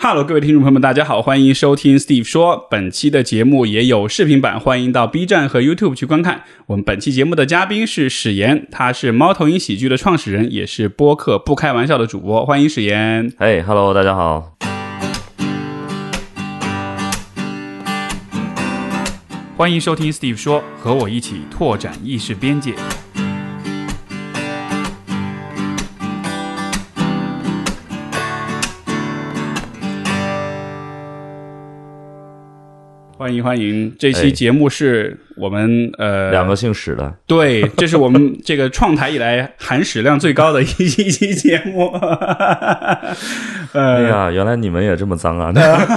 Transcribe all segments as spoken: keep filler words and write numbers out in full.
Hello， 各位听众朋友们，大家好，欢迎收听 Steve 说。本期的节目也有视频版，欢迎到 B 站和 YouTube 去观看。我们本期节目的嘉宾是史岩，他是猫头鹰喜剧的创始人，也是播客不开玩笑的主播。欢迎史岩。 嘿、hey, Hello， 大家好。 欢迎收听 Steve 说，和我一起拓展意识边界。欢迎欢迎，这期节目是我们、哎、呃两个姓史的， 对，这是我们这个创台以来含史量最高的一一期节目。 呃、哎呀，原来你们也这么脏啊！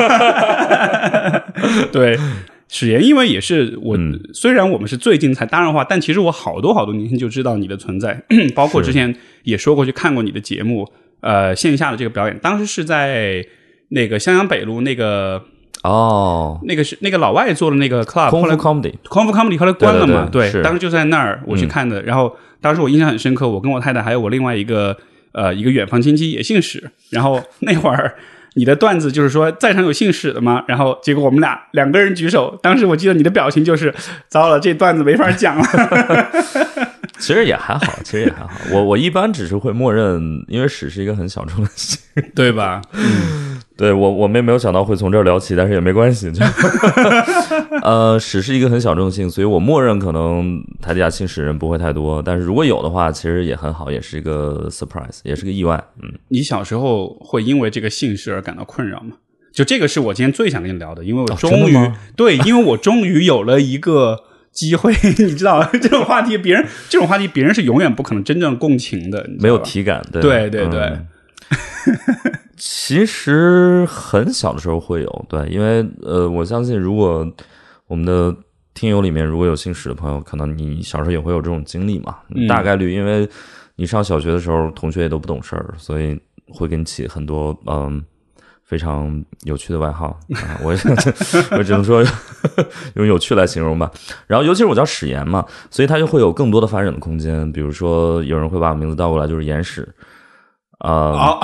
对，史岩，因为也是我、嗯，虽然我们是最近才搭上话，但其实我好多好多年前就知道你的存在，包括之前也说过去看过你的节目，呃，线下的这个表演，当时是在那个襄阳北路那个。 哦， 那个是那个老外做的那个 club， 空腹 comedy， 空腹 comedy 后来关了嘛？ 对， 对， 对，当时就在那儿我去看的、嗯。然后当时我印象很深刻，我跟我太太还有我另外一个呃一个远房亲戚也姓史，然后那会儿你的段子就是说在场有姓史的吗？然后结果我们俩两个人举手，当时我记得你的表情就是糟了，这段子没法讲了。 其实也还好，其实也还好。我我一般只是会默认，因为史是一个很小众的姓， 对吧？嗯， 对，我我们也没有想到会从这儿聊起，但是也没关系。就呃，史是一个很小众的姓，所以我默认可能台底下姓史人不会太多，但是如果有的话，其实也很好，也是一个 surprise， 也是个意外。嗯， 你小时候会因为这个姓氏而感到困扰吗？就这个是我今天最想跟你聊的，因为我终于、哦、对，因为我终于有了一个。机会，你知道这种话题别人这种话题别人是永远不可能真正共情的， 没有体感。对对对对、 嗯、其实很小的时候会有，对，因为呃我相信如果我们的听友里面如果有姓史的朋友，可能你小时候也会有这种经历嘛、嗯、大概率因为你上小学的时候同学也都不懂事儿，所以会给你起很多嗯非常有趣的外号啊，我我只能说用有趣来形容吧。然后尤其是我叫史岩嘛，所以它就会有更多的发展的空间。比如说有人会把我名字倒过来就是岩史啊、呃哦，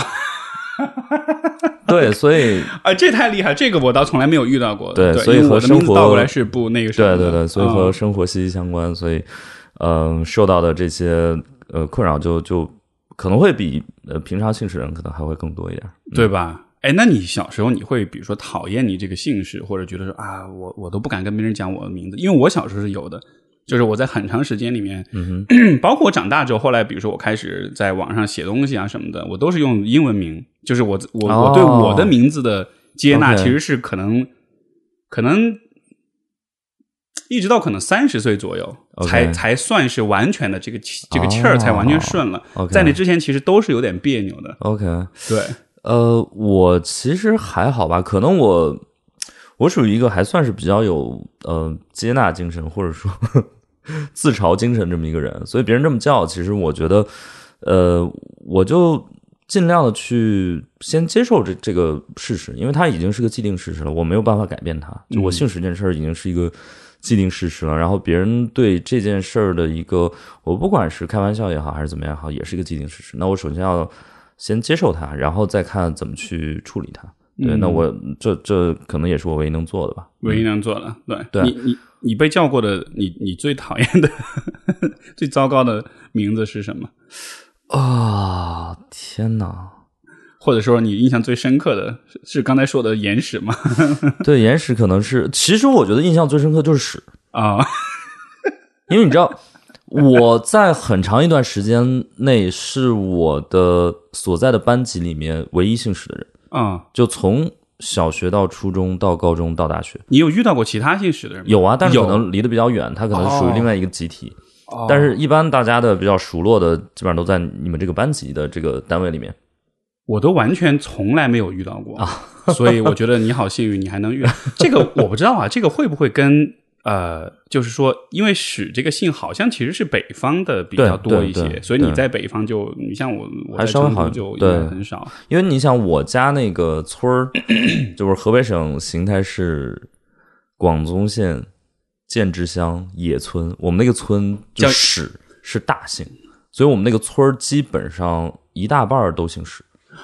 对，所以啊，这太厉害，这个我倒从来没有遇到过。 对， 对， 所以和生活倒过来是不那个什么的。 对对对，所以和生活息息相关，哦、所以嗯、呃，受到的这些呃困扰就就可能会比呃平常姓史人可能还会更多一点， 嗯、对吧？哎，那你小时候你会比如说讨厌你这个姓氏，或者觉得说啊，我我都不敢跟别人讲我的名字，因为我小时候是有的，就是我在很长时间里面， 嗯哼包括我长大之后，后来比如说我开始在网上写东西啊什么的，我都是用英文名，就是我我、哦、我对我的名字的接纳其实是可能、okay. 可能一直到可能三十岁左右、okay. 才才算是完全的这个这个气儿才完全顺了、 oh, okay. 在那之前其实都是有点别扭的。 OK， 对。 呃，我其实还好吧，可能我我属于一个还算是比较有呃接纳精神或者说呵呵自嘲精神这么一个人，所以别人这么叫，其实我觉得呃我就尽量的去先接受这这个事实，因为它已经是个既定事实了，我没有办法改变它。就我姓史这件事儿已经是一个既定事实了，然后别人对这件事儿的一个，我不管是开玩笑也好还是怎么样也好，也是一个既定事实。那我首先要先接受它，然后再看怎么去处理它。对，嗯、那我这这可能也是我唯一能做的吧。 唯一能做的，对。 对， 你你你被叫过的，你你最讨厌的、最糟糕的名字是什么？ 啊、哦，天哪！ 或者说你印象最深刻的是刚才说的岩史吗？ 对，岩史可能是，其实我觉得印象最深刻就是史啊， 因为你知道。我在很长一段时间内是我的所在的班级里面唯一姓史的人啊、嗯， 就从小学到初中到高中到大学。 你有遇到过其他姓史的人吗？ 有啊，但是可能离得比较远，他可能属于另外一个集体、哦、但是一般大家的比较熟络的基本上都在你们这个班级的这个单位里面。 我都完全从来没有遇到过啊，所以我觉得你好幸运，你还能遇到这个。我不知道啊，这个会不会跟呃，就是说，因为史这个姓好像其实是北方的比较多一些，所以你在北方就，你像我，我在成都就应该很少。 因为你想，我家那个村儿，就是河北省邢台市广宗县建制乡野村，我们那个村就史是大姓，所以我们那个村基本上一大半都姓史。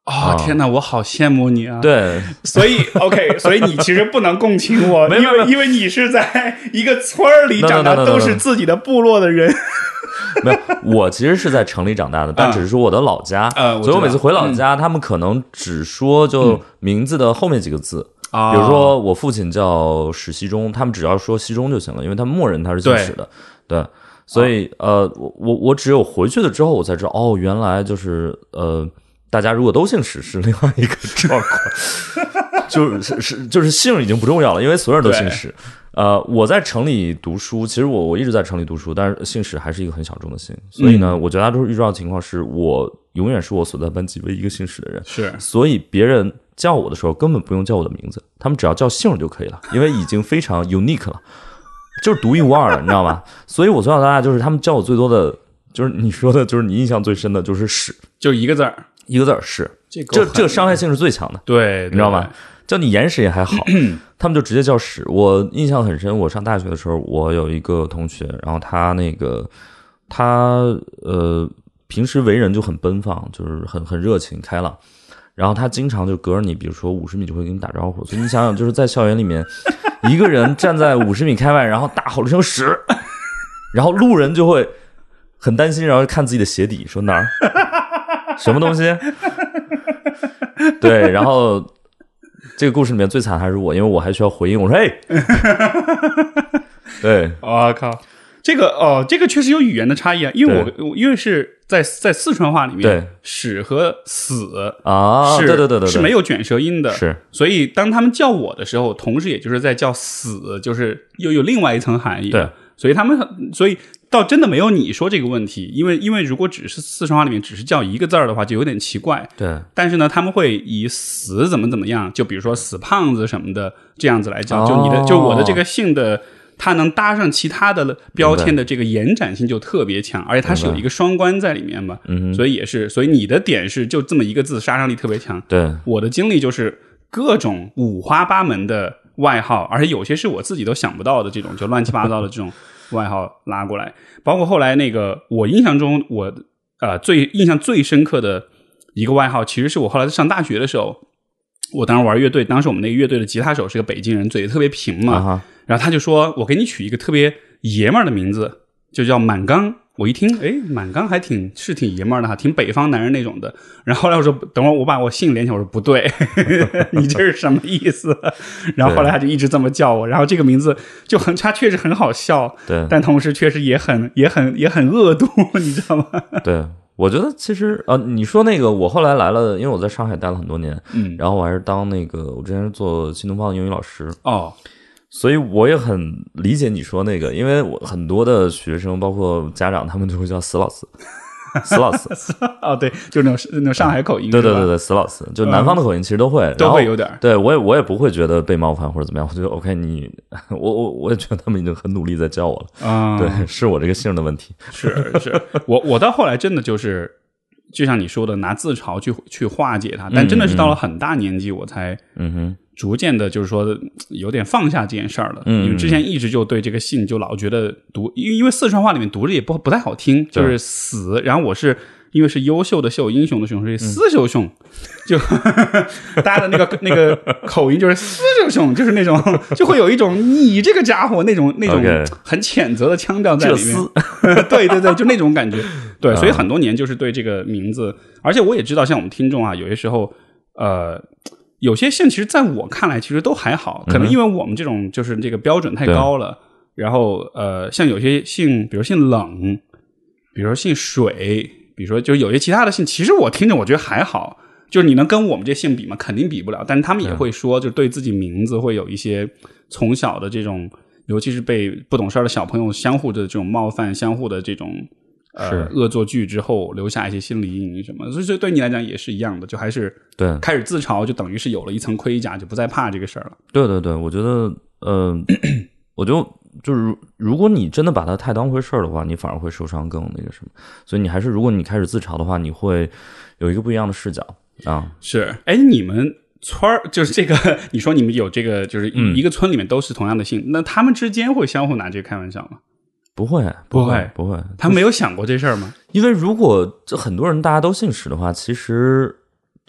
哦，天哪，我好羡慕你啊！ 对， 所以 OK， 所以你其实不能共情我，因为因为你是在一个村里长大，都是自己的部落的人。 没有，我其实是在城里长大的，但只是说我的老家， 嗯、 所以我每次回老家，嗯、他们可能只说就名字的后面几个字。 嗯、 比如说我父亲叫史熙中，他们只要说熙中就行了，因为他们默认他是姓史的。对，对所以、哦、呃，我我我只有回去了之后，我才知道哦，原来就是呃，大家如果都姓史是另外一个状况，就是是就是姓已经不重要了，因为所有人都姓史。呃，我在城里读书，其实我我一直在城里读书，但是姓史还是一个很小众的姓，所以呢，嗯、我觉得大多数遇到的情况是我永远是我所在班级唯一一个姓史的人， 是， 所以别人叫我的时候根本不用叫我的名字，他们只要叫姓就可以了，因为已经非常 unique 了，就是独一无二的，你知道吗？所以我从小到大就是他们叫我最多的，就是你说的，就是你印象最深的就是史， 就一个字儿， 一个字儿史， 这这这个伤害性是最强的， 对， 你知道吗？叫你严史也还好，他们就直接叫史。我印象很深，我上大学的时候，我有一个同学，然后他那个他呃平时为人就很奔放，就是很很热情开朗，然后他经常就隔着你，比如说五十米就会跟你打招呼。所以你想想，就是在校园里面，一个人站在五十米开外，然后大吼了一声史，然后路人就会很担心，然后看自己的鞋底，说哪儿什么东西？对，然后。这个故事里面最惨还是我，因为我还需要回应。我说：“哎，对， 我、哦、靠，这个哦，这个确实有语言的差异啊，因为我因为是在在四川话里面， 对史和死啊， 是对对对对， 是没有卷舌音的， 是， 所以当他们叫我的时候，同时也就是在叫死，就是又有另外一层含义， 对， 所以他们所以。倒真的没有你说这个问题，因为因为如果只是四川话里面只是叫一个字儿的话，就有点奇怪。 对， 但是呢，他们会以死怎么怎么样，就比如说死胖子什么的这样子来叫，哦、就你的就我的这个姓的，它能搭上其他的标签的这个延展性就特别强，而且它是有一个双关在里面嘛， 嗯， 所以也是，所以你的点是就这么一个字，杀伤力特别强。 对， 我的经历就是各种五花八门的外号，而且有些是我自己都想不到的这种，就乱七八糟的这种。外号拉过来，包括后来那个，我印象中我呃最印象最深刻的一个外号，其实是我后来在上大学的时候，我当时玩乐队，当时我们那个乐队的吉他手是个北京人，嘴特别平嘛， uh-huh. 然后他就说我给你取一个特别爷们儿的名字，就叫满缸。我一听，哎，满缸还挺是挺爷们儿的哈，挺北方男人那种的。然后后来我说，等会儿我把我姓连起来，我说不对，你这是什么意思？然后后来他就一直这么叫我，然后这个名字就很，他确实很好笑， 对， 但同时确实也很也很也很恶毒，你知道吗？ 对，我觉得其实呃，你说那个我后来来了，因为我在上海待了很多年， 嗯， 然后我还是当那个我之前是做新东方的英语老师哦。 所以我也很理解你说那个，因为我很多的学生包括家长他们就会叫死老师死老师哦，对，就那种那种上海口音， 对对对对，死老师就南方的口音其实都会、嗯、 都会有点。 对，我也我也不会觉得被冒犯或者怎么样，我觉得 OK， 你我我我也觉得他们已经很努力在教我了啊、嗯， 对，是我这个姓的问题， 是是，我我到后来真的就是就像你说的，拿自嘲去去化解它，但真的是到了很大年纪我才嗯哼。 逐渐的，就是说有点放下这件事儿了。 嗯， 因为之前一直就对这个姓就老觉得读，因为因为四川话里面读着也不不太好听，就是死。然后我是因为是优秀的秀，英雄的雄，所以四秀雄，嗯、就大家的那个那个口音就是四秀雄，就是那种就会有一种你这个家伙那种那种很谴责的腔调在里面。对对对，就那种感觉。对，所以很多年就是对这个名字，而且我也知道，像我们听众啊，有些时候呃。有些姓其实在我看来其实都还好，可能因为我们这种就是这个标准太高了，嗯、然后呃像有些姓比如姓冷，比如说姓水，比如说就有些其他的姓其实我听着我觉得还好，就是你能跟我们这姓比吗？肯定比不了，但是他们也会说就对自己名字会有一些从小的这种尤其是被不懂事的小朋友相互的这种冒犯，相互的这种呃，恶作剧之后留下一些心理阴影什么，所以对你来讲也是一样的，就还是对开始自嘲，就等于是有了一层盔甲，就不再怕这个事儿了。 对对对，我觉得，呃，我就就是如果你真的把它太当回事儿的话，你反而会受伤更那个什么。所以你还是，如果你开始自嘲的话，你会有一个不一样的视角啊。 是，哎，你们村儿就是这个，你说你们有这个，就是一个村里面都是同样的姓，嗯、那他们之间会相互拿这个开玩笑吗？ 不会， 不会，不会。 他没有想过这事儿吗？ 因为如果这很多人大家都姓史的话，其实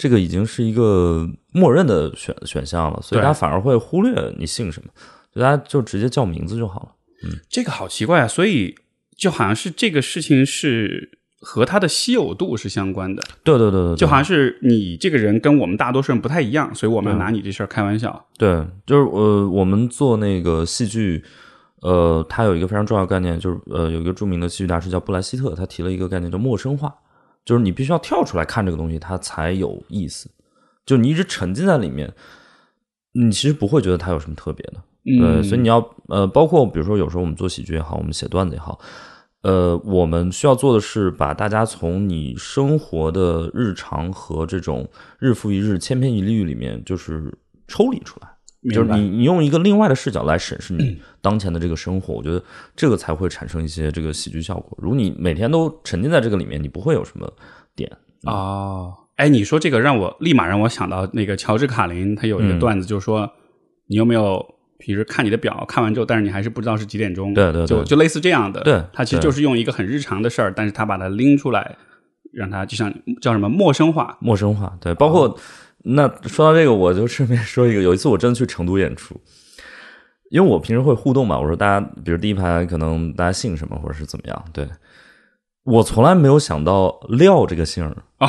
这个已经是一个默认的选选项了，所以大家反而会忽略你姓什么，所以大家就直接叫名字就好了。嗯， 这个好奇怪啊，所以就好像是这个事情是和它的稀有度是相关的。 对对对 对, 对， 就好像是你这个人跟我们大多数人不太一样，所以我们拿你这事儿开玩笑。 对，就是呃，我们做那个戏剧，呃，它有一个非常重要的概念，就是呃，有一个著名的戏剧大师叫布莱希特，他提了一个概念叫陌生化。就是你必须要跳出来看这个东西，它才有意思。就你一直沉浸在里面，你其实不会觉得它有什么特别的。 嗯、 对，所以你要呃，包括比如说有时候我们做喜剧也好，我们写段子也好，呃，我们需要做的是把大家从你生活的日常和这种日复一日、千篇一律里面，就是抽离出来。就是你你用一个另外的视角来审视你当前的这个生活，我觉得这个才会产生一些这个喜剧效果。如果你每天都沉浸在这个里面，你不会有什么点。 嗯、哦，哎，你说这个让我立马让我想到那个乔治卡林，他有一个段子，就是说、嗯、你有没有平时看你的表，看完之后，但是你还是不知道是几点钟， 对对对， 就就类似这样的。 对， 他其实就是用一个很日常的事儿，但是他把它拎出来，让他就像叫什么陌生化， 陌生化。对，包括。哦，那说到这个，我就顺便说一个，有一次我真的去成都演出，因为我平时会互动嘛，我说大家比如第一排可能大家姓什么或者是怎么样，对，我从来没有想到廖这个姓儿、哦、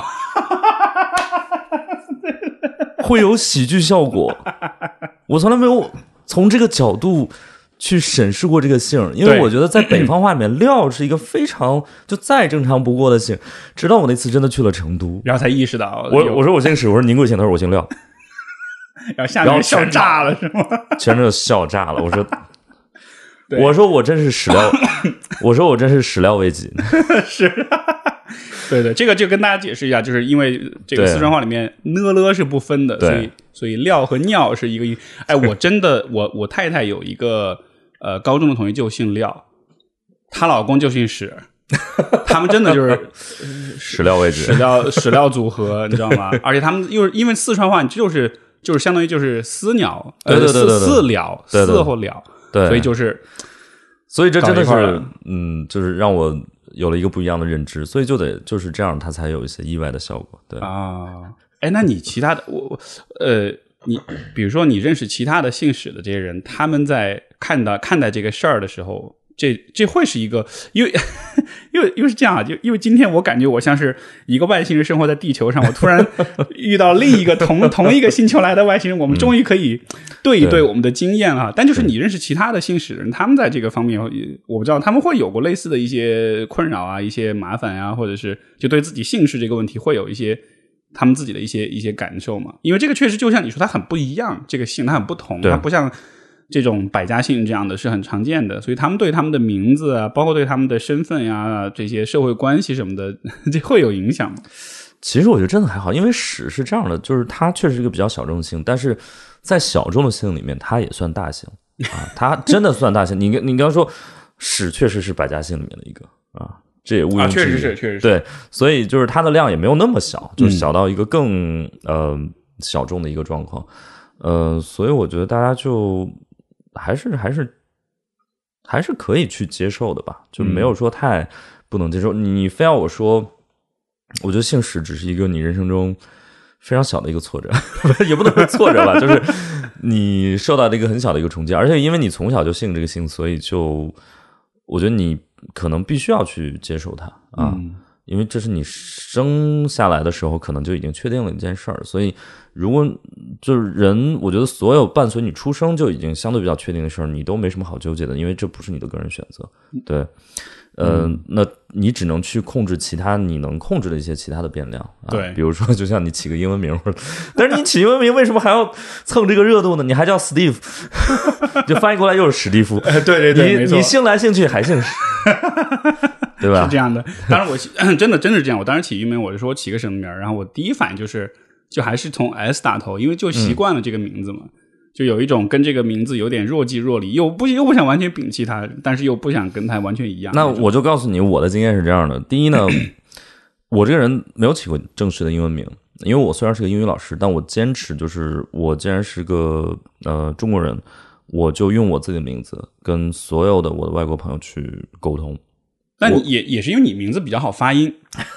会有喜剧效果，我从来没有从这个角度去审视过这个姓，因为我觉得在北方话里面廖是一个非常就再正常不过的姓，直到我那次真的去了成都， 然后才意识到我我说我姓史，我说您贵姓，他说我姓廖， 然后下面笑炸了是吗？ 全都笑炸了，我说我说我真是始料我说我真是始料未及是对对，这个就跟大家解释一下，就是因为这个四川话里面呢了是不分的，所以所以料和尿是一个。哎，我真的我我太太有一个呃高中的同学就姓廖，她老公就姓史，他们真的就是始料未及， 始料始料组合，你知道吗？而且他们又是因为四川话就是就是相当于就是私鸟， 对对对对， 私了私或了， 对， 所以就是所以这真的是嗯，就是让我有了一个不一样的认知，所以就得就是这样，它才有一些意外的效果。对啊，哎，那你其他的我呃，你比如说你认识其他的姓史的这些人，他们在看到看待这个事儿的时候，这这会是一个，因为因为因为是这样啊，就因为今天我感觉我像是一个外星人生活在地球上，我突然遇到另一个同同一个星球来的外星人，我们终于可以对一对我们的经验了。但就是你认识其他的姓史人，他们在这个方面，我不知道他们会有过类似的一些困扰啊，一些麻烦啊，或者是就对自己姓氏这个问题会有一些他们自己的一些一些感受嘛？因为这个确实就像你说，它很不一样，这个姓它很不同，它不像这种百家姓这样的是很常见的，所以他们对他们的名字啊，包括对他们的身份呀、这些社会关系什么的，这会有影响吗？ 其实我觉得真的还好，因为史是这样的，就是它确实是一个比较小众姓，但是在小众的姓里面，它也算大姓啊，它真的算大姓。你你刚刚说史确实是百家姓里面的一个啊，这也毋庸置疑， 确实是，确实是对，所以就是它的量也没有那么小，就是小到一个更、嗯、呃小众的一个状况，呃，所以我觉得大家就。还是还是还是可以去接受的吧，就没有说太不能接受。嗯、你非要我说，我觉得姓史只是一个你人生中非常小的一个挫折，也不能说挫折吧，就是你受到的一个很小的一个冲击，而且因为你从小就姓这个姓，所以就我觉得你可能必须要去接受它啊。嗯，因为这是你生下来的时候可能就已经确定了一件事儿，所以如果就是人，我觉得所有伴随你出生就已经相对比较确定的事儿，你都没什么好纠结的，因为这不是你的个人选择。对，呃、嗯，那你只能去控制其他你能控制的一些其他的变量。啊、 对， 比如说就像你起个英文名，但是你起英文名为什么还要蹭这个热度呢？你还叫 Steve， 就翻译过来又是史蒂夫。 对对对，没错， 你你姓来姓去还姓史。对吧？ 是这样的。当然我真的真的是这样，我当时起英文我就说我起个什么名，然后我第一反应就是就还是从 S 打头，因为就习惯了这个名字嘛、嗯、就有一种跟这个名字有点若即若离，又不又不想完全摒弃它，但是又不想跟它完全一样。 那我就告诉你我的经验是这样的。第一呢我这个人没有起过正式的英文名，因为我虽然是个英语老师，但我坚持就是我既然是个呃中国人，我就用我自己的名字跟所有的我的外国朋友去沟通。 但也也是因为你名字比较好发音，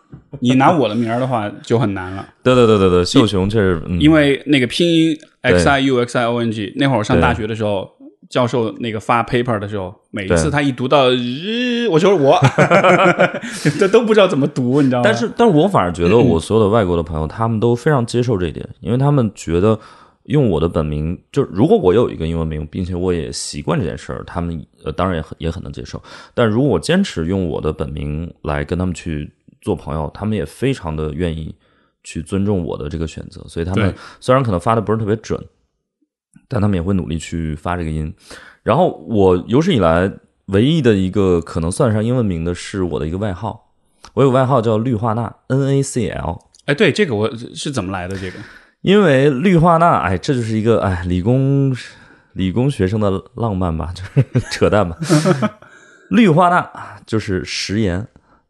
你拿我的名儿的话就很难了。 对对对对对，秀雄确实、嗯， 因为那个拼音 X I U X I O N G， 那会儿上大学的时候，教授那个发 paper 的时候，每一次他一读到日，我就是我，这都不知道怎么读，你知道吗？ 但是，但是我反而觉得我所有的外国的朋友，他们都非常接受这一点，因为他们觉得用我的本名，就如果我有一个英文名，并且我也习惯这件事儿，他们呃当然也很也很能接受。但如果我坚持用我的本名来跟他们去做朋友，他们也非常的愿意去尊重我的这个选择，所以他们虽然可能发的不是特别准，但他们也会努力去发这个音。然后我有史以来唯一的一个可能算上英文名的是我的一个外号，我有个外号叫绿化钠 N A C L。 哎，对，这个我是怎么来的？这个因为氯化钠，哎，这就是一个哎理工理工学生的浪漫吧，就是扯淡吧。氯化钠就是食盐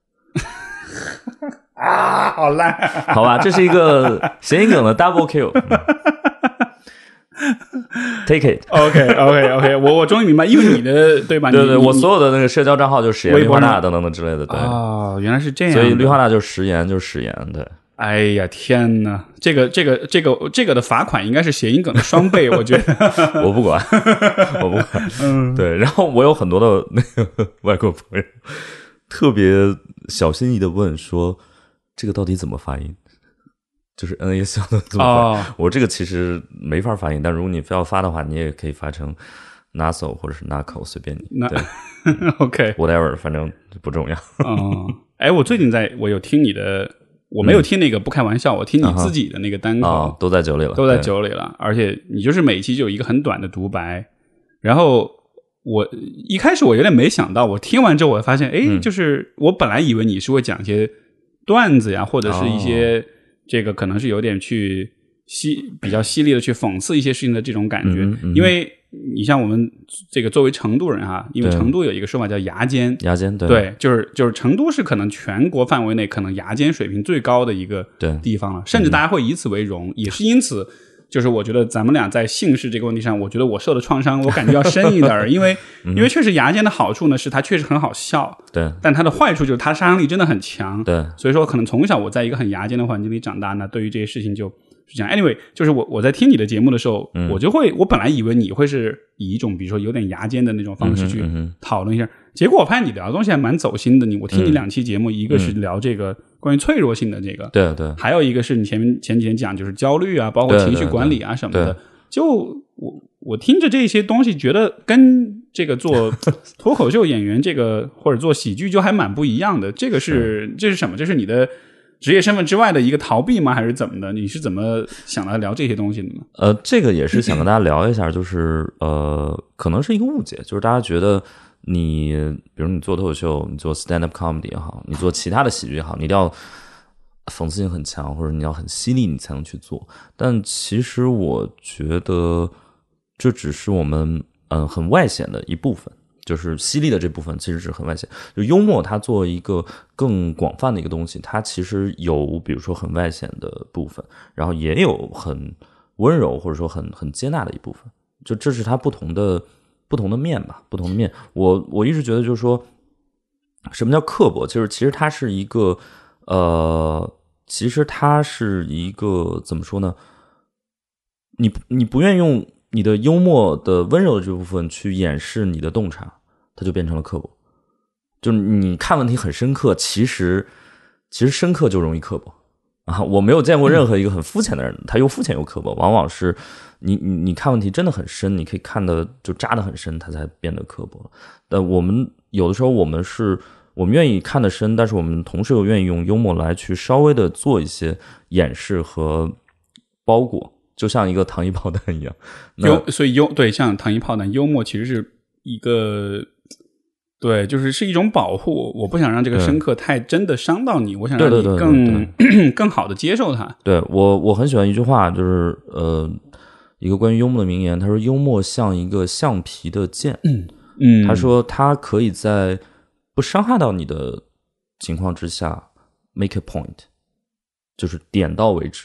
啊，好烂， 好吧，这是一个谐音梗的 double kill、嗯、take it OK OK OK 我我终于明白，因为你的对吧？ 对对，我所有的那个社交账号就是食盐氯化钠等等的之类的，对。 哦，原来是这样， 所以氯化钠就是食盐，就是食盐，对。 哎呀天哪，这个这个这个这个的罚款应该是谐音梗的双倍，我觉得。 我不管，我不管。嗯，对。然后我有很多的那个外国朋友，特别小心翼翼的问说，这个到底怎么发音？就是 N A C L 的怎么发、哦、我这个其实没法发音，但如果你非要发的话，你也可以发成 Naso 或者是 Naco， 随便你。对 ，OK， whatever， 反正不重要。 哦，哎，我最近在我有听你的。我没有听那个不开玩笑、嗯、我听你自己的那个单口、 嗯哦、都在酒里了， 都在酒里了，而且你就是每一期就有一个很短的独白，然后我一开始我有点没想到，我听完之后我发现，哎，就是我本来以为你是会讲一些段子呀，或者是一些这个可能是有点去犀比较犀利的去讽刺一些事情的这种感觉， 嗯嗯、 因为你像我们这个作为成都人哈，因为成都有一个说法叫牙尖， 牙尖 对, 对，就是就是成都是可能全国范围内可能牙尖水平最高的一个地方了，甚至大家会以此为荣、嗯、也是因此就是我觉得咱们俩在姓氏这个问题上，我觉得我受的创伤我感觉要深一点因为、嗯、因为确实牙尖的好处呢是它确实很好笑， 对， 但它的坏处就是它杀伤力真的很强， 对， 所以说可能从小我在一个很牙尖的环境里长大呢，对于这些事情就是这样。 anyway 就是我我在听你的节目的时候、嗯、我就会我本来以为你会是以一种比如说有点牙尖的那种方式去讨论一下、嗯嗯、结果我发现你聊的东西还蛮走心的，你我听你两期节目、嗯、一个是聊这个关于脆弱性的这个， 对对， 还有一个是你前面前几天讲就是焦虑啊，包括情绪管理啊什么的，就我我听着这些东西觉得跟这个做脱口秀演员这个或者做喜剧就还蛮不一样的，这个是这是什么？这是你的职业身份之外的一个逃避吗？还是怎么的？你是怎么想来聊这些东西的呢？ 呃，这个也是想跟大家聊一下，就是呃，可能是一个误解，就是大家觉得你，比如你做脱口秀，你做 stand up comedy 也好，你做其他的喜剧也好，你一定要讽刺性很强，或者你要很犀利，你才能去做。但其实我觉得这只是我们嗯、呃、很外显的一部分。就是犀利的这部分其实是很外显，就幽默它作为一个更广泛的一个东西，它其实有比如说很外显的部分，然后也有很温柔或者说很很接纳的一部分，就这是它不同的不同的面吧，不同的面。我我一直觉得就是说，什么叫刻薄？就是其实它是一个呃，其实它是一个怎么说呢？你你不愿意用你的幽默的温柔的这部分去掩饰你的洞察，它就变成了刻薄。就是你看问题很深刻，其实其实深刻就容易刻薄啊！我没有见过任何一个很肤浅的人，他又肤浅又刻薄，往往是你你你看问题真的很深，你可以看的就扎得很深，他才变得刻薄。但我们有的时候我们是我们愿意看得深，但是我们同时又愿意用幽默来去稍微的做一些掩饰和包裹。就像一个糖衣炮弹一样， 幽所以幽对像糖衣炮弹，幽默其实是一个对，就是是一种保护。我不想让这个深刻太真的伤到你，我想让你更对对对对更好的接受它。 对我我很喜欢一句话，就是呃一个关于幽默的名言，他说幽默像一个橡皮的剑， 嗯嗯， 他说它可以在不伤害到你的情况之下 make a point， 就是点到为止。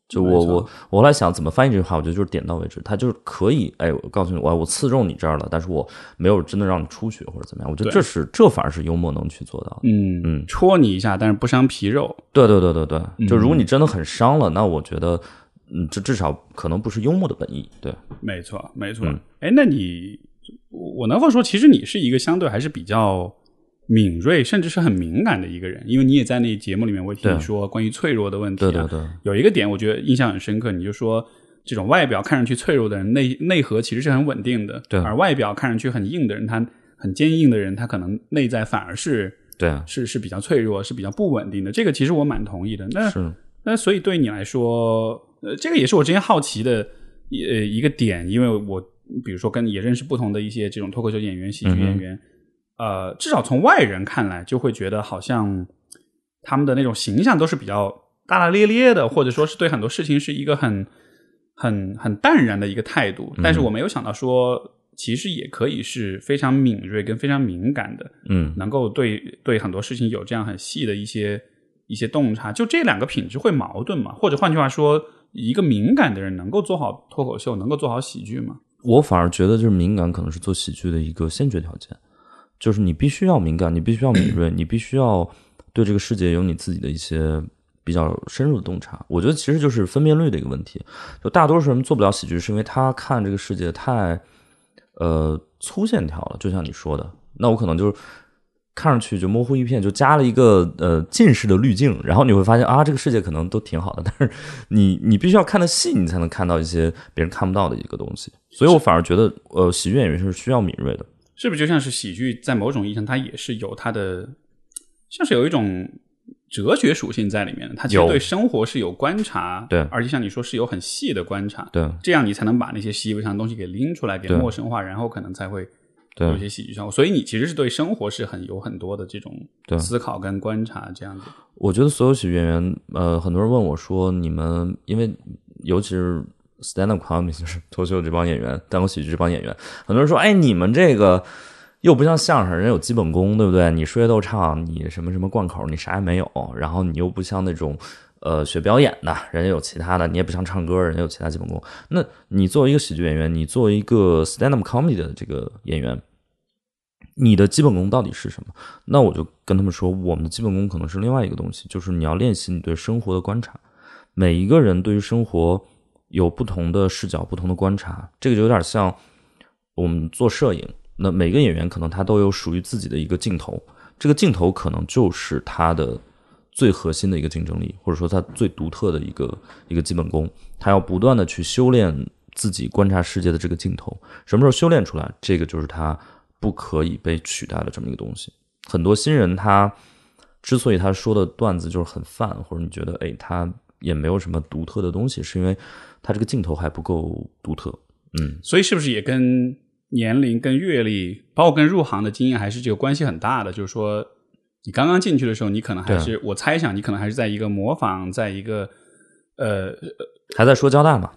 就我我我后来想怎么翻译这句话，我觉得就是点到为止，他就是可以，哎，我告诉你，我我刺中你这儿了，但是我没有真的让你出血或者怎么样，我觉得这是这反而是幽默能去做到的。 嗯嗯，戳你一下，但是不伤皮肉。 对对对对对，嗯、就如果你真的很伤了，那我觉得，嗯，这至少可能不是幽默的本意。对， 没错没错。哎、嗯，那你我能否说，其实你是一个相对还是比较敏锐甚至是很敏感的一个人，因为你也在那节目里面我也听你说关于脆弱的问题、啊、 对对对， 有一个点我觉得印象很深刻，你就说这种外表看上去脆弱的人内内核其实是很稳定的， 对， 而外表看上去很硬的人，他很坚硬的人，他可能内在反而是对是是比较脆弱，是比较不稳定的，这个其实我蛮同意的。那是那所以对你来说呃，这个也是我之前好奇的呃一个点，因为我比如说跟也认识不同的一些这种脱口秀演员喜剧演员、嗯呃，至少从外人看来就会觉得好像他们的那种形象都是比较大大咧咧的，或者说是对很多事情是一个很很很淡然的一个态度，但是我没有想到说其实也可以是非常敏锐跟非常敏感的， 嗯， 能够对对很多事情有这样很细的一些一些洞察，就这两个品质会矛盾吗？或者换句话说，一个敏感的人能够做好脱口秀，能够做好喜剧吗？ 我反而觉得就是敏感可能是做喜剧的一个先决条件，就是你必须要敏感，你必须要敏锐，你必须要对这个世界有你自己的一些比较深入的洞察。我觉得其实就是分辨率的一个问题，就大多数人做不了喜剧是因为他看这个世界太呃粗线条了，就像你说的，那我可能就是看上去就模糊一片，就加了一个呃近视的滤镜，然后你会发现啊这个世界可能都挺好的，但是你你必须要看得细，你才能看到一些别人看不到的一个东西。所以我反而觉得呃喜剧演员是需要敏锐的。 是不是就像是喜剧在某种意义上它也是有它的像是有一种哲学属性在里面的，它其实对生活是有观察， 对， 而且像你说是有很细的观察， 对， 这样你才能把那些习以为常的东西给拎出来，给陌生化，然后可能才会有一些喜剧效果。所以你其实是对生活是很有很多的这种思考跟观察这样子。 我觉得所有喜剧演员呃，很多人问我说你们因为尤其是stand-up comedy 就是脱口秀这帮演员，单口喜剧这帮演员，很多人说，哎，你们这个又不像相声，人有基本功，对不对？你说学逗唱，你什么什么贯口，你啥也没有，然后你又不像那种呃学表演的，人家有其他的，你也不像唱歌，人家有其他基本功。那你作为一个喜剧演员，你作为一个 stand-up comedy 的这个演员，你的基本功到底是什么？那我就跟他们说，我们的基本功可能是另外一个东西，就是你要练习你对生活的观察。每一个人对于生活有不同的视角，不同的观察，这个就有点像我们做摄影，那每个演员可能他都有属于自己的一个镜头，这个镜头可能就是他的最核心的一个竞争力，或者说他最独特的一个一个基本功，他要不断的去修炼自己观察世界的这个镜头，什么时候修炼出来，这个就是他不可以被取代的这么一个东西。很多新人他之所以他说的段子就是很泛，或者你觉得哎他也没有什么独特的东西，是因为他这个镜头还不够独特。嗯， 所以是不是也跟年龄跟阅历包括跟入行的经验还是这个关系很大的，就是说你刚刚进去的时候你可能还是我猜想你可能还是在一个模仿，在一个呃还在说交大嘛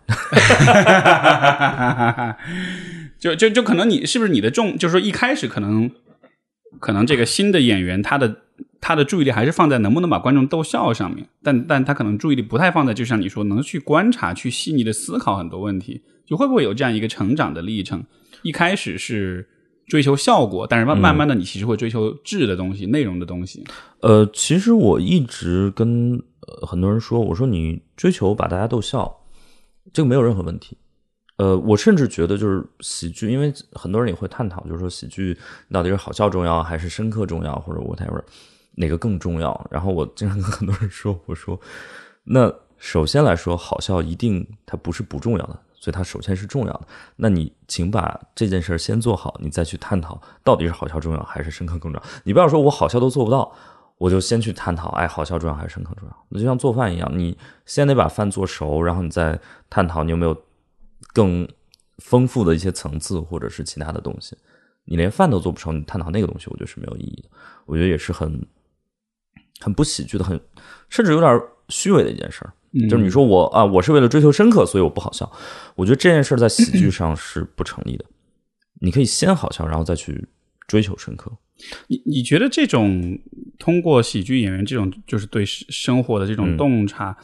就就就可能你是不是你的重就是说一开始可能可能这个新的演员他的他的注意力还是放在能不能把观众逗笑上面，但但他可能注意力不太放在就像你说能去观察去细腻的思考很多问题，就会不会有这样一个成长的历程，一开始是追求效果，但是慢慢的你其实会追求质的东西、嗯、内容的东西。 呃，其实我一直跟、呃、很多人说，我说你追求把大家逗笑这个没有任何问题。呃，我甚至觉得就是喜剧，因为很多人也会探讨，就是说喜剧到底是好笑重要还是深刻重要，或者 whatever 哪个更重要。然后我经常跟很多人说，我说那首先来说好笑一定它不是不重要的，所以它首先是重要的。那你请把这件事先做好，你再去探讨到底是好笑重要还是深刻更重要。你不要说我好笑都做不到，我就先去探讨哎好笑重要还是深刻重要。那就像做饭一样，你先得把饭做熟，然后你再探讨你有没有更丰富的一些层次或者是其他的东西。你连饭都做不成，你探讨那个东西我觉得是没有意义的。我觉得也是很很不喜剧的，很甚至有点虚伪的一件事儿、嗯、就是你说我啊，我是为了追求深刻所以我不好笑，我觉得这件事在喜剧上是不成立的。你可以先好笑然后再去追求深刻。 你你觉得这种通过喜剧演员这种就是对生活的这种洞察、嗯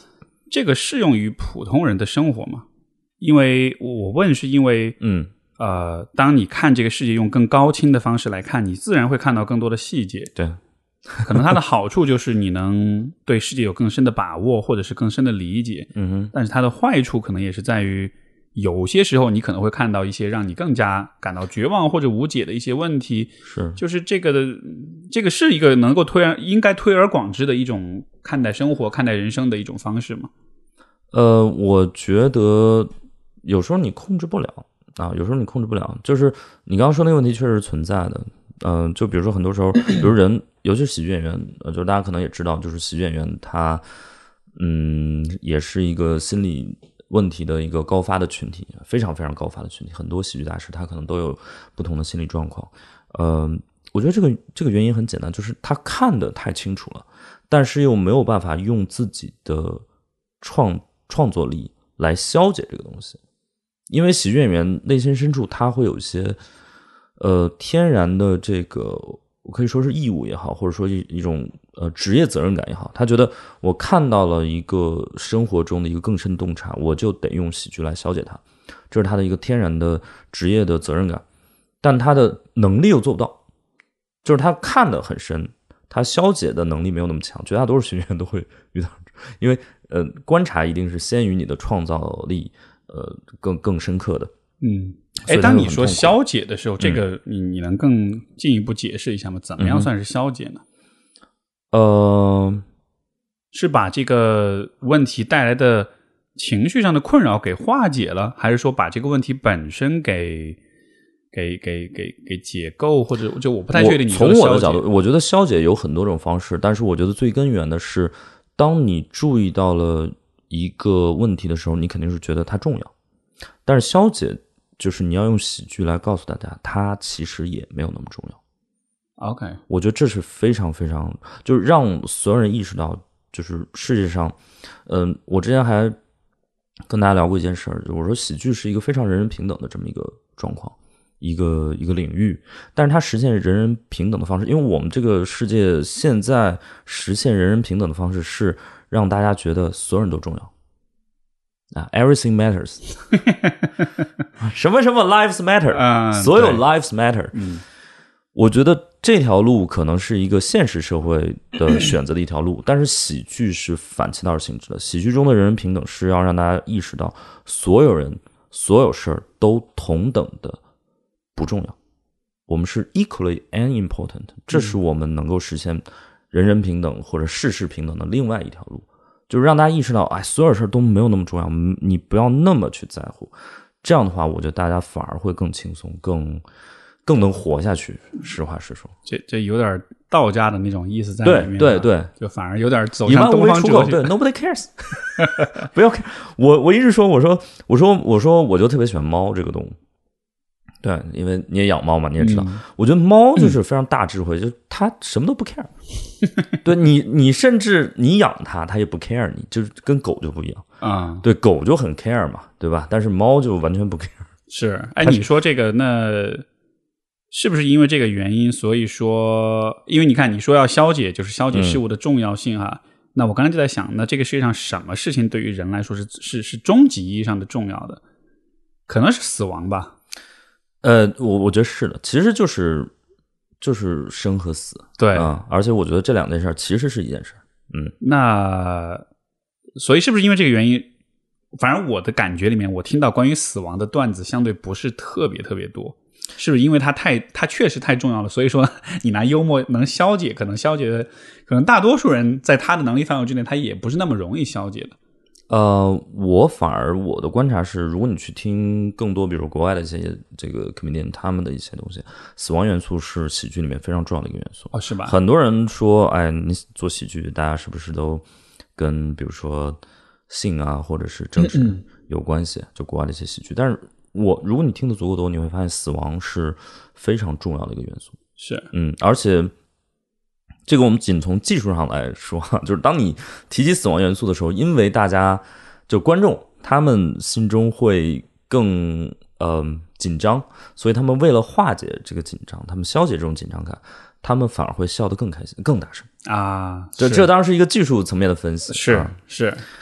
这个适用于普通人的生活吗？因为我问是因为嗯呃，当你看这个世界用更高清的方式来看，你自然会看到更多的细节。 对， 可能它的好处就是你能对世界有更深的把握，或者是更深的理解。 嗯哼， 但是它的坏处可能也是在于，有些时候你可能会看到一些让你更加感到绝望或者无解的一些问题。 是， 就是这个的，这个是一个能够推而应该推而广之的一种看待生活、看待人生的一种方式吗？ 呃，我觉得有时候你控制不了啊，有时候你控制不了，就是你刚刚说那个问题确实是存在的。嗯、呃，就比如说很多时候，比如人，尤其是喜剧演员，呃，就是大家可能也知道，就是喜剧演员他，嗯，也是一个心理问题的一个高发的群体，非常非常高发的群体。很多喜剧大师他可能都有不同的心理状况。呃，我觉得这个这个原因很简单，就是他看得太清楚了，但是又没有办法用自己的创创作力来消解这个东西。因为喜剧演员内心深处他会有一些呃天然的这个可以说是义务也好，或者说一一种呃职业责任感也好，他觉得我看到了一个生活中的一个更深的洞察，我就得用喜剧来消解它，这是他的一个天然的职业的责任感，但他的能力又做不到，就是他看得很深，他消解的能力没有那么强，绝大多数喜剧演员都会遇到，因为呃观察一定是先于你的创造力呃更更深刻的。 嗯，哎，当你说消解的时候，这个你你能更进一步解释一下吗？怎么样算是消解呢？ 嗯、呃， 是把这个问题带来的情绪上的困扰给化解了，还是说把这个问题本身给给给给给解构？或者就我不太确定你说的消解。 从我的角度，我觉得消解有很多种方式，但是我觉得最根源的是，当你注意到了一个问题的时候，你肯定是觉得它重要，但是消解就是你要用喜剧来告诉大家，它其实也没有那么重要。 OK， 我觉得这是非常非常，就是让所有人意识到，就是世界上，嗯、呃，我之前还跟大家聊过一件事儿，就是我说喜剧是一个非常人人平等的这么一个状况，一个一个领域，但是它实现人人平等的方式，因为我们这个世界现在实现人人平等的方式是让大家觉得所有人都重要。啊 ，everything matters， 什么什么 lives matter，、 嗯、 所有 lives matter。 嗯， 我觉得这条路可能是一个现实社会的选择的一条路，但是喜剧是反其道而行之的。喜剧中的人人平等是要让大家意识到，所有人、所有事儿都同等的不重要，我们是 equally unimportant， 这是我们能够实现人人平等或者事事平等的另外一条路。就是让大家意识到，哎，所有事都没有那么重要，你不要那么去在乎。这样的话，我觉得大家反而会更轻松，更更能活下去。实话实说， 这这有点道家的那种意思在里面， 对对对， 就反而有点走向东方哲学。 对 ，Nobody cares， 不要 care。我我一直说，我说我说我说，我就特别喜欢猫这个动物。对，因为你也养猫嘛，你也知道，嗯、我觉得猫就是非常大智慧，嗯、就是它什么都不 care。对你，你甚至你养它，它也不 care 你，就是跟狗就不一样啊、嗯。 对，狗就很 care 嘛，对吧？但是猫就完全不 care。 是，哎，你说这个，那是不是因为这个原因，所以说，因为你看，你说要消解，就是消解事物的重要性哈。嗯、那我刚才就在想，那这个世界上什么事情对于人来说是是是终极意义上的重要的？可能是死亡吧。 呃，我我觉得是的，其实就是就是生和死， 对啊、嗯，而且我觉得这两件事其实是一件事，嗯， 那所以是不是因为这个原因？反正我的感觉里面，我听到关于死亡的段子相对不是特别特别多，是不是因为它太它确实太重要了？所以说你拿幽默能消解，可能消解的，可能大多数人在他的能力范围之内，他也不是那么容易消解的。 呃，我反而我的观察是，如果你去听更多，比如国外的一些这个 comedian 他们的一些东西，死亡元素是喜剧里面非常重要的一个元素。 哦，是吧？ 很多人说，哎，你做喜剧，大家是不是都跟比如说性啊，或者是政治有关系？嗯嗯就国外的一些喜剧，但是我如果你听的足够多，你会发现死亡是非常重要的一个元素。 是， 嗯，而且。这个我们仅从技术上来说，就是当你提及死亡元素的时候，因为大家就观众他们心中会更呃紧张，所以他们为了化解这个紧张，他们消解这种紧张感，他们反而会笑得更开心、更大声啊。 这这当然是一个技术层面的分析， 是、啊、是。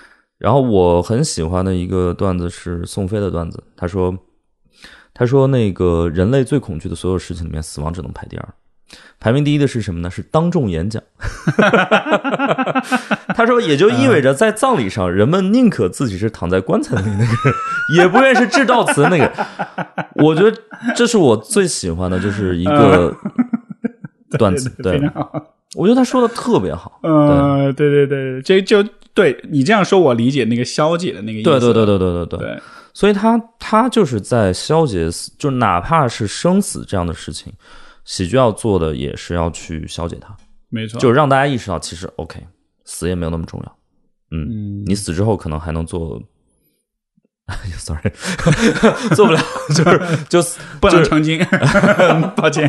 然后我很喜欢的一个段子是宋飞的段子，他说他说那个人类最恐惧的所有事情里面，死亡只能排第二，排名第一的是什么呢？是当众演讲。他说也就意味着在葬礼上，人们宁可自己是躺在棺材里那个人，也不愿意是致悼词的那个。我觉得这是我最喜欢的，就是一个段子。对，对我觉得他说的特别好。 呃，对对对，这就对你这样说，我理解那个消解的那个意思。 对对对对对对对, 对。 所以他他就是在消解死，就哪怕是生死这样的事情，喜剧要做的也是要去消解它。 没错， 就是让大家意识到，其实 OK， 死也没有那么重要。嗯，嗯你死之后可能还能做。sorry， 做不了，就是就不能成精，抱歉。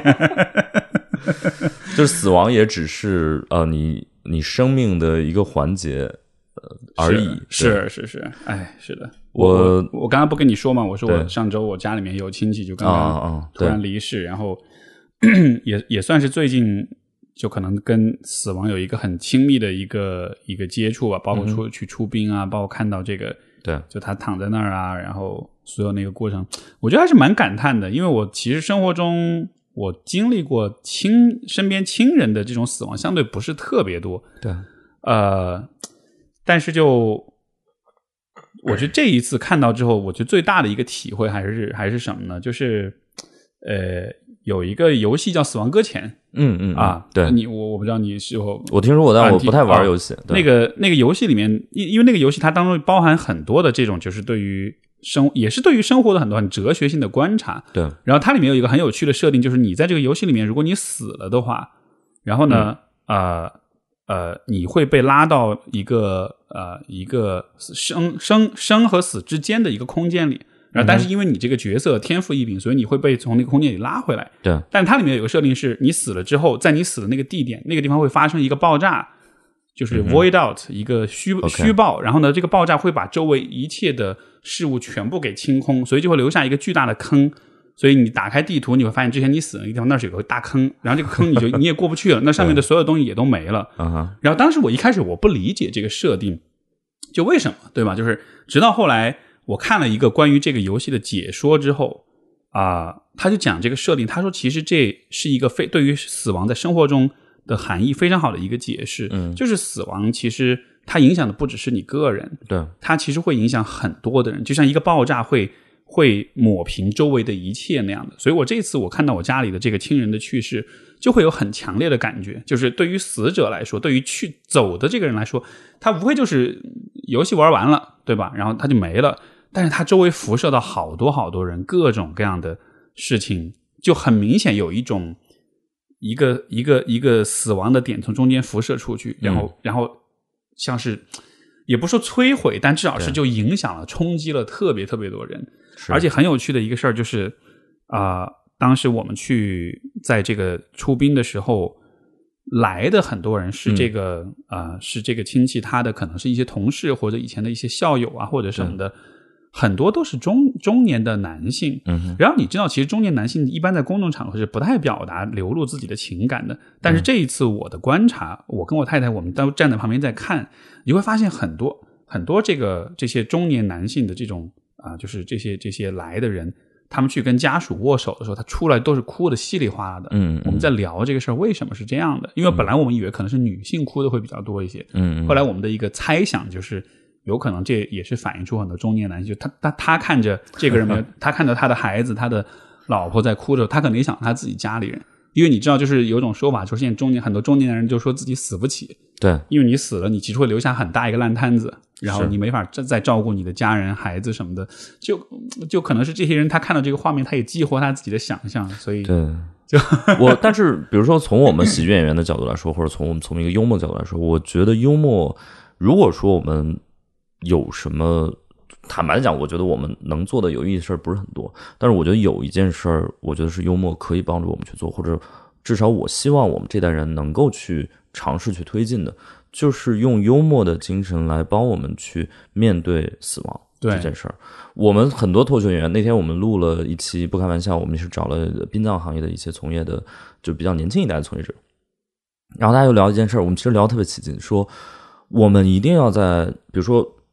就是死亡也只是呃你你生命的一个环节、呃、而已。 是是是，哎，是的。 我我我刚刚不跟你说嘛，我说我上周我家里面有亲戚就刚刚突然离世，然后也也算是最近就可能跟死亡有一个很亲密的一个一个接触吧，包括出、嗯、去出殡啊，包括看到这个。 对， 就他躺在那儿啊，然后所有那个过程，我觉得还是蛮感叹的，因为我其实生活中我经历过亲身边亲人的这种死亡，相对不是特别多。 对， 呃，但是就我觉得这一次看到之后，我觉得最大的一个体会还是还是什么呢？就是呃，有一个游戏叫《死亡搁浅》。 嗯嗯啊， 对， 你我我不知道你是否我听说过，但我不太玩游戏。 那个那个游戏里面，因因为那个游戏它当中包含很多的这种，就是对于生也是对于生活的很多很哲学性的观察。 对， 然后它里面有一个很有趣的设定，就是你在这个游戏里面，如果你死了的话，然后呢，嗯、呃呃，你会被拉到一个呃一个生生生和死之间的一个空间里。然后，但是因为你这个角色天赋异禀，所以你会被从那个空间里拉回来。 对。 但它里面有个设定是，你死了之后，在你死的那个地点，那个地方会发生一个爆炸，就是 void out、嗯、一个虚虚爆。然后呢，这个爆炸会把周围一切的事物全部给清空，所以就会留下一个巨大的坑。所以你打开地图，你会发现之前你死的那个地方那是有个大坑，然后这个坑你就你也过不去了，那上面的所有东西也都没了。然后当时我一开始我不理解这个设定，就为什么，对吧？就是直到后来。我看了一个关于这个游戏的解说之后啊、呃，他就讲这个设定，他说其实这是一个非对于死亡在生活中的含义非常好的一个解释， 嗯， 就是死亡其实它影响的不只是你个人， 对， 它其实会影响很多的人，就像一个爆炸会会抹平周围的一切那样的。所以我这次我看到我家里的这个亲人的去世，就会有很强烈的感觉，就是对于死者来说，对于去走的这个人来说，他无非就是游戏玩完了，对吧？然后他就没了。但是它周围辐射到好多好多人，各种各样的事情，就很明显有一种一个一个一个死亡的点从中间辐射出去，然后、嗯、然后像是也不说摧毁，但至少是就影响了、冲击了特别特别多人。而且很有趣的一个事儿就是啊、呃，当时我们去在这个出殡的时候，来的很多人是这个啊、嗯呃、是这个亲戚他的可能是一些同事或者以前的一些校友啊或者什么的。很多都是中中年的男性， 嗯， 然后你知道，其实中年男性一般在公众场合是不太表达流露自己的情感的。但是这一次我的观察，我跟我太太我们都站在旁边在看，你会发现很多很多这个这些中年男性的这种啊、呃，就是这些这些来的人，他们去跟家属握手的时候，他出来都是哭的稀里哗啦的。 嗯， 我们在聊这个事儿为什么是这样的？因为本来我们以为可能是女性哭的会比较多一些， 嗯， 后来我们的一个猜想就是。有可能这也是反映出很多中年男性，就他他他看着这个人没有，他看着他的孩子、他的老婆在哭着，他可能也想他自己家里人，因为你知道，就是有一种说法，就是现在中年很多中年男人就说自己死不起， 对， 因为你死了，你其实会留下很大一个烂摊子，然后你没法再照顾你的家人、孩子什么的，就就可能是这些人他看到这个画面，他也激活他自己的想象，所以对， 就我但是比如说从我们喜剧演员的角度来说，或者从我们从一个幽默角度来说，我觉得幽默，如果说我们有什么，坦白讲，我觉得我们能做的有意义的事儿不是很多，但是我觉得有一件事儿，我觉得是幽默可以帮助我们去做，或者至少我希望我们这代人能够去尝试去推进的，就是用幽默的精神来帮我们去面对死亡这件事儿。我们很多脱口秀演员，那天我们录了一期不开玩笑，我们是找了殡葬行业的一些从业的，就比较年轻一代的从业者，然后大家又聊一件事儿，我们其实聊得特别起劲，说我们一定要在比如说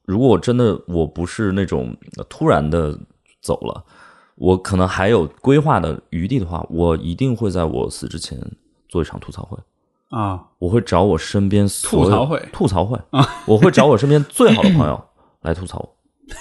如果我真的我不是那种突然的走了，我可能还有规划的余地的话，我一定会在我死之前做一场吐槽会啊！ 我会找我身边所有吐槽会， 吐槽会啊！我会找我身边最好的朋友来吐槽我。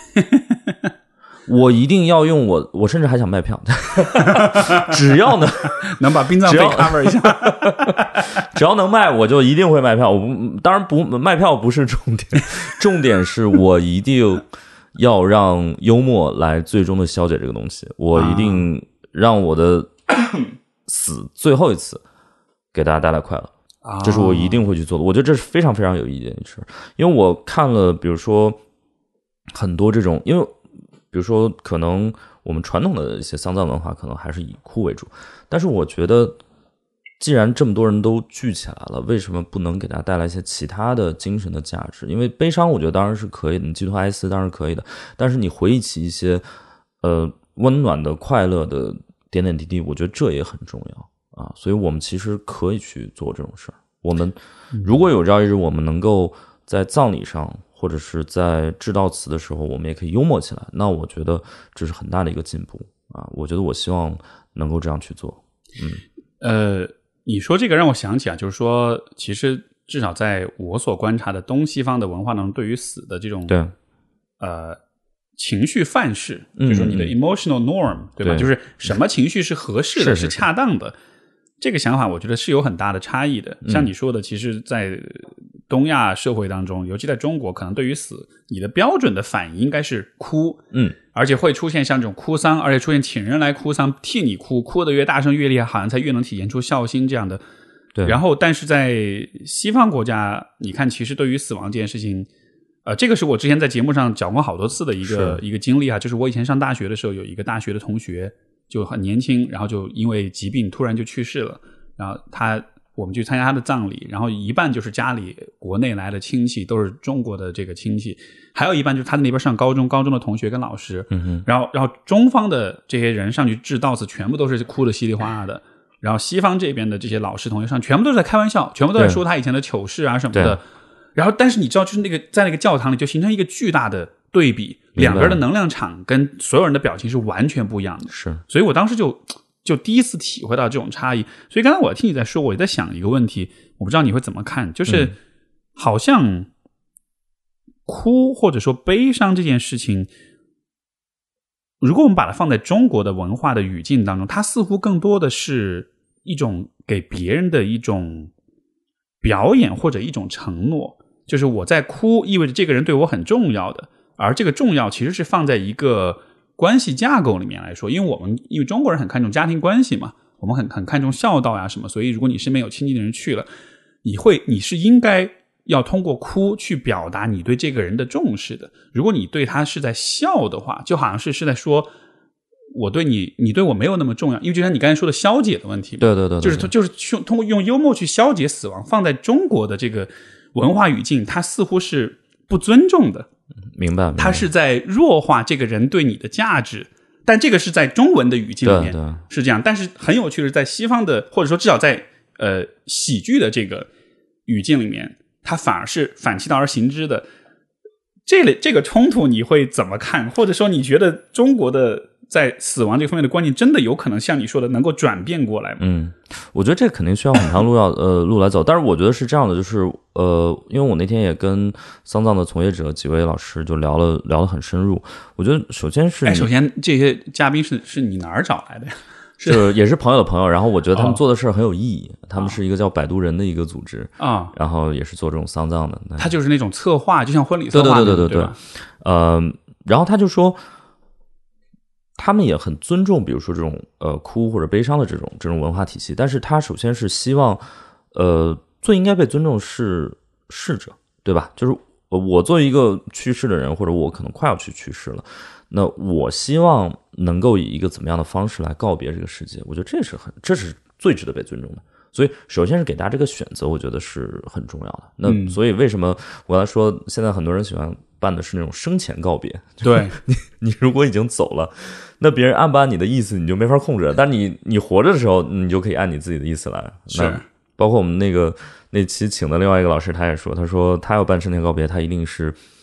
我一定要用我，我甚至还想卖票，只要能能把殡葬费 cover 一下， 只要能卖，我就一定会卖票。我不，当然不卖票不是重点，重点是我一定要让幽默来最终的消解这个东西。我一定让我的死最后一次给大家带来快乐，这是我一定会去做的。我觉得这是非常非常有意义的一件事，因为我看了，比如说很多这种，因为。比如说可能我们传统的一些丧葬文化可能还是以哭为主，但是我觉得既然这么多人都聚起来了，为什么不能给大家带来一些其他的精神的价值？因为悲伤我觉得当然是可以的，你寄托哀思当然是可以的，但是你回忆起一些呃温暖的快乐的点点滴滴，我觉得这也很重要啊。所以我们其实可以去做这种事儿。我们如果有朝一日我们能够在葬礼上或者是在致悼词的时候我们也可以幽默起来，那我觉得这是很大的一个进步啊！我觉得我希望能够这样去做。 嗯，呃，你说这个让我想起啊，就是说其实至少在我所观察的东西方的文化当中，对于死的这种对呃情绪范式，就是说你的 emotional norm，嗯，对吧？对，就是什么情绪是合适的， 是, 是, 是恰当的。这个想法我觉得是有很大的差异的。像你说的，其实在东亚社会当中，尤其在中国，可能对于死你的标准的反应应该是哭， 嗯， 而且会出现像这种哭丧，而且出现请人来哭丧替你哭，哭得越大声越厉害，好像才越能体现出孝心这样的。 对。 然后但是在西方国家，你看其实对于死亡这件事情呃，这个是我之前在节目上讲过好多次的一个一个经历啊，就是我以前上大学的时候，有一个大学的同学就很年轻，然后就因为疾病突然就去世了，然后他我们去参加他的葬礼，然后一半就是家里国内来的亲戚，都是中国的这个亲戚，还有一半就是他那边上高中高中的同学跟老师， 嗯哼， 然后然后中方的这些人上去致悼词全部都是哭得稀里哗啦的，然后西方这边的这些老师同学上全部都是在开玩笑，全部都在说他以前的糗事啊什么的，然后但是你知道就是那个在那个教堂里就形成一个巨大的对比，两边的能量场跟所有人的表情是完全不一样的， 是， 所以我当时就就第一次体会到这种差异。所以刚才我听你在说，我也在想一个问题，我不知道你会怎么看，就是好像哭或者说悲伤这件事情，如果我们把它放在中国的文化的语境当中，它似乎更多的是一种给别人的一种表演或者一种承诺，就是我在哭意味着这个人对我很重要的，而这个重要其实是放在一个关系架构里面来说，因为我们因为中国人很看重家庭关系嘛，我们很很看重孝道呀什么，所以如果你身边有亲近的人去了，你会你是应该要通过哭去表达你对这个人的重视的。如果你对他是在笑的话，就好像是是在说我对你你对我没有那么重要，因为就像你刚才说的消解的问题嘛， 对对 对, 对， 就是就是通过用幽默去消解死亡，放在中国的这个文化语境，它似乎是不尊重的。 明白，明白， 他是在弱化这个人对你的价值，但这个是在中文的语境里面是这样，但是很有趣的是在西方的或者说至少在呃喜剧的这个语境里面，它反而是反其道而行之的。这类这个冲突你会怎么看？或者说你觉得中国的在死亡这方面的观念真的有可能像你说的能够转变过来吗？ 嗯，我觉得这肯定需要很长路要呃路来走，但是我觉得是这样的，就是呃，因为我那天也跟丧葬的从业者几位老师就聊了聊得很深入。我觉得首先是， 哎，首先这些嘉宾是是你哪儿找来的呀？ 是也是朋友的朋友，然后我觉得他们做的事很有意义。哦、他们是一个叫摆渡人的一个组织啊、哦， 然后也是做这种丧葬的。 他就是那种策划，就像婚礼策划， 对对对对对对， 呃，然后他就说。他们也很尊重比如说这种呃哭或者悲伤的这种这种文化体系，但是他首先是希望呃最应该被尊重是逝者，对吧？就是我作为一个去世的人，或者我可能快要去去世了，那我希望能够以一个怎么样的方式来告别这个世界，我觉得这是很这是最值得被尊重的。所以首先是给大家这个选择，我觉得是很重要的。那所以为什么我刚才说现在很多人喜欢办的是那种生前告别， 对， 你你如果已经走了，那别人按不按你的意思你就没法控制，但你你活着的时候你就可以按你自己的意思来。 是， 包括我们那个那期请的另外一个老师，他也说，他说他要办生前告别，他一定是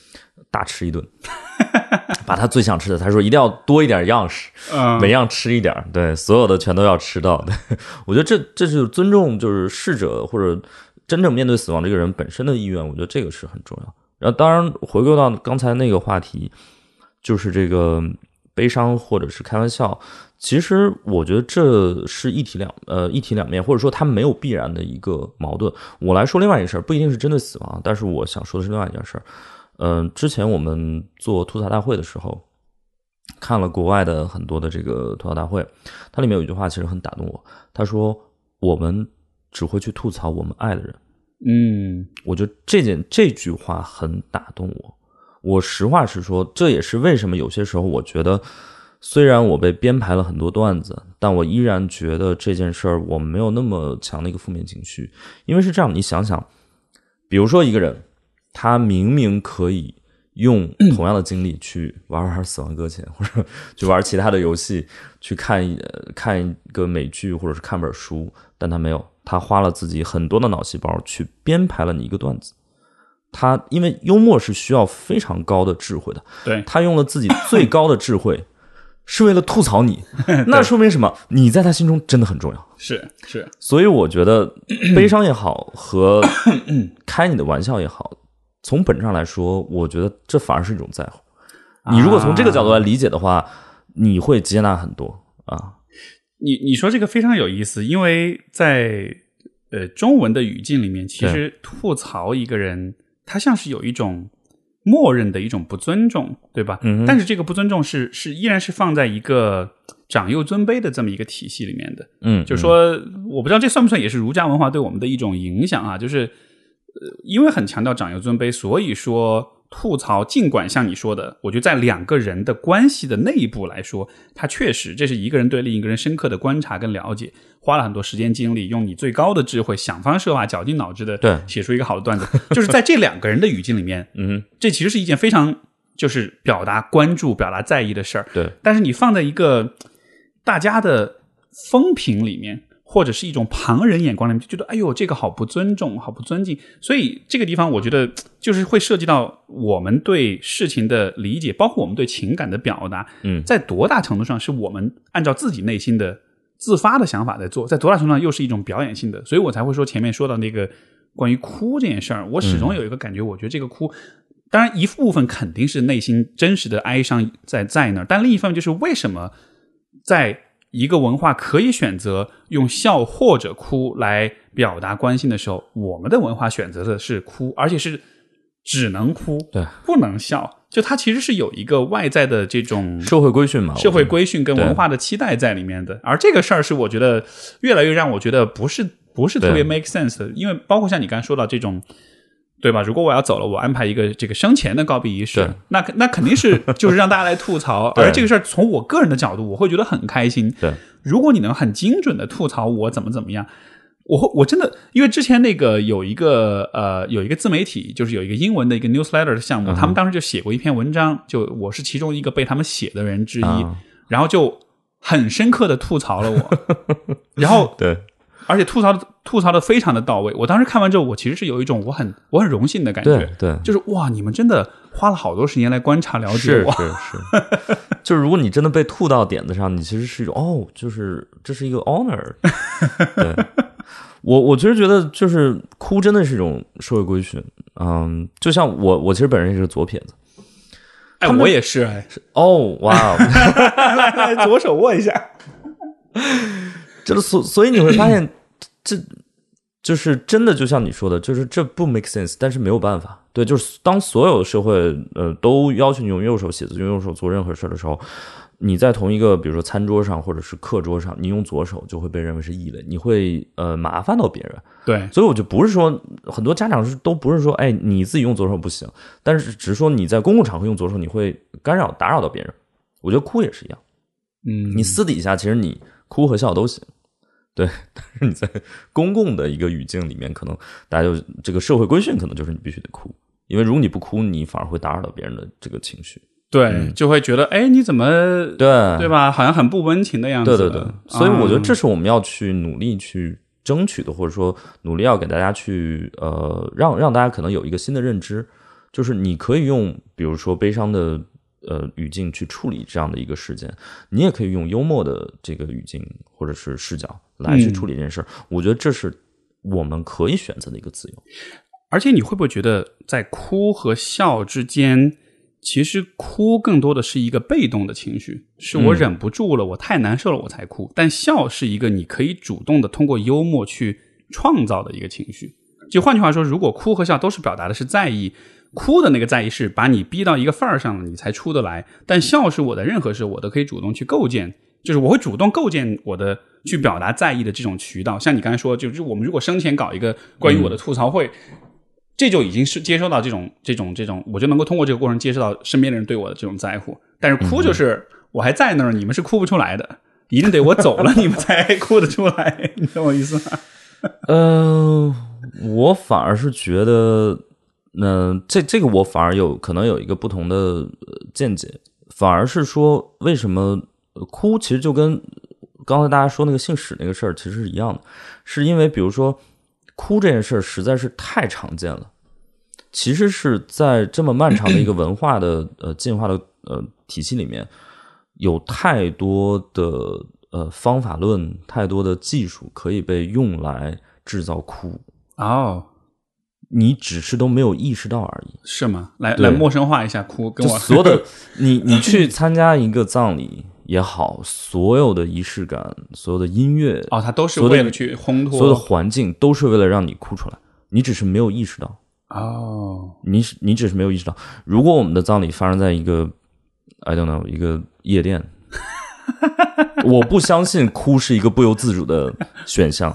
大吃一顿，把他最想吃的，他说一定要多一点样式， 嗯、 每样吃一点，对，所有的全都要吃到。对，我觉得这这是尊重，就是逝者或者真正面对死亡这个人本身的意愿，我觉得这个是很重要。然后当然回归到刚才那个话题，就是这个悲伤或者是开玩笑，其实我觉得这是一体两呃一体两面，或者说它没有必然的一个矛盾。我来说另外一件事，不一定是针对死亡，但是我想说的是另外一件事。嗯、呃，之前我们做吐槽大会的时候，看了国外的很多的这个吐槽大会，它里面有一句话其实很打动我，他说我们只会去吐槽我们爱的人。 嗯， 我觉得这件这句话很打动我。我实话实说，这也是为什么有些时候我觉得，虽然我被编排了很多段子，但我依然觉得这件事儿我没有那么强的一个负面情绪。因为是这样，你想想，比如说一个人，他明明可以用同样的精力去玩玩死亡搁浅，或者去玩其他的游戏，去看一看一个美剧，或者是看本书，但他没有，他花了自己很多的脑细胞去编排了你一个段子。他因为幽默是需要非常高的智慧的， 对， 他用了自己最高的智慧是为了吐槽你，那说明什么？你在他心中真的很重要。 是是， 所以我觉得悲伤也好和开你的玩笑也好，从本质上来说，我觉得这反而是一种在乎。你如果从这个角度来理解的话，啊、你会接纳很多啊。 你你说这个非常有意思，因为在呃中文的语境里面，其实吐槽一个人，他像是有一种默认的一种不尊重，对吧？嗯，但是这个不尊重是是依然是放在一个长幼尊卑的这么一个体系里面的。 嗯， 就是说，我不知道这算不算也是儒家文化对我们的一种影响啊？就是呃，因为很强调长幼尊卑，所以说吐槽，尽管像你说的，我觉得在两个人的关系的内部来说，他确实这是一个人对另一个人深刻的观察跟了解，花了很多时间精力，用你最高的智慧想方设法绞尽脑汁的对写出一个好的段子。就是在这两个人的语境里面， 嗯， 这其实是一件非常就是表达关注表达在意的事儿。 对， 但是你放在一个大家的风评里面，或者是一种旁人眼光里面，就觉得哎呦这个好不尊重好不尊敬。所以这个地方我觉得就是会涉及到我们对事情的理解，包括我们对情感的表达， 嗯， 在多大程度上是我们按照自己内心的自发的想法在做，在多大程度上又是一种表演性的。所以我才会说前面说到那个关于哭这件事儿，我始终有一个感觉，我觉得这个哭当然一部分肯定是内心真实的哀伤在在那儿，但另一方面就是为什么在一个文化可以选择用笑或者哭来表达关心的时候，我们的文化选择的是哭，而且是只能哭， 对， 不能笑。就它其实是有一个外在的这种社会规训嘛， 社会规训跟文化的期待在里面的。而这个事儿是我觉得越来越让我觉得不是不是特别 make sense 的，因为包括像你刚才说到这种。对吧？如果我要走了，我安排一个这个生前的告别仪式，那那肯定是就是让大家来吐槽。而这个事儿从我个人的角度，我会觉得很开心。 对， 如果你能很精准的吐槽我怎么怎么样，我我真的因为之前那个有一个呃有一个自媒体，就是有一个英文的一个 newsletter 的项目，嗯、他们当时就写过一篇文章，就我是其中一个被他们写的人之一，嗯、然后就很深刻的吐槽了我，然后对。 而且吐槽的吐槽的非常的到位，我当时看完之后，我其实是有一种我很我很荣幸的感觉， 对对， 就是哇，你们真的花了好多时间来观察了解我， 是是是，就是如果你真的被吐到点子上，你其实是一种哦，就是这是一个 honor， 对，我我其实觉得就是哭真的是一种社会规训，嗯，就像我我其实本人也是左撇子， 哎，我也是，哎， 哦哇， 来来左手握一下。 这所所以你会发现，这就是真的，就像你说的，就是这不 make sense， 但是没有办法。对，就是当所有社会呃都要求你用右手写字、用右手做任何事的时候，你在同一个比如说餐桌上或者是课桌上，你用左手就会被认为是异类，你会呃麻烦到别人。 对， 所以我就不是说很多家长都不是说，哎，你自己用左手不行，但是只是说你在公共场合用左手，你会干扰打扰到别人。我觉得哭也是一样， 嗯， 你私底下其实你哭和笑都行。对，但是你在公共的一个语境里面，可能大家就这个社会规训，可能就是你必须得哭，因为如果你不哭，你反而会打扰到别人的这个情绪。 对， 嗯、 就会觉得，哎，你怎么对对吧？好像很不温情的样子。 对对对，所以我觉得这是我们要去努力去争取的，或者说努力要给大家去呃，让让大家可能有一个新的认知， 就是你可以用比如说悲伤的呃语境去处理这样的一个事件，你也可以用幽默的这个语境或者是视角来去处理这件事、嗯、我觉得这是我们可以选择的一个自由。 而且你会不会觉得在哭和笑之间，其实哭更多的是一个被动的情绪，是我忍不住了、嗯、我太难受了我才哭，但笑是一个你可以主动的通过幽默去创造的一个情绪。就换句话说，如果哭和笑都是表达的是在意，哭的那个在意是把你逼到一个范儿上了你才出得来，但笑是我在任何时候我都可以主动去构建，就是我会主动构建我的去表达在意的这种渠道。像你刚才说，就是我们如果生前搞一个关于我的吐槽会、嗯，这就已经是接收到这种这种这种，我就能够通过这个过程接收到身边的人对我的这种在乎。但是哭就是我还在那儿，你们是哭不出来的，一定得我走了你们才哭得出来，你懂我意思吗？ 呃，我反而是觉得，呃，这这个我反而有可能有一个不同的见解，反而是说为什么哭其实就跟刚才大家说那个姓史那个事儿其实是一样的，是因为比如说哭这件事实在是太常见了，其实是在这么漫长的一个文化的呃进化的呃体系里面，有太多的呃方法论，太多的技术可以被用来制造哭。 哦， 你只是都没有意识到而已。 是吗？来来陌生化一下哭，跟我所有的你你去参加一个葬礼也好，所有的仪式感，所有的音乐， 哦，它都是为了去烘托， 所有的环境都是为了让你哭出来，你只是没有意识到。 哦， 你你只是没有意识到。如果我们的葬礼发生在一个 I don't know 一个夜店，我不相信哭是一个不由自主的选项。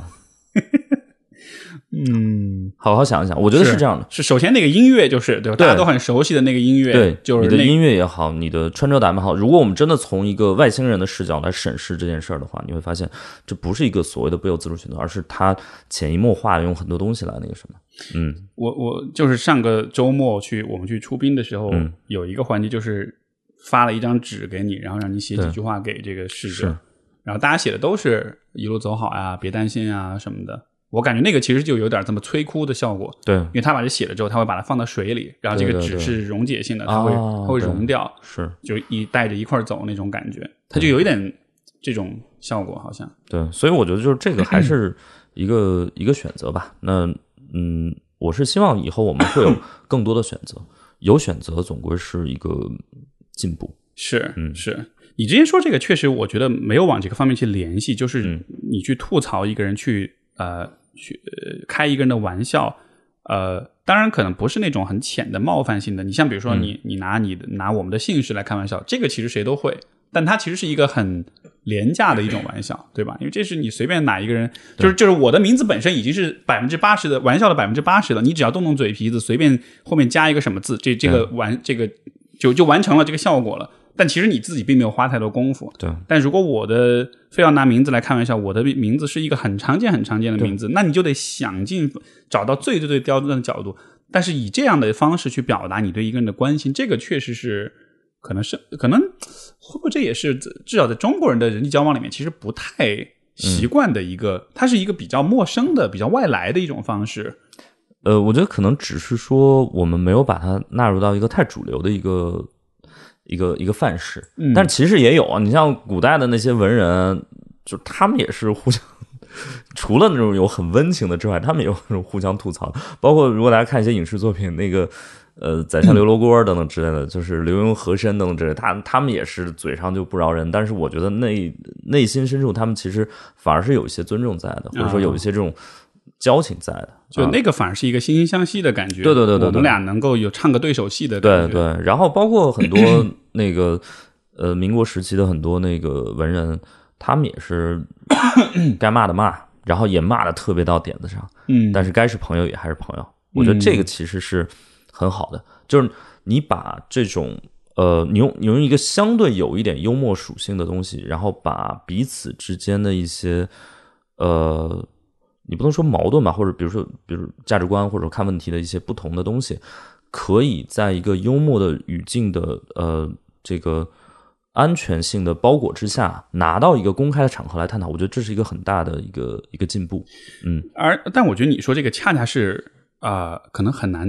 嗯， 好好想一想，我觉得是这样的。 是, 是首先那个音乐就是对吧？大家都很熟悉的那个音乐， 对， 就是、 你的音乐也好，你的穿着打扮好。如果我们真的从一个外星人的视角来审视这件事的话，你会发现这不是一个所谓的不由自主选择，而是他潜移默化的用很多东西来那个什么。嗯， 我我就是上个周末去我们去出殡的时候、 嗯， 有一个环节就是发了一张纸给你，然后让你写几句话给这个逝者，然后大家写的都是一路走好啊，别担心啊什么的。我感觉那个其实就有点这么催哭的效果， 对， 因为他把这写了之后，他会把它放到水里，然后这个纸是溶解性的，它会、 哦、 它会溶掉， 是就一带着一块走那种感觉，它就有一点这种效果，好像对，所以我觉得就是这个还是一个一个选择吧。那嗯，我是希望以后我们会有更多的选择，有选择总归是一个进步。 是， 嗯， 是。你之前说这个确实，我觉得没有往这个方面去联系，就是你去吐槽一个人去。呃，去、呃、开一个人的玩笑，呃，当然可能不是那种很浅的冒犯性的。你像比如说你，你、嗯、你拿你的拿我们的姓氏来开玩笑，这个其实谁都会，但它其实是一个很廉价的一种玩笑，对吧？因为这是你随便哪一个人，就是就是我的名字本身已经是百分之八十的玩笑的百分之八十了，你只要动动嘴皮子，随便后面加一个什么字，这这个完、嗯、这个就就完成了这个效果了。但其实你自己并没有花太多功夫。 对。 但如果我的非要拿名字来开玩笑，我的名字是一个很常见很常见的名字，那你就得想尽找到最最最刁钻的角度，但是以这样的方式去表达你对一个人的关心，这个确实是可能是可能会不会这也是至少在中国人的人际交往里面其实不太习惯的一个、嗯、它是一个比较陌生的比较外来的一种方式。 呃，我觉得可能只是说我们没有把它纳入到一个太主流的一个一个一个范式， 嗯， 但其实也有啊。你像古代的那些文人，就他们也是互相，除了那种有很温情的之外，他们也有那种互相吐槽。包括如果大家看一些影视作品，那个呃，宰相刘罗锅等等之类的，就是刘墉和珅等等之类的，他他们也是嘴上就不饶人，但是我觉得内内心深处，他们其实反而是有一些尊重在的，或者说有一些这种交情在的， 就那个反而是一个惺惺相惜的感觉。 对对对对， 我们俩能够有唱个对手戏的感觉。 对对，然后包括很多那个呃民国时期的很多那个文人，他们也是该骂的骂，然后也骂的特别到点子上。 嗯， 但是该是朋友也还是朋友。我觉得这个其实是很好的，嗯、就是你把这种呃，你用你用一个相对有一点幽默属性的东西，然后把彼此之间的一些呃。你不能说矛盾吧，或者比如说比如价值观或者看问题的一些不同的东西，可以在一个幽默的语境的呃这个安全性的包裹之下拿到一个公开的场合来探讨，我觉得这是一个很大的一个一个进步。嗯， 而但我觉得你说这个恰恰是啊、呃，可能很难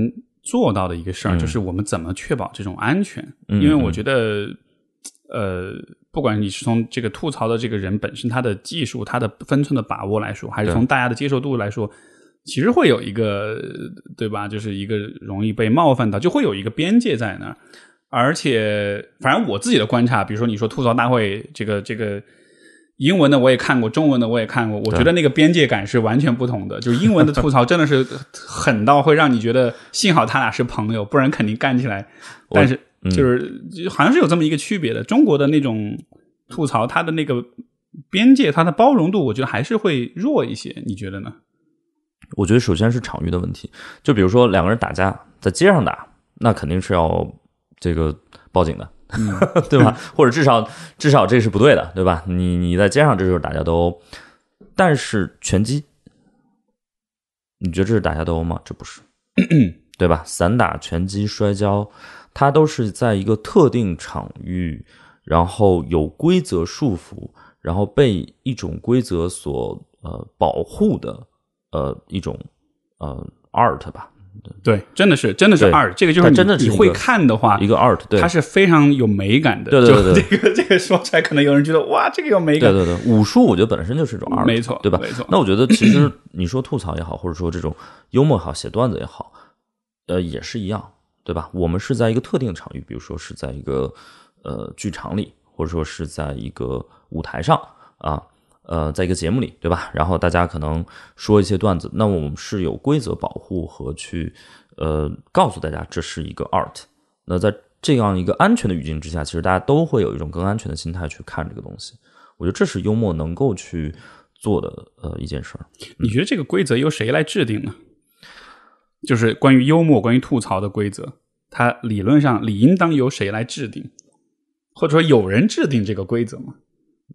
做到的一个事儿， 嗯、 就是我们怎么确保这种安全。 嗯、 因为我觉得，呃，不管你是从这个吐槽的这个人本身他的技术、他的分寸的把握来说，还是从大家的接受度来说，其实会有一个，对吧？就是一个容易被冒犯到，就会有一个边界在那儿。而且，反正我自己的观察，比如说你说吐槽大会这个这个。英文的我也看过，中文的我也看过，我觉得那个边界感是完全不同的。就是英文的吐槽真的是狠到会让你觉得幸好他俩是朋友，不然肯定干起来。但是就是、嗯、好像是有这么一个区别的。中国的那种吐槽，它的那个边界，它的包容度，我觉得还是会弱一些。你觉得呢？ 我觉得首先是场域的问题。就比如说两个人打架，在街上打，那肯定是要这个报警的。嗯、对吧？或者至少至少这是不对的，对吧？你你在街上这就是打架斗殴，但是拳击，你觉得这是打架斗殴吗？这不是，对吧？散打、拳击、摔跤，它都是在一个特定场域，然后有规则束缚，然后被一种规则所呃保护的呃一种呃 art 吧。 对，真的是真的是 art， 这个就是你真的是你会看的话， 一个 art， 对， 它是非常有美感的。 对对对对， 这个这个说出来，可能有人觉得哇，这个有美感。 对对对，武术我觉得本身就是一种 art， 没错， 对吧？ 没错。 那我觉得其实你说吐槽也好，或者说这种幽默也好，写段子也好，呃，也是一样，对吧？我们是在一个特定的场域，比如说是在一个呃剧场里，或者说是在一个舞台上啊。呃，在一个节目里，对吧？然后大家可能说一些段子，那我们是有规则保护和去呃告诉大家这是一个 art。那在这样一个安全的语境之下，其实大家都会有一种更安全的心态去看这个东西。我觉得这是幽默能够去做的呃一件事儿。 你觉得这个规则由谁来制定呢？就是关于幽默、关于吐槽的规则，它理论上理应当由谁来制定？或者说有人制定这个规则吗？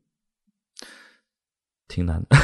挺难的。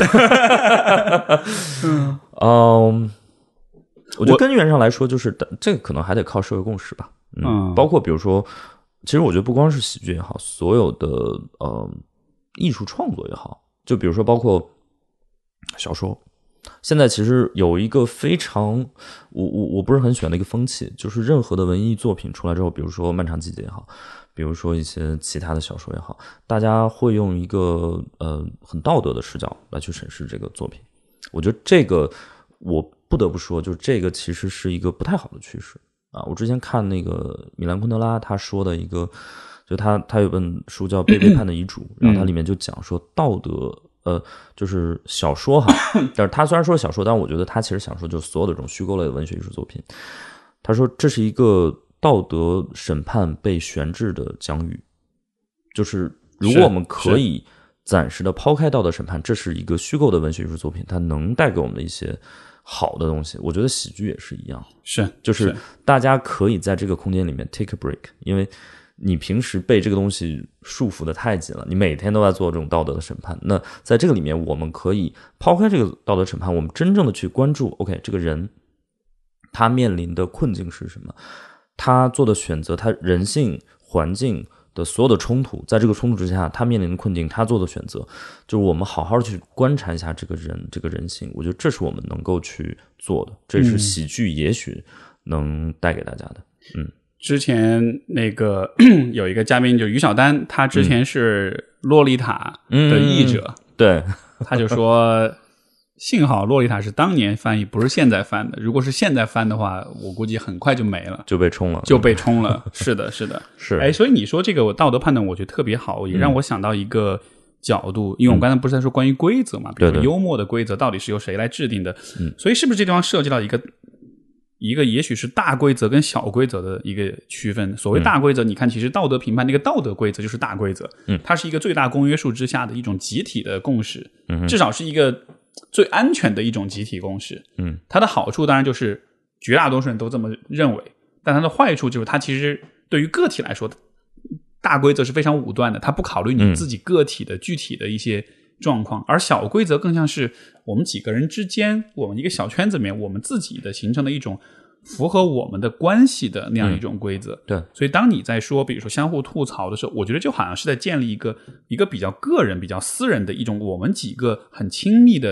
嗯， um, 我觉得根源上来说，就是这个可能还得靠社会共识吧。嗯，嗯包括比如说，其实我觉得不光是喜剧也好，所有的呃艺术创作也好，就比如说包括小说，现在其实有一个非常我我我不是很喜欢的一个风气，就是任何的文艺作品出来之后，比如说《漫长季节》也好。比如说一些其他的小说也好，大家会用一个呃很道德的视角来去审视这个作品。我觉得这个我不得不说，就是这个其实是一个不太好的趋势啊。我之前看那个米兰昆德拉他说的一个，就他他有本书叫《被背叛的遗嘱》，然后他里面就讲说道德呃就是小说哈，但是他虽然说小说，但我觉得他其实想说就是所有的这种虚构类的文学艺术作品。他说这是一个道德审判被悬置的疆域，就是如果我们可以暂时的抛开道德审判，这是一个虚构的文学艺术作品，它能带给我们的一些好的东西。我觉得喜剧也是一样， 是就是大家可以在这个空间里面 take a break， 因为你平时被这个东西束缚的太紧了，你每天都在做这种道德的审判。那在这个里面，我们可以抛开这个道德审判，我们真正的去关注 OK 这个人他面临的困境是什么，他做的选择，他人性环境的所有的冲突，在这个冲突之下他面临的困境，他做的选择，就是我们好好去观察一下这个人这个人性。我觉得这是我们能够去做的，这是喜剧也许能带给大家的。嗯， 之前那个有一个嘉宾就于小丹，他之前是洛丽塔的译者、 嗯、对， 他就说幸好洛丽塔是当年翻译，不是现在翻的。如果是现在翻的话，我估计很快就没了， 就被冲了， 就被冲了。是的，是的， 是。 哎，所以你说这个道德判断，我觉得特别好，也让我想到一个角度，嗯、因为我们刚才不是在说关于规则嘛，比如说幽默的规则到底是由谁来制定的？ 嗯， 所以是不是这地方涉及到一个一个也许是大规则跟小规则的一个区分？所谓大规则，嗯、你看，其实道德评判那个道德规则就是大规则， 嗯， 它是一个最大公约数之下的一种集体的共识， 嗯， 至少是一个最安全的一种集体共识。 嗯， 它的好处当然就是绝大多数人都这么认为，但它的坏处就是它其实对于个体来说，大规则是非常武断的，它不考虑你自己个体的具体的一些状况，嗯、而小规则更像是我们几个人之间，我们一个小圈子里面，我们自己的形成的一种符合我们的关系的那样一种规则。 嗯、对， 所以当你在说比如说相互吐槽的时候，我觉得就好像是在建立一个一个比较个人比较私人的一种我们几个很亲密的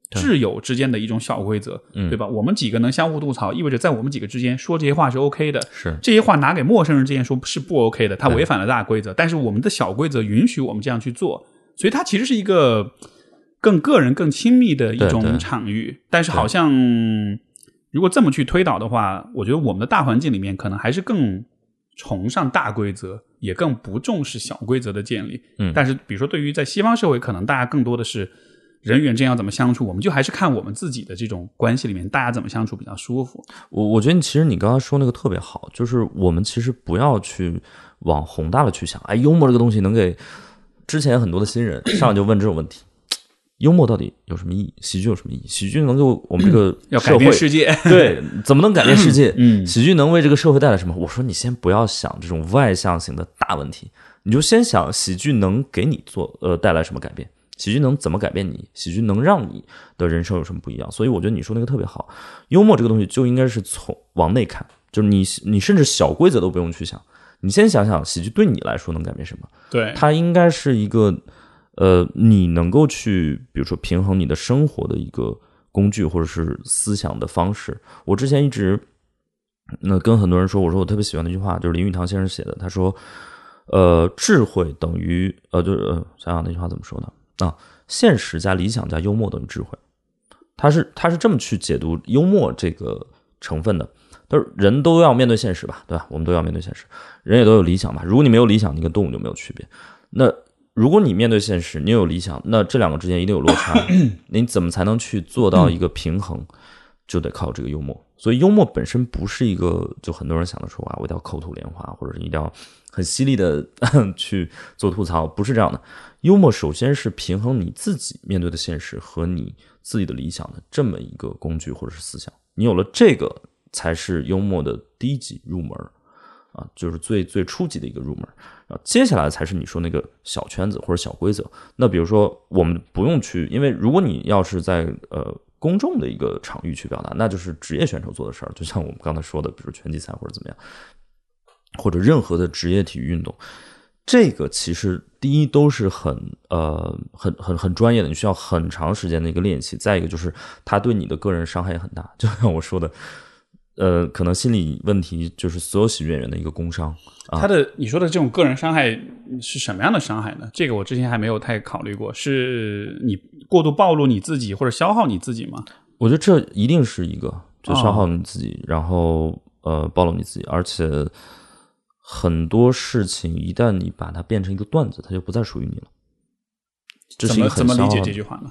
挚友之间的一种小规则，嗯、对吧？我们几个能相互吐槽，意味着在我们几个之间说这些话是 OK 的。 是这些话拿给陌生人之间说是不 OK 的，它违反了大规则。但是我们的小规则允许我们这样去做，所以它其实是一个更个人、更亲密的一种场域。对对，但是好像如果这么去推导的话，我觉得我们的大环境里面可能还是更崇尚大规则，也更不重视小规则的建立。嗯，但是比如说对于在西方社会，可能大家更多的是人与人之间要怎么相处，我们就还是看我们自己的这种关系里面大家怎么相处比较舒服。 我我觉得其实你刚刚说那个特别好，就是我们其实不要去往宏大的去想，哎，幽默这个东西能给之前很多的新人上来就问这种问题，幽默到底有什么意义？喜剧有什么意义？喜剧能给我们这个要改变世界， 对，怎么能改变世界？嗯，喜剧能为这个社会带来什么？我说你先不要想这种外向型的大问题，你就先想喜剧能给你做呃带来什么改变。喜剧能怎么改变你？喜剧能让你的人生有什么不一样？所以我觉得你说那个特别好，幽默这个东西就应该是从往内看，就是你你甚至小规则都不用去想，你先想想喜剧对你来说能改变什么？ 对， 它应该是一个呃，你能够去比如说平衡你的生活的一个工具或者是思想的方式。我之前一直那跟很多人说，我说我特别喜欢的一句话，就是林语堂先生写的，他说呃，智慧等于呃，就是呃，想想那句话怎么说呢？啊，现实加理想加幽默等于智慧，他是他是这么去解读幽默这个成分的。都是人都要面对现实吧，对吧？我们都要面对现实，人也都有理想吧。如果你没有理想，你跟动物就没有区别。那如果你面对现实，你有理想，那这两个之间一定有落差。你怎么才能去做到一个平衡？就得靠这个幽默。所以幽默本身不是一个，就很多人想的说啊，我一定要口吐莲花，或者是一定要很犀利的去做吐槽，不是这样的。幽默首先是平衡你自己面对的现实和你自己的理想的这么一个工具或者是思想。你有了这个，才是幽默的第一级入门啊，就是最最初级的一个入门。然后接下来才是你说那个小圈子或者小规则。那比如说我们不用去，因为如果你要是在呃公众的一个场域去表达，那就是职业选手做的事儿，就像我们刚才说的，比如拳击赛或者怎么样，或者任何的职业体育运动。这个其实第一都是很呃很很很专业的，你需要很长时间的一个练习。再一个就是它对你的个人伤害也很大，就像我说的，呃，可能心理问题就是所有喜剧演员的一个工伤。啊、 他的你说的这种个人伤害是什么样的伤害呢？这个我之前还没有太考虑过，是你过度暴露你自己或者消耗你自己吗？ 我觉得这一定是一个，就消耗你自己，哦、然后呃暴露你自己，而且。很多事情一旦你把它变成一个段子，它就不再属于你了。这是一个很怎么怎么理解这句话呢？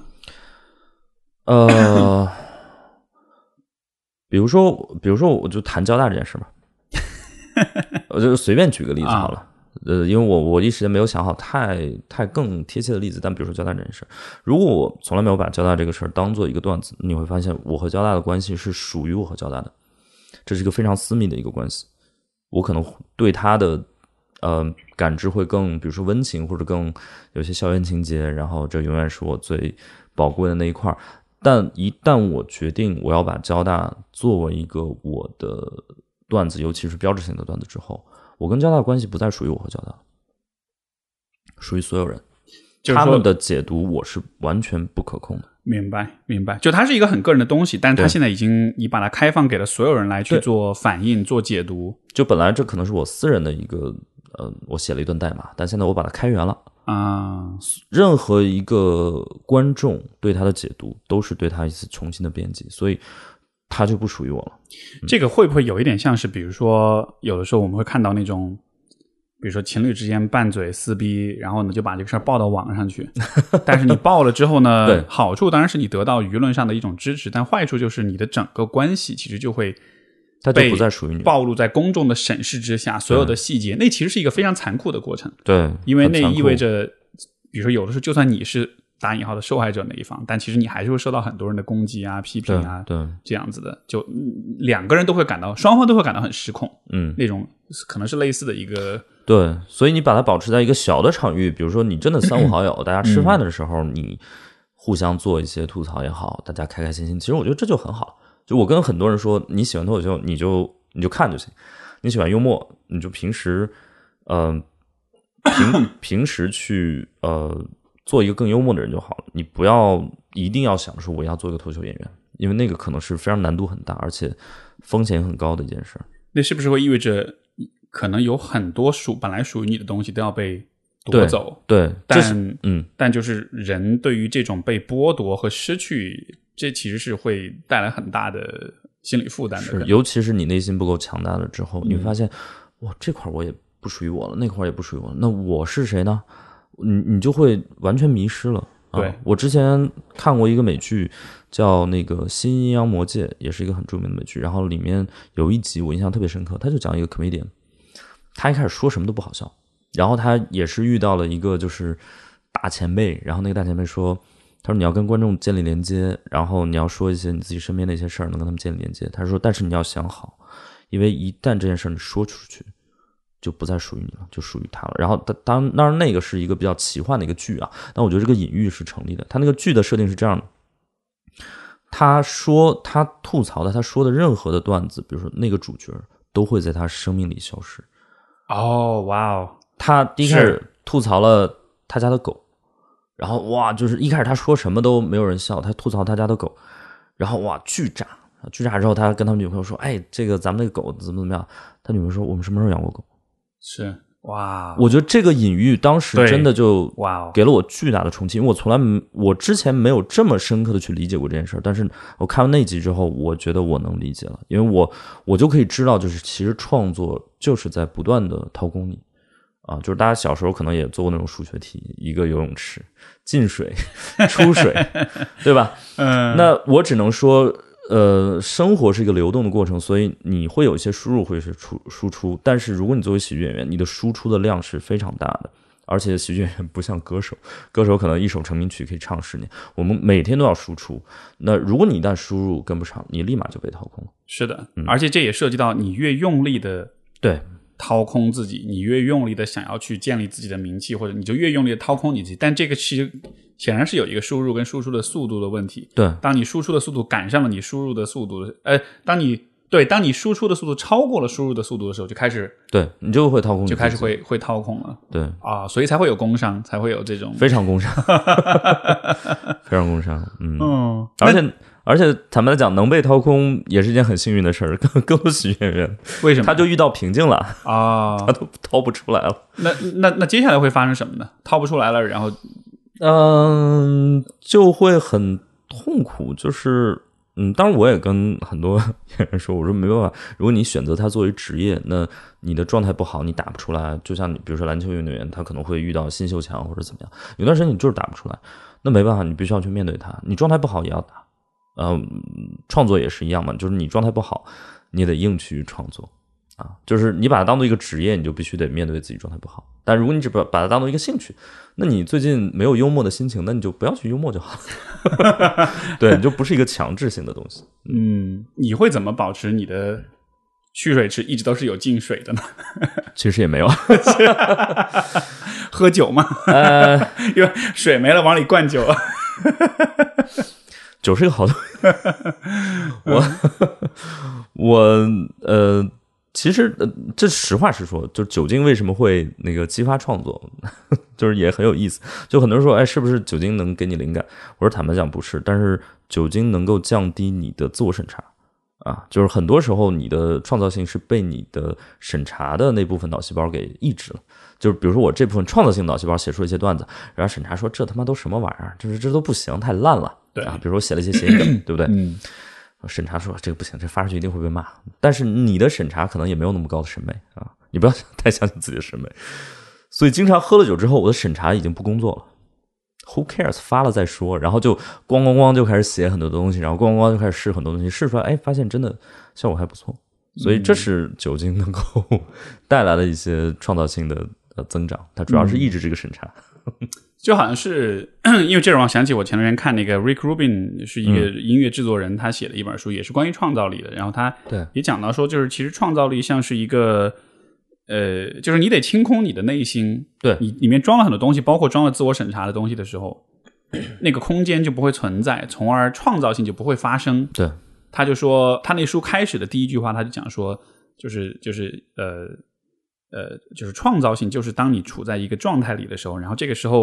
呃，比如说，比如说，我就谈交大这件事吧，我就随便举个例子好了。啊、呃，因为我我一时间没有想好太太更贴切的例子，但比如说交大这件事，如果我从来没有把交大这个事儿当做一个段子，你会发现我和交大的关系是属于我和交大的，这是一个非常私密的一个关系。我可能对他的呃感知会更，比如说温情，或者更有些校园情节，然后这永远是我最宝贵的那一块。但一旦我决定我要把交大作为一个我的段子，尤其是标志性的段子之后，我跟交大的关系不再属于我和交大，属于所有人。就是他们的解读我是完全不可控的。 明白明白，就它是一个很个人的东西，但是它现在已经你把它开放给了所有人来去做反应做解读。 就本来这可能是我私人的一个呃，我写了一段代码，但现在我把它开源了啊。 任何一个观众对它的解读都是对它一次重新的编辑，所以它就不属于我了。 嗯、这个会不会有一点像是，比如说有的时候我们会看到那种比如说情侣之间拌嘴撕逼，然后呢就把这个事儿报到网上去，但是你报了之后呢，好处当然是你得到舆论上的一种支持，但坏处就是你的整个关系其实就会它就不再属于你， 暴露在公众的审视之下，所有的细节，那其实是一个非常残酷的过程。 对， 因为那意味着，比如说有的时候就算你是打引号的受害者那一方，但其实你还是会受到很多人的攻击啊、批评啊， 对，对这样子的，就两个人都会感到，双方都会感到很失控。嗯，那种可能是类似的一个。 对，所以你把它保持在一个小的场域，比如说你真的三五好友，大家吃饭的时候，你互相做一些吐槽也好，大家开开心心，其实我觉得这就很好。就我跟很多人说，你喜欢脱口秀，你就你就看就行；你喜欢幽默，你就平时呃平平时去呃做一个更幽默的人就好了。你不要一定要想说我要做一个脱口秀演员，因为那个可能是非常难度很大，而且风险很高的一件事。 那是不是会意味着可能有很多属本来属于你的东西都要被夺走？ 对，对但嗯， 但就是人对于这种被剥夺和失去，这其实是会带来很大的心理负担的。 是，尤其是你内心不够强大了之后，你会发现，哇，这块我也不属于我了，那块也不属于我了，那我是谁呢？你你就会完全迷失了。 对、 啊，我之前看过一个美剧叫那个《新阴阳魔界》，也是一个很著名的美剧，然后里面有一集我印象特别深刻，他就讲一个 comedian， 他一开始说什么都不好笑，然后他也是遇到了一个就是大前辈，然后那个大前辈说，他说你要跟观众建立连接，然后你要说一些你自己身边的一些事儿，能跟他们建立连接。他说但是你要想好，因为一旦这件事你说出去就不再属于你了，就属于他了。然后当当然那个是一个比较奇幻的一个剧啊，但我觉得这个隐喻是成立的。他那个剧的设定是这样的，他说他吐槽的他说的任何的段子，比如说那个主角都会在他生命里消失。 哦，哇哦， 他第一开始吐槽了他家的狗，然后哇，就是一开始他说什么都没有人笑，他吐槽他家的狗，然后哇巨炸，巨炸之后他跟他女朋友说，哎，这个咱们那个狗怎么怎么样？他女朋友说，我们什么时候养过狗？ 是，哇， 我觉得这个隐喻当时真的就哇给了我巨大的冲击，因为我从来我之前没有这么深刻的去理解过这件事，但是我看完那集之后，我觉得我能理解了，因为我我就可以知道，就是其实创作就是在不断的掏空你啊，就是大家小时候可能也做过那种数学题，一个游泳池进水出水，对吧？ 嗯， 那我只能说。呃，生活是一个流动的过程，所以你会有一些输入，会是出输出。但是如果你作为喜剧演员，你的输出的量是非常大的，而且喜剧演员不像歌手，歌手可能一首成名曲可以唱十年，我们每天都要输出。那如果你一旦输入跟不上，你立马就被掏空了。 是的， 嗯、 而且这也涉及到你越用力的对掏空自己，你越用力的想要去建立自己的名气，或者你就越用力的掏空你自己。但这个其实显然是有一个输入跟输出的速度的问题。 对， 当你输出的速度赶上了你输入的速度，呃，当你对，当你输出的速度超过了输入的速度的时候，就开始对你就会掏空你， 就开始会会掏空了。 对啊，所以才会有工伤，才会有这种非常工伤，非常工伤。嗯， 嗯而且而且坦白的讲，能被掏空也是一件很幸运的事儿。更更多喜剧演员， 为什么他就遇到瓶颈了啊？ 他都掏不出来了。 那那那接下来会发生什么呢？掏不出来了，然后。 嗯，就会很痛苦，就是嗯，当然我也跟很多演员说，我说没办法，如果你选择它作为职业，那你的状态不好，你打不出来，就像你比如说篮球运动员，他可能会遇到新秀强或者怎么样，有段时间你就是打不出来，那没办法，你必须要去面对它，你状态不好也要打，嗯，创作也是一样嘛，就是你状态不好，你也得硬去创作。啊，就是你把它当做一个职业，你就必须得面对自己状态不好。但如果你只把把它当做一个兴趣，那你最近没有幽默的心情，那你就不要去幽默就好了。对，你就不是一个强制性的东西。 嗯，你会怎么保持你的蓄水池一直都是有进水的呢？ 其实也没有， 喝酒吗？呃，因为水没了，往里灌酒。 酒是个好东西。我我呃，其实呃，这实话实说，就酒精为什么会那个激发创作，就是也很有意思。就很多人说，哎，是不是酒精能给你灵感？我说坦白讲不是，但是酒精能够降低你的自我审查啊，就是很多时候你的创造性是被你的审查的那部分脑细胞给抑制了。就是比如说我这部分创造性脑细胞写出了一些段子，然后审查说这他妈都什么玩意儿，就是这都不行，太烂了。 对啊，比如说我写了一些谐音梗，对不对？ 嗯。 审查说这个不行，这发出去一定会被骂。但是你的审查可能也没有那么高的审美啊，你不要太相信自己的审美。所以经常喝了酒之后，我的审查已经不工作了。Who cares？ 发了再说，然后就咣咣咣就开始写很多东西，然后咣咣就开始试很多东西，试出来，哎，发现真的效果还不错。所以这是酒精能够带来的一些创造性的呃增长，它主要是抑制这个审查。 嗯就好像是因为这让我想起我前段时间看那个 Rick Rubin 是一个音乐制作人，嗯、他写的一本书也是关于创造力的，然后他也讲到说，就是其实创造力像是一个呃，就是你得清空你的内心， 对， 你里面装了很多东西，包括装了自我审查的东西的时候，那个空间就不会存在，从而创造性就不会发生。 对， 他就说他那书开始的第一句话，他就讲说，就是就是呃呃，就是创造性就是当你处在一个状态里的时候，然后这个时候。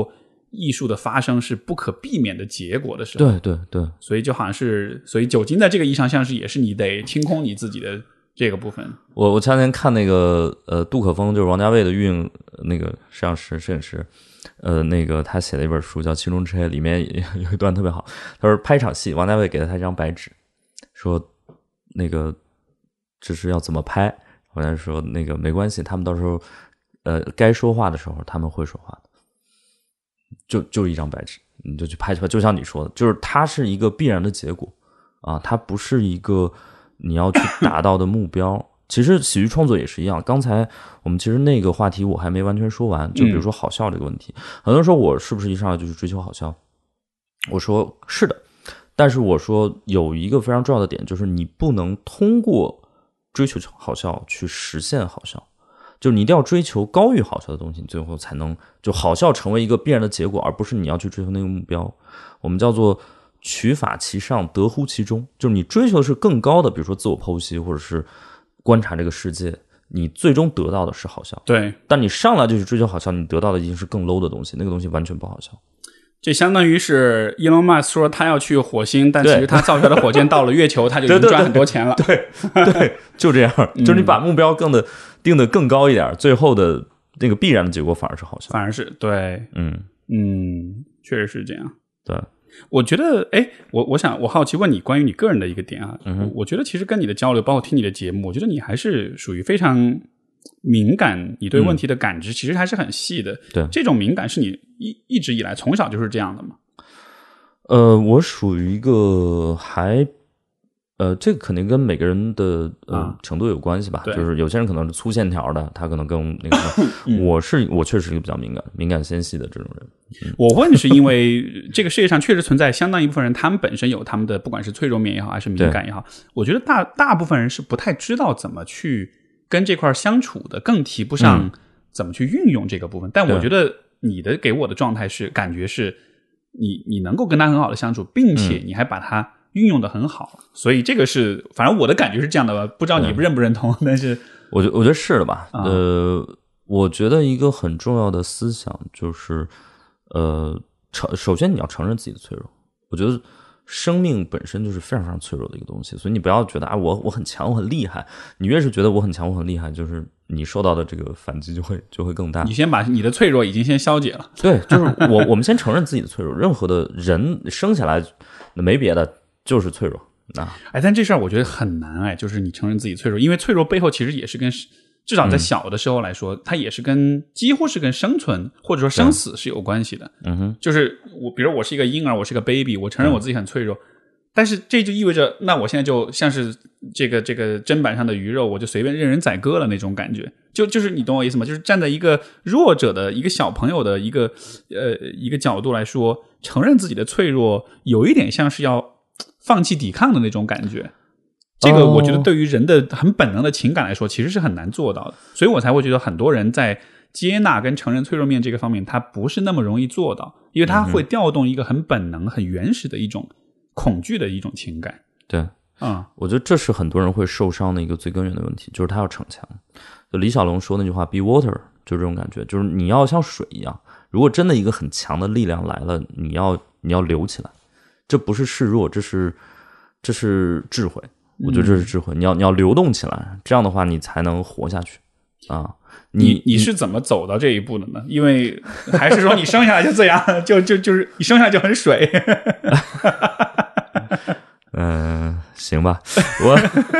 艺术的发生是不可避免的结果的时候， 对对对， 所以就好像是，所以酒精在这个意义上像是也是你得清空你自己的这个部分。 我我前两天看那个呃杜可风，就是王家卫的御用那个摄像师摄影师，呃那个他写了一本书叫《七中之黑》，里面有一段特别好，他说拍一场戏，王家卫给了他一张白纸，说那个这是要怎么拍，王家卫说那个没关系，他们到时候呃该说话的时候他们会说话的，就就一张白纸你就去拍出来，就像你说的，就是它是一个必然的结果啊，它不是一个你要去达到的目标。其实喜剧创作也是一样，刚才我们其实那个话题我还没完全说完，就比如说好笑这个问题，嗯、很多人说我是不是一上来就是追求好笑，我说是的，但是我说有一个非常重要的点，就是你不能通过追求好笑去实现好笑，就是你一定要追求高于好笑的东西，你最后才能就好笑成为一个必然的结果，而不是你要去追求那个目标。我们叫做取法其上，得乎其中，就是你追求的是更高的，比如说自我剖析或者是观察这个世界，你最终得到的是好笑。 对， 但你上来就是追求好笑，你得到的已经是更 low 的东西，那个东西完全不好笑。 这相当于是 Elon Musk 说他要去火星，但其实他造出来的火箭到了月球，他就已经赚很多钱了。 对对 对, 对，就这样，就是你把目标更的定得更高一点，最后的那个必然的结果反而是好笑。 反而是对， 嗯嗯，确实是这样。 对， 我觉得，哎，我我想我好奇问你关于你个人的一个点啊， 嗯哼， 我觉得其实跟你的交流，包括听你的节目，我觉得你还是属于非常敏感，你对问题的感知其实还是很细的。 对， 这种敏感是你一一直以来从小就是这样的吗？ 呃，我属于一个还，呃，这个肯定跟每个人的呃、 啊、 程度有关系吧。 对， 就是有些人可能是粗线条的，他可能更那个嗯、我是我确实是一个比较敏感、敏感纤细的这种人。嗯、 我问是因为这个世界上确实存在相当一部分人，他们本身有他们的不管是脆弱面也好，还是敏感也好，我觉得大大部分人是不太知道怎么去跟这块相处的，更提不上怎么去运用这个部分。嗯、但我觉得你的给我的状态是感觉是你你能够跟他很好的相处，并且你还把他运用的很好，嗯、所以这个是反正我的感觉是这样的吧，不知道你认不认同，但是我觉我觉得是的吧。 啊、 呃，我觉得一个很重要的思想就是呃，承首先你要承认自己的脆弱。我觉得生命本身就是非常非常脆弱的一个东西，所以你不要觉得啊，我我很强，我很厉害。你越是觉得我很强，我很厉害，就是你受到的这个反击就会就会更大。 你先把你的脆弱已经先消解了。 对，就是我我们先承认自己的脆弱。任何的人生下来没别的，就是脆弱啊。 哎，但这事儿我觉得很难哎，就是你承认自己脆弱，因为脆弱背后其实也是跟至少在小的时候来说，嗯、它也是跟几乎是跟生存或者说生死是有关系的。 嗯哼， 就是我，比如我是一个婴儿，我是个 baby， 我承认我自己很脆弱，嗯、但是这就意味着，那我现在就像是这个这个砧板上的鱼肉，我就随便任人宰割了那种感觉。就就是你懂我意思吗？就是站在一个弱者的一个小朋友的一个呃一个角度来说，承认自己的脆弱，有一点像是要放弃抵抗的那种感觉。这个我觉得对于人的很本能的情感来说，其实是很难做到的，所以我才会觉得很多人在接纳跟承认脆弱面这个方面，他不是那么容易做到，因为他会调动一个很本能、很原始的一种恐惧的一种情感。 对， 啊、嗯， 我觉得这是很多人会受伤的一个最根源的问题，就是他要逞强。就李小龙说那句话 "Be water"， 就这种感觉，就是你要像水一样，如果真的一个很强的力量来了，你要你要留起来，这不是示弱，这是这是智慧。我觉得这是智慧，你要你要流动起来，这样的话你才能活下去啊！ 你你是怎么走到这一步的呢？因为还是说你生下来就这样，就就就是你生下来就很水？ 嗯、呃，行吧，我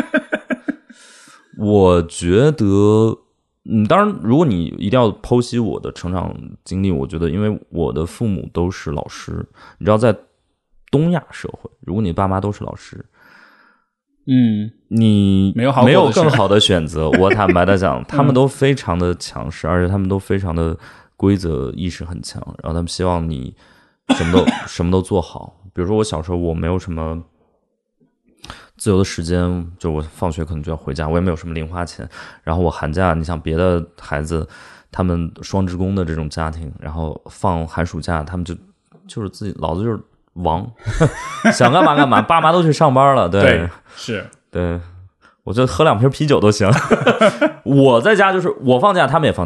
我觉得，嗯，当然，如果你一定要剖析我的成长经历，我觉得，因为我的父母都是老师，你知道，在东亚社会，如果你爸妈都是老师。 嗯， 你没有好没有更好的选择。我坦白的讲，他们都非常的强势，而且他们都非常的规则意识很强，然后他们希望你什么都什么都做好。比如说我小时候，我没有什么自由的时间，就我放学可能就要回家，我也没有什么零花钱。然后我寒假，你像别的孩子，他们双职工的这种家庭，然后放寒暑假，他们就就是自己老子就是王，想干嘛干嘛，爸妈都去上班了，对。 对是， 对，我觉得喝两瓶啤酒都行。我在家就是我放假，他们也放假，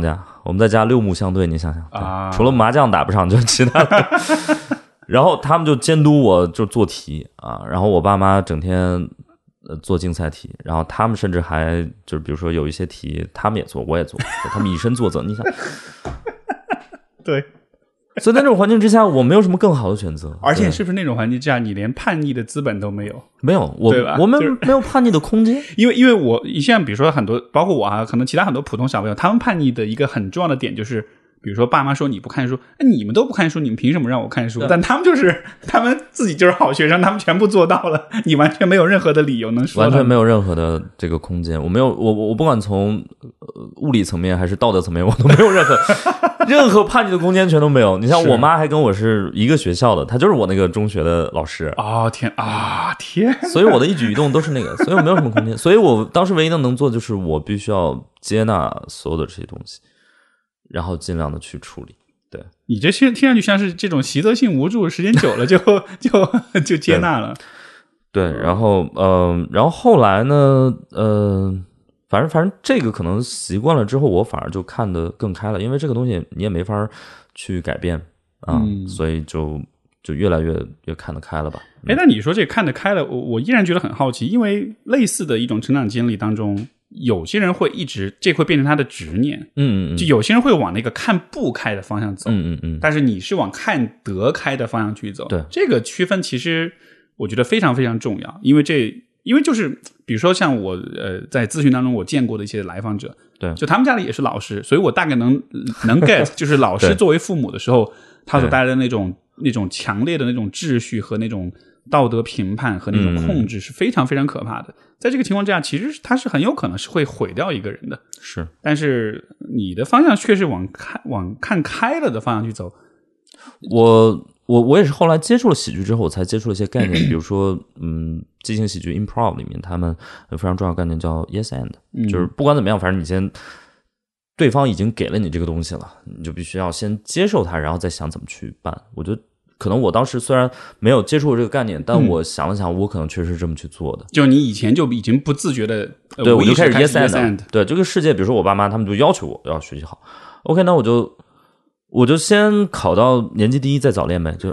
我们在家六目相对，你想想啊， 除了麻将打不上，就其他的。然后他们就监督我就做题啊，然后我爸妈整天呃做竞赛题，然后他们甚至还就是比如说有一些题他们也做，我也做，他们以身作则。你想， 对。 所以在这种环境之下，我没有什么更好的选择。 而且是不是那种环境之下，你连叛逆的资本都没有？ 没有，我我们、就是、没有叛逆的空间。 因为因为我像比如说很多，包括我啊，可能其他很多普通小朋友，他们叛逆的一个很重要的点就是，比如说爸妈说你不看书，哎，你们都不看书，你们凭什么让我看书？但他们就是他们自己就是好学生，他们全部做到了，你完全没有任何的理由能说， 完全没有任何的这个空间。我没有，我我不管从、呃、物理层面还是道德层面，我都没有任何任何叛逆的空间，全都没有。你像我妈还跟我是一个学校的，她就是我那个中学的老师。 哦天啊天！ 所以我的一举一动都是那个，所以我没有什么空间。所以我当时唯一的能做就是我必须要接纳所有的这些东西。然后尽量的去处理。对， 你这听听上去像是这种习得性无助，时间久了就就就接纳了。 对，对然后呃，然后后来呢，呃，反正反正这个可能习惯了之后，我反而就看得更开了，因为这个东西你也没法去改变啊，嗯、所以就就越来越越看得开了吧。 哎、嗯，那你说这看得开了，我我依然觉得很好奇，因为类似的一种成长经历当中。有些人会一直这会变成他的执念， 嗯嗯， 就有些人会往那个看不开的方向走， 嗯嗯嗯， 但是你是往看得开的方向去走， 对， 这个区分其实我觉得非常非常重要，因为这因为就是比如说像我呃在咨询当中我见过的一些来访者， 对， 就他们家里也是老师，所以我大概能能 get 就是老师作为父母的时候，他所带来的那种那种强烈的那种秩序和那种道德评判和那种控制是非常非常可怕的。嗯、在这个情况之下，其实它是很有可能是会毁掉一个人的。 是，但是你的方向却是往看往看开了的方向去走。 我我我也是后来接触了喜剧之后，我才接触了一些概念，比如说嗯，即兴喜剧 improv 里面他们有非常重要的概念叫 yes and，、嗯、就是不管怎么样，反正你先对方已经给了你这个东西了，你就必须要先接受它，然后再想怎么去办。我觉得。可能我当时虽然没有接触过这个概念，但我想了想，我可能确实是这么去做的。 嗯、就你以前就已经不自觉的， 对，我就开始 yes and，, yes and 对这个世界，比如说我爸妈他们就要求我要学习好 ，OK， 那我就我就先考到年级第一，再早恋呗，就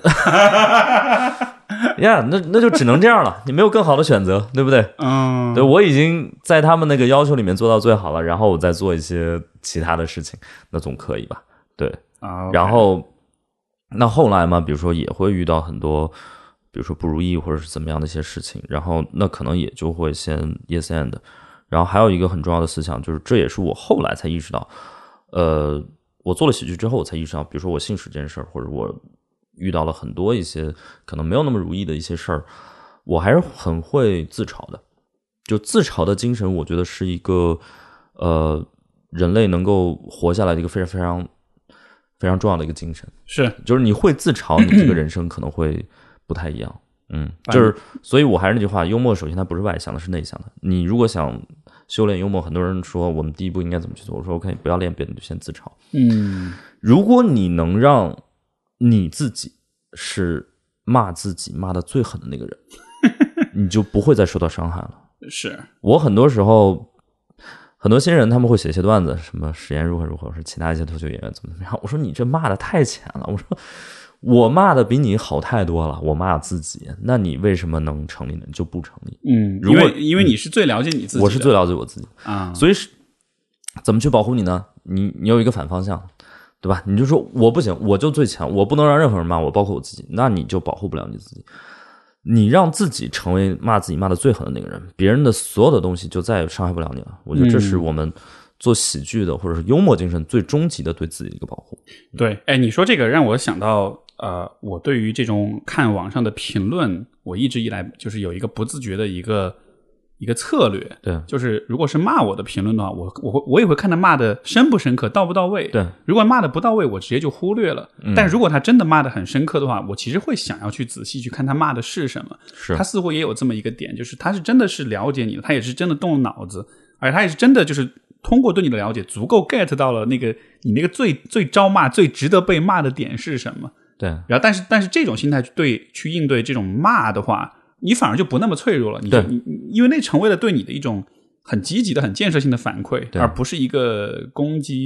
呀， yeah, 那那就只能这样了，你没有更好的选择，对不对？ 嗯， 对，我已经在他们那个要求里面做到最好了，然后我再做一些其他的事情，那总可以吧？对， 啊 okay 然后。那后来嘛，比如说也会遇到很多，比如说不如意或者是怎么样的一些事情，然后那可能也就会先 yes and， 然后还有一个很重要的思想就是，这也是我后来才意识到，呃，我做了喜剧之后我才意识到，比如说我信使这件事儿，或者我遇到了很多一些可能没有那么如意的一些事儿，我还是很会自嘲的，就自嘲的精神，我觉得是一个呃人类能够活下来的一个非常非常。非常重要的一个精神是， 就是你会自嘲，你这个人生可能会不太一样。嗯，就是，所以我还是那句话，幽默首先它不是外向的，是内向的。你如果想修炼幽默，很多人说我们第一步应该怎么去做？我说 OK， 不要练别人，就先自嘲。 嗯， 如果你能让你自己是骂自己骂的最狠的那个人，你就不会再受到伤害了。 是我很多时候。很多新人他们会写一些段子，什么史岩如何如何，是其他一些脱口秀演员怎么怎么样。我说你这骂的太浅了，我说我骂的比你好太多了，我骂自己，那你为什么能成立呢？你就不成立。 嗯， 如果因为因为你是最了解你自己的， 我是最了解我自己啊， 所以是怎么去保护你呢？你你有一个反方向，对吧？你就说我不行，我就最强，我不能让任何人骂我，包括我自己，那你就保护不了你自己。你让自己成为骂自己骂的最狠的那个人，别人的所有的东西就再也伤害不了你了。我觉得这是我们做喜剧的或者是幽默精神最终极的对自己的一个保护。 对，哎，你说这个让我想到，呃，我对于这种看网上的评论，我一直以来就是有一个不自觉的一个一个策略， 对， 就是如果是骂我的评论的话，我我会我也会看他骂的深不深刻，到不到位。 对， 如果骂的不到位，我直接就忽略了。嗯、但如果他真的骂的很深刻的话，我其实会想要去仔细去看他骂的是什么。 是， 他似乎也有这么一个点，就是他是真的是了解你的，他也是真的动了脑子，而且他也是真的就是通过对你的了解，足够 get 到了那个你那个最最招骂、最值得被骂的点是什么。 对， 然后但是但是这种心态对去应对这种骂的话。你反而就不那么脆弱了，你就你因为那成为了对你的一种很积极的、很建设性的反馈，而不是一个攻击。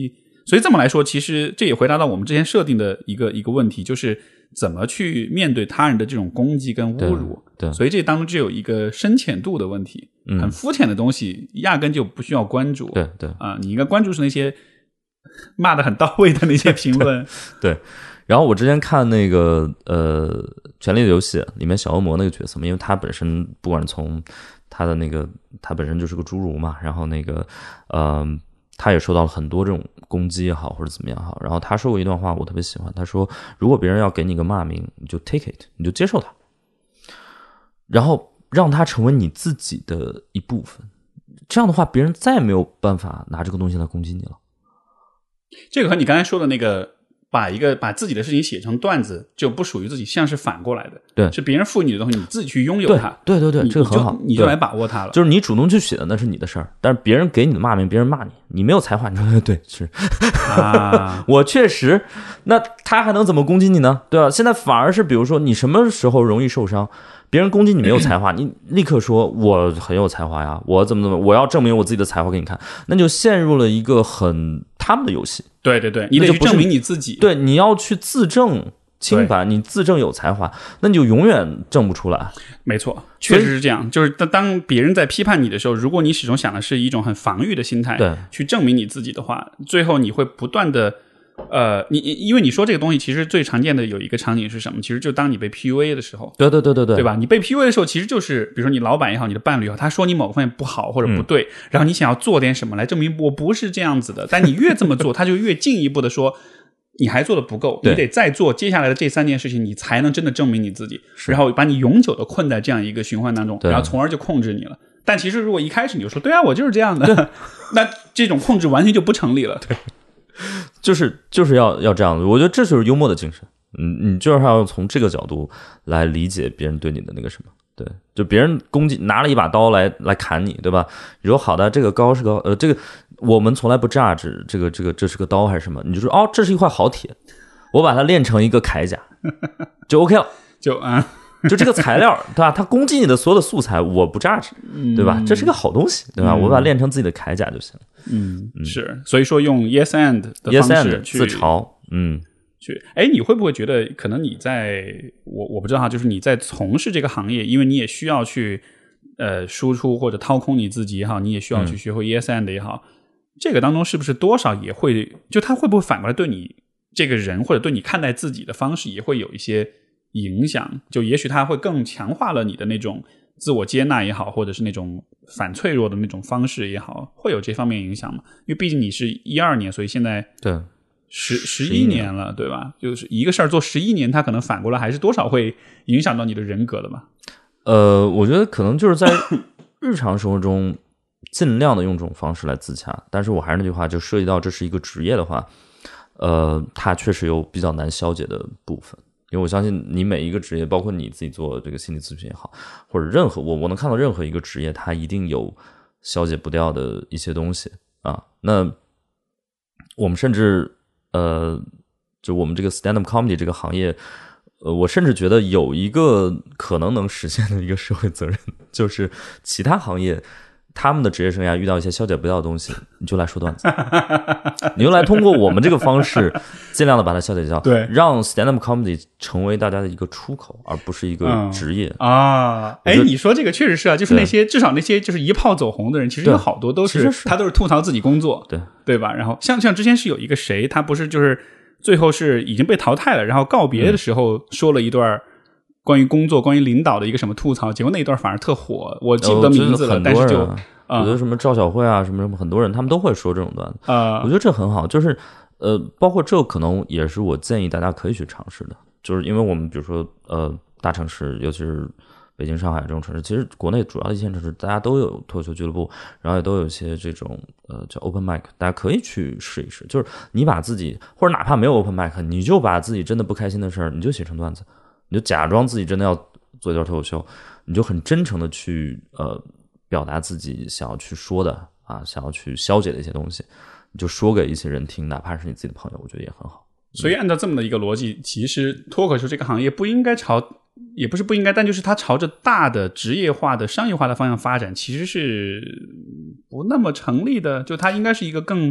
所以这么来说，其实这也回答到我们之前设定的一个一个问题，就是怎么去面对他人的这种攻击跟侮辱。 对，对所以这当中就有一个深浅度的问题，嗯、很肤浅的东西压根就不需要关注。 对对啊，你应该关注是那些骂得很到位的那些评论。 对, 对，然后我之前看那个呃《权力的游戏》里面小恶魔那个角色嘛，因为他本身不管从他的那个他本身就是个侏儒嘛，然后那个呃。他也受到了很多这种攻击也好或者怎么样好，然后他说过一段话我特别喜欢，他说如果别人要给你个骂名，你就 take it， 你就接受它，然后让它成为你自己的一部分，这样的话别人再也没有办法拿这个东西来攻击你了。 这个和你刚才说的那个把一个把自己的事情写成段子就不属于自己，像是反过来的。 对， 是别人赋予你的东西，你自己去拥有它。 对对对对，这个很好， 你就来把握它了。 就是你主动去写的那是你的事儿，但是别人给你的骂名，别人骂你，你没有才华，你说对是啊， 我确实，那他还能怎么攻击你呢？对吧？现在反而是比如说你什么时候容易受伤，别人攻击你没有才华，你立刻说我很有才华呀，我怎么怎么，我要证明我自己的才华给你看，那就陷入了一个很他们的游戏。 对对对，你得去证明你自己。 对，你要去自证清白，你自证有才华，那你就永远证不出来。 没错，确实是这样。就是当别人在批判你的时候，如果你始终想的是一种很防御的心态， 对， 去证明你自己的话，最后你会不断的。呃，你因为你说这个东西，其实最常见的有一个场景是什么？其实就当你被 P U A 的时候， 对对对对对， 对吧？你被 P U A 的时候，其实就是比如说你老板也好，你的伴侣也好，他说你某方面不好或者不对，嗯、然后你想要做点什么来证明我不是这样子的，但你越这么做，他就越进一步的说你还做的不够，你得再做接下来的这三件事情，你才能真的证明你自己，然后把你永久的困在这样一个循环当中，然后从而就控制你了。但其实如果一开始你就说对啊，我就是这样的，那这种控制完全就不成立了。对。 就是就是要要这样的，我觉得这就是幽默的精神。嗯，你就是要从这个角度来理解别人对你的那个什么。对，就别人攻击拿了一把刀来来砍你，对吧？你说好的，这个刀是个呃，这个我们从来不榨汁，这个这个这是个刀还是什么？你就说哦，这是一块好铁，我把它炼成一个铠甲，就 OK 了， 就啊。 就这个材料，对吧？它攻击你的所有的素材，我不榨汁，对吧？这是个好东西，对吧？嗯、我把它练成自己的铠甲就行了。 嗯，是，所以说用 yes and 的方式去 yes and 自嘲，嗯， 去。哎，你会不会觉得，可能你在我我不知道哈，就是你在从事这个行业，因为你也需要去呃输出或者掏空你自己也好，你也需要去学会 yes and 也好，嗯、这个当中是不是多少也会，就它会不会反过来对你这个人或者对你看待自己的方式也会有一些影响？就也许它会更强化了你的那种自我接纳也好，或者是那种反脆弱的那种方式也好，会有这方面影响吗？因为毕竟你是一二年，所以现在对十十一年了，对吧？就是一个事儿做十一年，它可能反过来还是多少会影响到你的人格的吧？ 呃，我觉得可能就是在日常生活中尽量的用这种方式来自洽，但是我还是那句话，就涉及到这是一个职业的话，呃，它确实有比较难消解的部分。因为我相信你每一个职业，包括你自己做这个心理咨询也好，或者任何我我能看到任何一个职业，它一定有消解不掉的一些东西啊。那我们甚至呃，就我们这个 stand-up comedy 这个行业，呃，我甚至觉得有一个可能能实现的一个社会责任，就是其他行业他们的职业生涯遇到一些消解不掉的东西，你就来说段子，你就来通过我们这个方式尽量的把它消解掉， 对， 让 stand-up comedy 成为大家的一个出口，而不是一个职业、 嗯、啊。哎，你说这个确实是啊，就是那些至少那些就是一炮走红的人，其实有好多都是他都是吐槽自己工作， 对对吧？然后像像之前是有一个谁，他不是就是最后是已经被淘汰了，然后告别的时候说了一段关于工作、关于领导的一个什么吐槽，结果那一段反而特火，我记不得名字了， 哦、 但是就我觉得什么赵小慧啊，什么什么很多人他们都会说这种段子啊、呃， 我觉得这很好，就是呃，包括这可能也是我建议大家可以去尝试的，就是因为我们比如说呃大城市，尤其是北京、上海这种城市，其实国内主要的一线城市大家都有脱口秀俱乐部，然后也都有一些这种呃叫 open mic， 大家可以去试一试，就是你把自己或者哪怕没有 open mic， 你就把自己真的不开心的事儿，你就写成段子，你就假装自己真的要做一段脱口秀，你就很真诚的去呃表达自己想要去说的啊，想要去消解的一些东西，你就说给一些人听，哪怕是你自己的朋友，我觉得也很好。 所以按照这么的一个逻辑，其实脱口秀这个行业不应该朝，也不是不应该，但就是它朝着大的职业化的商业化的方向发展，其实是不那么成立的，就它应该是一个更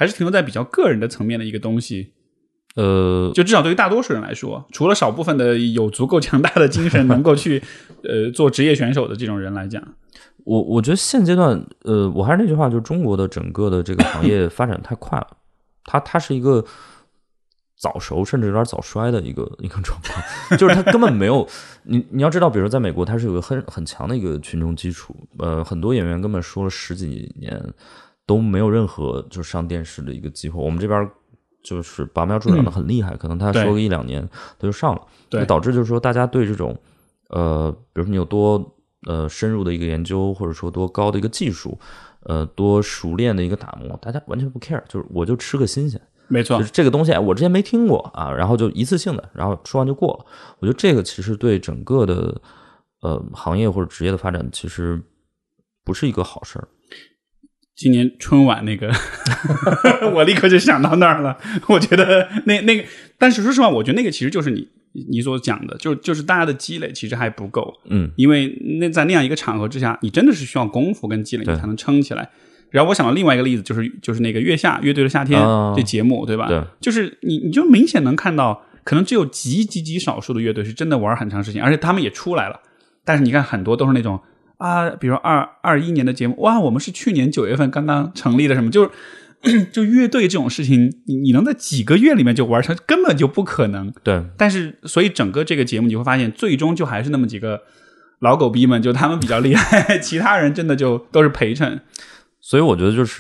还是停留在比较个人的层面的一个东西。 呃， 就至少对于大多数人来说，除了少部分的有足够强大的精神能够去呃做职业选手的这种人来讲， 我我觉得现阶段，呃，我还是那句话，就是中国的整个的这个行业发展太快了，它它是一个早熟甚至有点早衰的一个一个状况，就是它根本没有你你要知道，比如说在美国，它是有个很很强的一个群众基础，呃，很多演员根本说了十几年都没有任何就上电视的一个机会，我们这边就是拔苗助长的很厉害，嗯、可能他说个一两年他就上了， 对， 导致就是说大家对这种呃，比如说你有多呃深入的一个研究，或者说多高的一个技术，呃，多熟练的一个打磨，大家完全不 care， 就是我就吃个新鲜， 没错， 就是这个东西我之前没听过啊，然后就一次性的，然后说完就过了。我觉得这个其实对整个的呃行业或者职业的发展其实不是一个好事儿。 今年春晚那个我立刻就想到那儿了，我觉得那那个但是说实话，我觉得那个其实就是你你所讲的，就就是大家的积累其实还不够， 嗯， 因为那在那样一个场合之下，你真的是需要功夫跟积累你才能撑起来。然后我想到另外一个例子，就是就是那个月下乐队的夏天、哦、这节目，对吧？ 对， 就是你你就明显能看到，可能只有极极极少数的乐队是真的玩很长时间，而且他们也出来了，但是你看很多都是那种啊，比如二二一年的节目，哇，我们是去年九月份刚刚成立的，什么就是就乐队这种事情，你你能在几个月里面就玩成，根本就不可能。 对， 但是所以整个这个节目你会发现，最终就还是那么几个老狗逼们，就他们比较厉害，其他人真的就都是陪衬。 所以我觉得就是，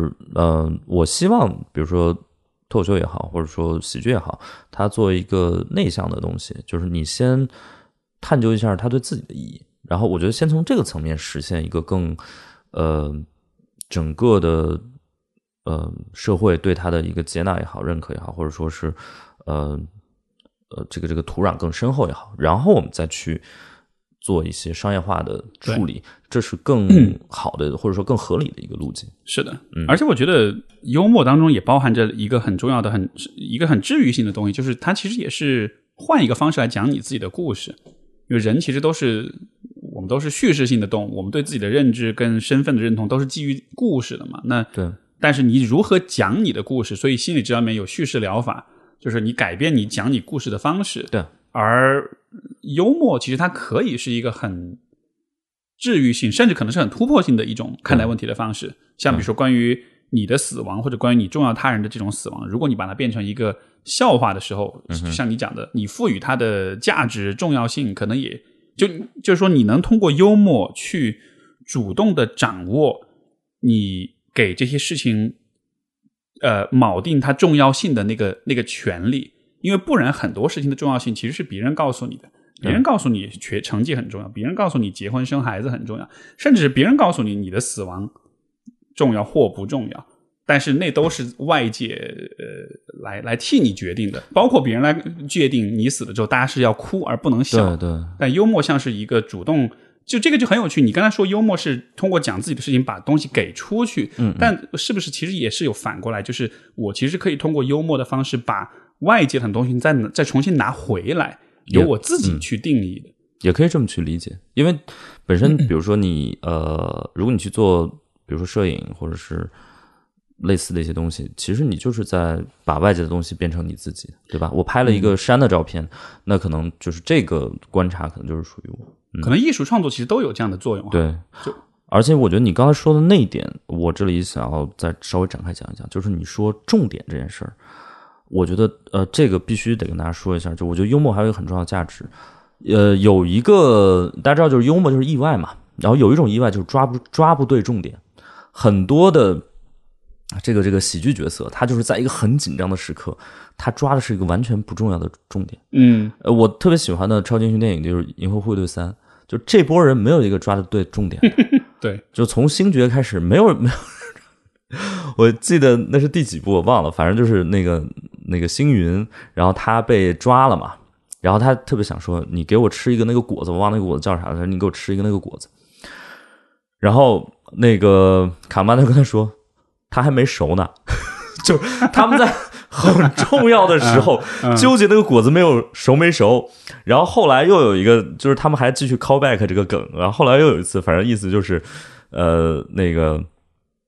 呃，我希望比如说脱口秀也好，或者说喜剧也好，它作为一个内向的东西，就是你先探究一下它对自己的意义。然后我觉得先从这个层面实现一个更呃整个的呃社会对他的一个接纳也好，认可也好，或者说是呃呃这个这个土壤更深厚也好，然后我们再去做一些商业化的处理，这是更好的、嗯、或者说更合理的一个路径。 是的，嗯，而且我觉得幽默当中也包含着一个很重要的很一个很治愈性的东西，就是它其实也是换一个方式来讲你自己的故事。因为人其实都是我们都是叙事性的动物，我们对自己的认知跟身份的认同都是基于故事的嘛。那对， 但是你如何讲你的故事，所以心理治疗里面有叙事疗法，就是你改变你讲你故事的方式。 对， 而幽默其实它可以是一个很治愈性，甚至可能是很突破性的一种看待问题的方式。像比如说关于你的死亡，或者关于你重要他人的这种死亡，如果你把它变成一个笑话的时候，就像你讲的，你赋予它的价值重要性，可能也就就是说你能通过幽默去主动的掌握你给这些事情呃铆定它重要性的那个那个权利。因为不然很多事情的重要性其实是别人告诉你的，别人告诉你学成绩很重要，别人告诉你结婚生孩子很重要，甚至是别人告诉你你的死亡重要或不重要，但是那都是外界呃来来替你决定的，包括别人来界定你死了之后大家是要哭而不能笑。 对对。 但幽默像是一个主动，就这个就很有趣。你刚才说幽默是通过讲自己的事情把东西给出去， 嗯嗯， 但是不是其实也是有反过来，就是我其实可以通过幽默的方式把外界很多东西再再重新拿回来，由我自己去定义的。 也可以这么去理解，因为本身比如说你呃，如果你去做比如说摄影或者是类似的一些东西，其实你就是在把外界的东西变成你自己，对吧？我拍了一个山的照片，嗯、那可能就是这个观察可能就是属于我、嗯、 可能艺术创作其实都有这样的作用。 对， 就而且我觉得你刚才说的那一点，我这里想要再稍微展开讲一讲，就是你说重点这件事儿，我觉得呃，这个必须得跟大家说一下，就我觉得幽默还有一个很重要的价值。呃，有一个大家知道，就是幽默就是意外嘛，然后有一种意外就是抓不抓不对重点，很多的这个这个喜剧角色，他就是在一个很紧张的时刻，他抓的是一个完全不重要的重点。 嗯， 呃，我特别喜欢的超级英雄电影就是《银河护卫队三》，就这波人没有一个抓的对重点的对， 就从星爵开始，没有没有，我记得那是第几部我忘了，反正就是那个那个星云，然后他被抓了嘛。然后他特别想说，你给我吃一个那个果子，我忘了那个果子叫啥了，你给我吃一个那个果子。然后那个卡曼特跟他说，他还没熟呢，就他们在很重要的时候纠结那个果子没有熟没熟。然后后来又有一个，就是他们还继续 call back 这个梗。然后后来又有一次，反正意思就是，呃，那个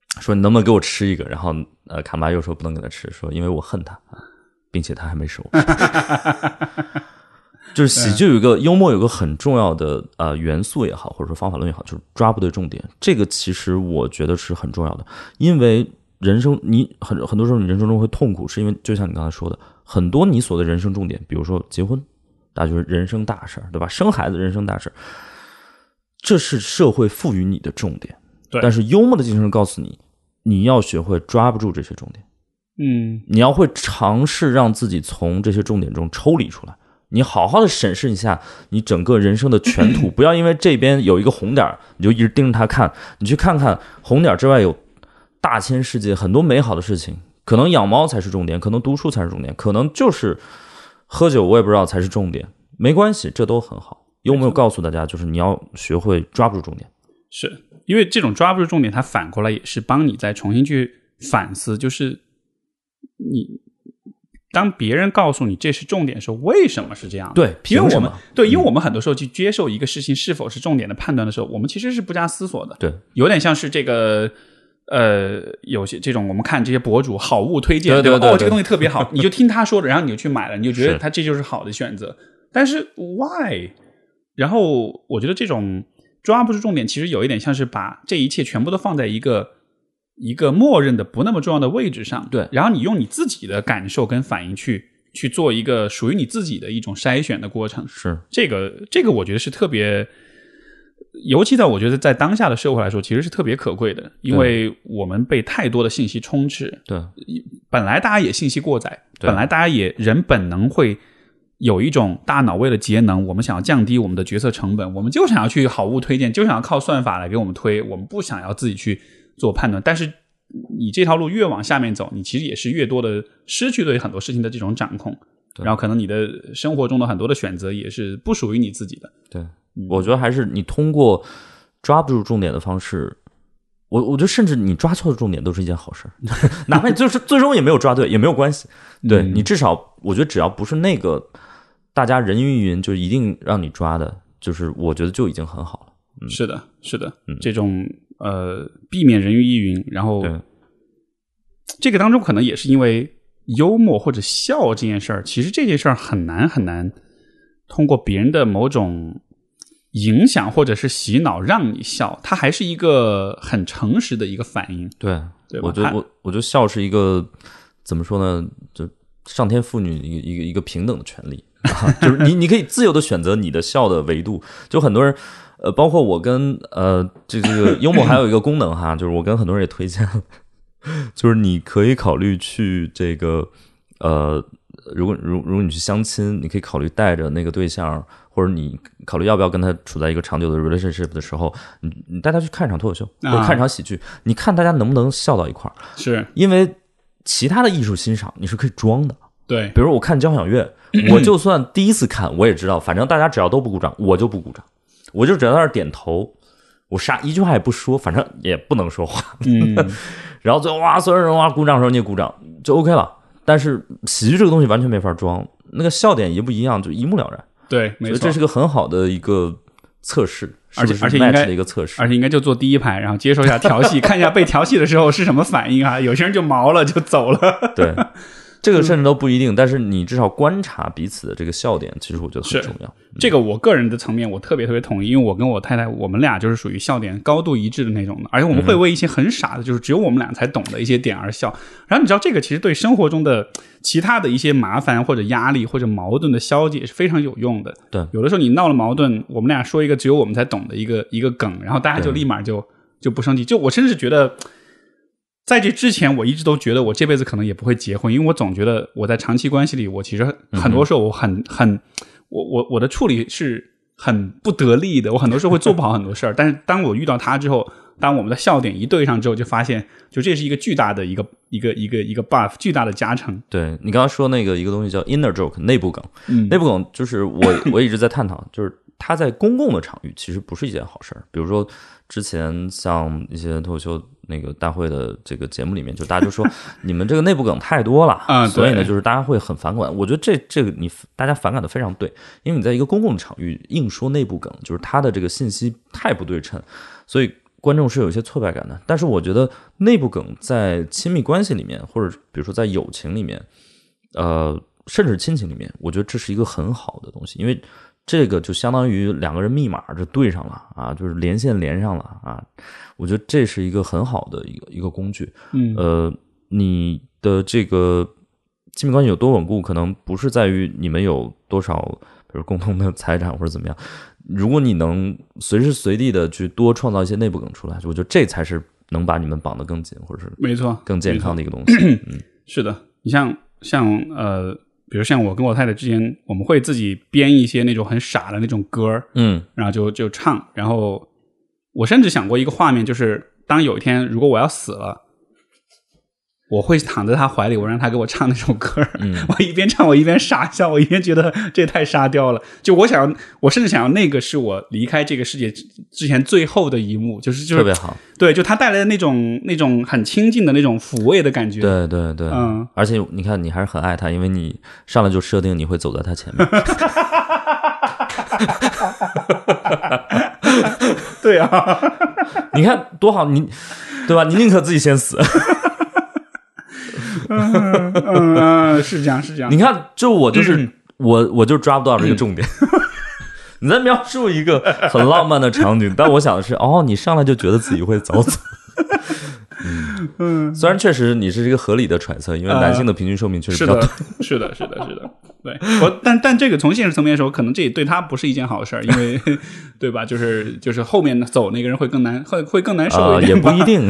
说你能不能给我吃一个？然后呃，卡马又说不能给他吃，说因为我恨他，并且他还没熟。就是喜剧有一个幽默，有一个很重要的呃元素也好，或者说方法论也好，就是抓不对重点。这个其实我觉得是很重要的，因为人生你很很多时候你人生中会痛苦，是因为就像你刚才说的，很多你所的人生重点，比如说结婚，大家就是人生大事，对吧？生孩子人生大事，这是社会赋予你的重点。 对， 但是幽默的精神告诉你，你要学会抓不住这些重点。 嗯， 你要会尝试让自己从这些重点中抽离出来。你好好的审视一下你整个人生的全图，不要因为这边有一个红点你就一直盯着它看，你去看看红点之外有大千世界，很多美好的事情，可能养猫才是重点，可能读书才是重点，可能就是喝酒我也不知道才是重点，没关系，这都很好。幽默告诉大家就是你要学会抓不住重点， 是因为这种抓不住重点它反过来也是帮你再重新去反思，就是你当别人告诉你这是重点的时候，为什么是这样的？ 对， 因为我们对，因为我们们很多时候去接受一个事情是否是重点的判断的时候，我们其实是不加思索的。 对， 有点像是这个呃，有些这种我们看这些博主好物推荐， 对对对对吧？哦，这个东西特别好，你就听他说的，然后你就去买了，你就觉得他这就是好的选择。但是 why？ 然后我觉得这种抓不住重点，其实有一点像是把这一切全部都放在一个。一个默认的不那么重要的位置上， 对， 然后你用你自己的感受跟反应去去做一个属于你自己的一种筛选的过程， 是这个这个我觉得是特别，尤其在我觉得在当下的社会来说，其实是特别可贵的，因为我们被太多的信息充斥， 对， 本来大家也信息过载，本来大家也人本能会有一种大脑为了节能，我们想要降低我们的决策成本，我们就想要去好物推荐，就想要靠算法来给我们推，我们不想要自己去做判断，但是你这条路越往下面走，你其实也是越多的失去对很多事情的这种掌控，然后可能你的生活中的很多的选择也是不属于你自己的。 对，我觉得还是你通过抓不住重点的方式，我我觉得甚至你抓错的重点都是一件好事，哪怕就是最终也没有抓对也没有关系。对、嗯、你至少我觉得只要不是那个大家人云亦云就一定让你抓的，就是我觉得就已经很好了。嗯、 是的，是的，嗯、这种。呃，避免人云亦云，然后这个当中可能也是因为幽默或者笑这件事儿，其实这件事儿很难很难通过别人的某种影响或者是洗脑让你笑，它还是一个很诚实的一个反应。 对， 对， 我觉得我我觉得笑是一个怎么说呢？就上天赋予一个一个一个平等的权利，啊、就是你你可以自由的选择你的笑的维度，就很多人。呃，包括我跟呃，这这个幽默还有一个功能哈，就是我跟很多人也推荐，就是你可以考虑去这个呃，如果如如果你去相亲，你可以考虑带着那个对象，或者你考虑要不要跟他处在一个长久的 relationship 的时候，你你带他去看一场脱口秀，或者看一场喜剧，啊、你看大家能不能笑到一块儿？ 是因为其他的艺术欣赏你是可以装的。 对， 比如我看交响乐，我就算第一次看，我也知道，反正大家只要都不鼓掌，我就不鼓掌。我就只要在那儿点头，我啥一句话也不说，反正也不能说话。 嗯， 然后最后哇，所有人哇鼓掌的时候你也鼓掌，就 OK 了。但是喜剧这个东西完全没法装，那个笑点也不一样，就一目了然。 对，没错， 所以这是个很好的一个测试， 而且而且应该的一个测试， 而且应该就坐第一排，然后接受一下调戏，看一下被调戏的时候是什么反应啊？有些人就毛了，就走了。 对。这个甚至都不一定，但是你至少观察彼此的这个笑点，其实我觉得很重要。 嗯、这个我个人的层面，我特别特别同意，因为我跟我太太，我们俩就是属于笑点高度一致的那种的，而且我们会为一些很傻的，就是只有我们俩才懂的一些点而笑。然后你知道，这个其实对生活中的其他的一些麻烦或者压力或者矛盾的消解是非常有用的。 对， 有的时候你闹了矛盾，我们俩说一个只有我们才懂的一个一个梗，然后大家就立马就就不生气。就我甚至觉得。在这之前我一直都觉得我这辈子可能也不会结婚，因为我总觉得我在长期关系里我其实很多时候我很很我我我的处理是很不得力的，我很多时候会做不好很多事儿，但是当我遇到他之后，当我们的笑点一对上之后，就发现就这是一个巨大的一个一个一个一个 buff， 巨大的加成。 对，你刚刚说那个一个东西叫 inner joke 内部梗、 嗯、 内部梗就是我我一直在探讨就是它在公共的场域其实不是一件好事儿，比如说之前像一些脱口秀那个大会的这个节目里面，就大家就说你们这个内部梗太多了啊， 所以呢，就是大家会很反感。我觉得这这个你大家反感的非常对，因为你在一个公共的场域硬说内部梗，就是它的这个信息太不对称，所以观众是有一些挫败感的。但是我觉得内部梗在亲密关系里面，或者比如说在友情里面，呃，甚至亲情里面，我觉得这是一个很好的东西，因为这个就相当于两个人密码就对上了啊，就是连线连上了啊。我觉得这是一个很好的一个一个工具。 嗯， 呃，你的这个亲密关系有多稳固，可能不是在于你们有多少，比如共同的财产或者怎么样。如果你能随时随地的去多创造一些内部梗出来，我觉得这才是能把你们绑得更紧，或者是没错更健康的一个东西。嗯， 是的，你像像呃，比如像我跟我太太之间，我们会自己编一些那种很傻的那种歌， 嗯， 然后就就唱，然后我甚至想过一个画面，就是当有一天如果我要死了。我会躺在他怀里，我让他给我唱那首歌，嗯、我一边唱我一边傻笑，我一边觉得这太沙雕了。就我想要，我甚至想要那个是我离开这个世界之前最后的一幕，就是就是特别好， 对，就他带来的那种那种很亲近的那种抚慰的感觉。 对对对， 嗯， 而且你看，你还是很爱他，因为你上来就设定你会走在他前面。 对啊， 你看多好，你对吧？你宁可自己先死。 嗯嗯嗯，是这样是这样。 你看，就我就是、嗯、我，我就抓不到这个重点。嗯、你在描述一个很浪漫的场景，但我想的是，哦，你上来就觉得自己会早走。嗯嗯，虽然确实你是一个合理的揣测，因为男性的平均寿命确实比较短。 呃、是的，是的，是的，是的。对，我但但这个从现实层面说，可能这也对他不是一件好事儿，因为对吧？就是就是后面走那个人会更难，会会更难受一点、 呃，也不一定。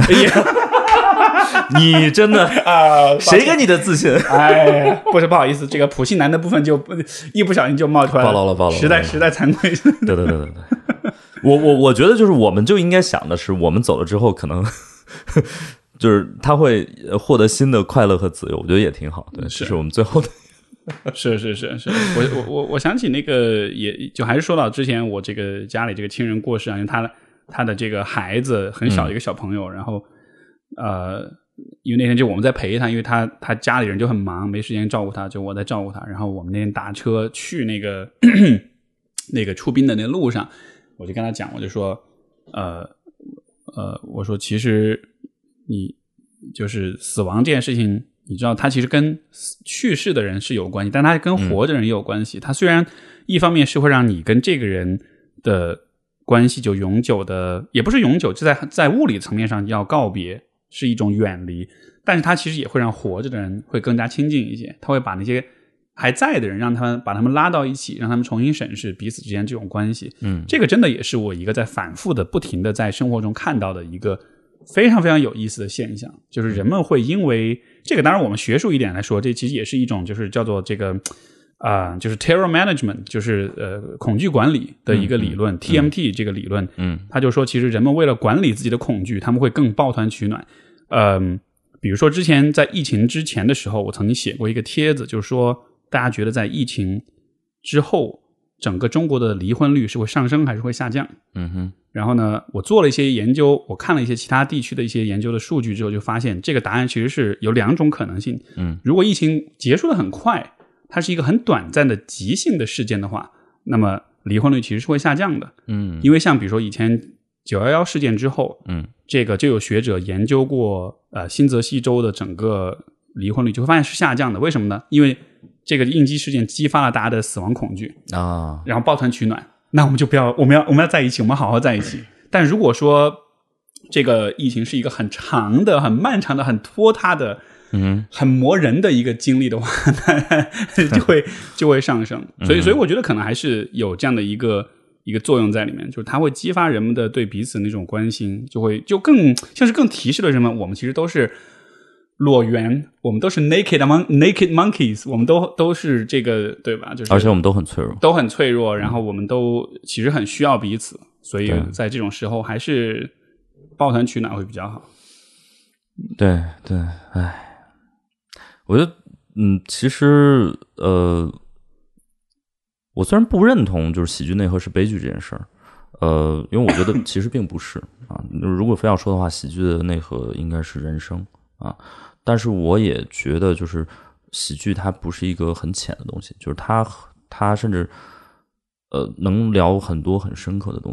你真的啊？谁给你的自信？ 哎，不是不好意思，这个普信男的部分就一不小心就冒出来了， 暴露了，暴露了， 实在实在惭愧。 对对对对对，我我我觉得就是我们就应该想的是，我们走了之后，可能就是他会获得新的快乐和自由，我觉得也挺好。对， 是这是我们最后的。 是是是是，我我我我想起那个，也就还是说到之前我这个家里这个亲人过世啊，因为他他的这个孩子很小的一个小朋友，嗯、然后呃，因为那天就我们在陪他，因为他他家里人就很忙，没时间照顾他，就我在照顾他。然后我们那天打车去那个那个出殡的那路上，我就跟他讲，我就说呃呃，我说其实你就是死亡这件事情。你知道他其实跟去世的人是有关系，但他跟活着人也有关系。他、嗯、虽然一方面是会让你跟这个人的关系就永久的，也不是永久，就在在物理层面上要告别，是一种远离，但是他其实也会让活着的人会更加亲近一些。他会把那些还在的人，让他们把他们拉到一起，让他们重新审视彼此之间这种关系。 嗯， 这个真的也是我一个在反复的、不停的在生活中看到的一个非常非常有意思的现象，就是人们会因为这个，当然我们学术一点来说，这其实也是一种就是叫做这个啊、呃，就是 terror management， 就是呃恐惧管理的一个理论、嗯嗯、T M T 这个理论， 嗯， 他就说其实人们为了管理自己的恐惧，他们会更抱团取暖。嗯、呃，比如说之前在疫情之前的时候，我曾经写过一个帖子，就是说大家觉得在疫情之后，整个中国的离婚率是会上升还是会下降？ 嗯哼。 然后呢，我做了一些研究，我看了一些其他地区的一些研究的数据之后，就发现这个答案其实是有两种可能性。 嗯，如果疫情结束的很快，它是一个很短暂的急性的事件的话，那么离婚率其实是会下降的。 嗯， 因为像比如说以前九一一事件之后， 嗯， 这个就有学者研究过呃新泽西州的整个离婚率，就会发现是下降的。为什么呢？因为这个应激事件激发了大家的死亡恐惧啊， 然后抱团取暖。那我们就不要，我们要我们要在一起，我们好好在一起。但如果说这个疫情是一个很长的、很漫长的、很拖沓的、 嗯， 很磨人的一个经历的话，那就会就会上升。所以，所以我觉得可能还是有这样的一个一个作用在里面，就是它会激发人们的对彼此那种关心，就会就更像是更提示了人们，我们其实都是裸猿，我们都是 naked among naked monkeys， 我们都都是这个对吧？就是而且我们都很脆弱， 都很脆弱，然后我们都其实很需要彼此，所以在这种时候还是抱团取暖会比较好。 对对，哎，我觉得，嗯，其实呃，我虽然不认同就是喜剧内核是悲剧这件事儿，呃，因为我觉得其实并不是啊。如果非要说的话，喜剧的内核应该是人生啊。但是我也觉得，就是喜剧它不是一个很浅的东西，就是它它甚至呃能聊很多很深刻的东西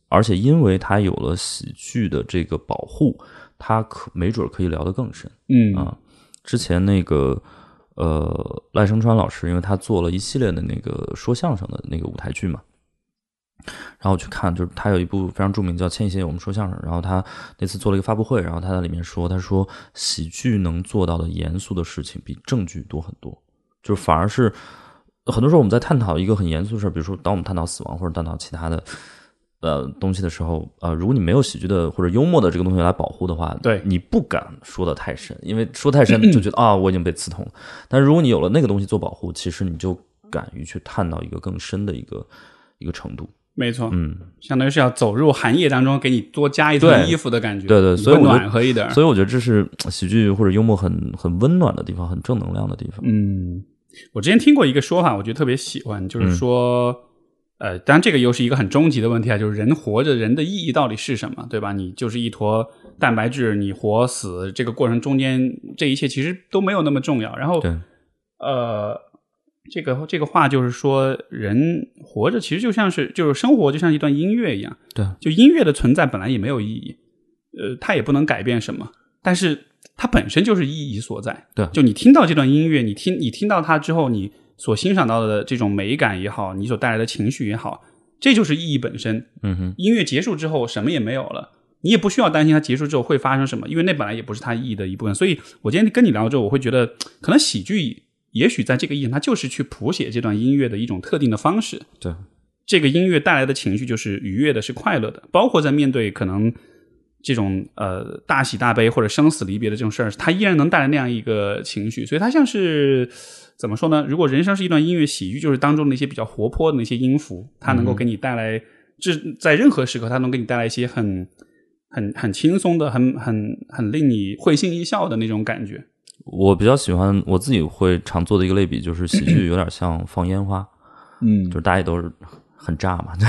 而且因为它有了喜剧的这个保护，它可没准可以聊得更深。 嗯啊，之前那个呃赖声川老师，因为他做了一系列的那个说相声的那个舞台剧嘛，然后我去看，就是他有一部非常著名叫《千禧年我们说相声》，然后他那次做了一个发布会，然后他在里面说，他说喜剧能做到的严肃的事情比正剧多很多，就是反而是很多时候我们在探讨一个很严肃的事，比如说当我们探讨死亡或者探讨其他的呃东西的时候，呃，如果你没有喜剧的或者幽默的这个东西来保护的话， 对， 你不敢说的太深，因为说太深就觉得啊我已经被刺痛了。但是如果你有了那个东西做保护，其实你就敢于去探到一个更深的一个一个程度。 没错， 嗯， 相当于是要走入寒夜当中，给你多加一层衣服的感觉， 对对，所以暖和一点。 所以我觉得这是喜剧或者幽默很很温暖的地方，很正能量的地方。 嗯，我之前听过一个说法，我觉得特别喜欢，就是说，嗯、呃，当然这个又是一个很终极的问题啊，就是人活着，人的意义到底是什么，对吧？你就是一坨蛋白质，你活死这个过程中间，这一切其实都没有那么重要。然后， 对， 呃。这个这个话就是说，人活着其实就像是，就是生活就像一段音乐一样。 对， 就音乐的存在本来也没有意义，呃，它也不能改变什么，但是它本身就是意义所在。 对， 就你听到这段音乐，你听你听到它之后，你所欣赏到的这种美感也好，你所带来的情绪也好，这就是意义本身。 嗯哼， 音乐结束之后什么也没有了，你也不需要担心它结束之后会发生什么，因为那本来也不是它意义的一部分。所以我今天跟你聊之后，我会觉得可能喜剧也许在这个意义上，它就是去谱写这段音乐的一种特定的方式。 对， 这个音乐带来的情绪就是愉悦的，是快乐的，包括在面对可能这种呃大喜大悲或者生死离别的这种事儿，它依然能带来那样一个情绪。所以它像是怎么说呢？如果人生是一段音乐，喜剧就是当中的一些比较活泼的那些音符，它能够给你带来，这、嗯、在任何时刻，它能给你带来一些很很很轻松的、很很很令你会心一笑的那种感觉。 我比较喜欢我自己会常做的一个类比，就是喜剧有点像放烟花， 嗯， 就是大家也都是很炸嘛，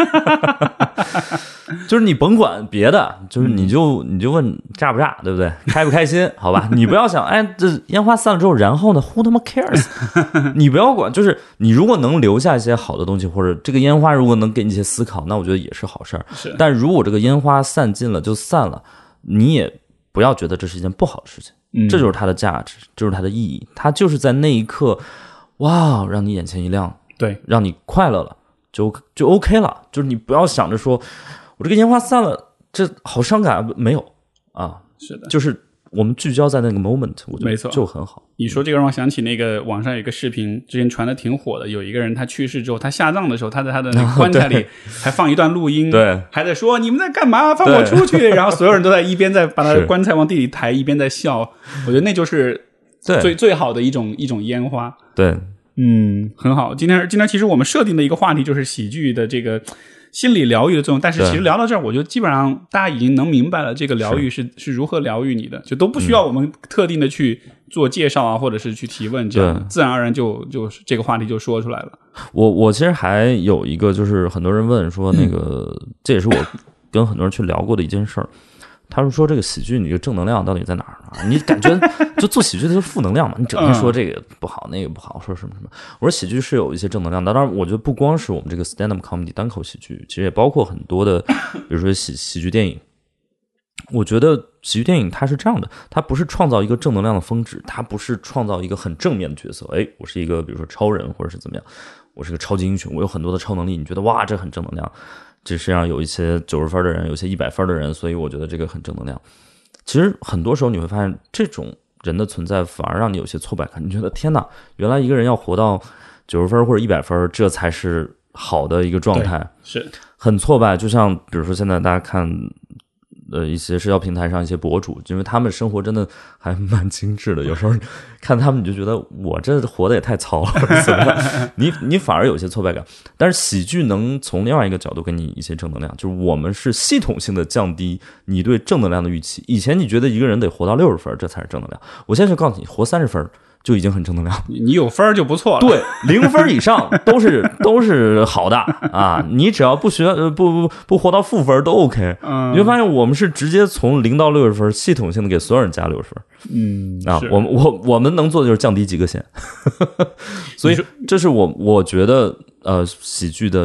就是你甭管别的，就是你就你就问炸不炸，对不对？开不开心？好吧，你不要想，哎，这烟花散了之后，然后呢 ，who 他妈 cares？ 你不要管，就是你如果能留下一些好的东西，或者这个烟花如果能给你一些思考，那我觉得也是好事儿。 是， 但如果这个烟花散尽了就散了，你也不要觉得这是一件不好的事情。 嗯， 这就是它的价值，这就是它的意义，它就是在那一刻，哇，让你眼前一亮， 对， 让你快乐了，就就 OK 了。就是你不要想着说，我这个烟花散了，这好伤感，没有啊， 是的， 就是我们聚焦在那个 moment， 我觉得就很好。 你说这个让我想起那个网上有一个视频，之前传的挺火的，有一个人他去世之后，他下葬的时候，他在他的那个棺材里还放一段录音， 对， 还在说你们在干嘛？放我出去！然后所有人都在一边在把他的棺材往地里抬，一边在笑。我觉得那就是最最好的一种一种烟花。 对， 嗯，很好。今天今天其实我们设定的一个话题就是喜剧的这个心理疗愈的作用，但是其实聊到这儿，我觉得基本上大家已经能明白了这个疗愈是 是, 是如何疗愈你的，就都不需要我们特定的去做介绍啊，嗯、或者是去提问，这样自然而然就就这个话题就说出来了。 我我其实还有一个，就是很多人问说，那个、嗯、这也是我跟很多人去聊过的一件事儿。他们说这个喜剧，你这个正能量到底在哪儿呢？你感觉就做喜剧的就是负能量嘛？你整天说这个不好，那个不好，说什么什么。我说喜剧是有一些正能量的，当然我觉得不光是我们这个 stand up comedy 单口喜剧，其实也包括很多的，比如说喜喜剧电影。我觉得喜剧电影它是这样的，它不是创造一个正能量的峰值，它不是创造一个很正面的角色。哎，我是一个比如说超人或者是怎么样，我是个超级英雄，我有很多的超能力，你觉得哇这很正能量。这世界上有一些九十分的人，有些一百分的人，所以我觉得这个很正能量。其实很多时候你会发现，这种人的存在反而让你有些挫败感。你觉得天哪，原来一个人要活到九十分或者一百分，这才是好的一个状态， 是很挫败。就像比如说现在大家看呃一些社交平台上一些博主，因为他们生活真的还蛮精致的，有时候看他们你就觉得我这活得也太糙了，你你反而有些挫败感。但是喜剧能从另外一个角度给你一些正能量，就是我们是系统性的降低你对正能量的预期。以前你觉得一个人得活到六十分这才是正能量，我现在就告诉你活三十分就已经很正能量， 你有分就不错了。 对，零分以上都是都是好的啊！你只要不学不不不活到负分都 OK。嗯，你会发现我们是直接从零到六十分，系统性的给所有人加六十分。 嗯啊，我们我我们能做的就是降低几个线。所以这是我我觉得呃喜剧的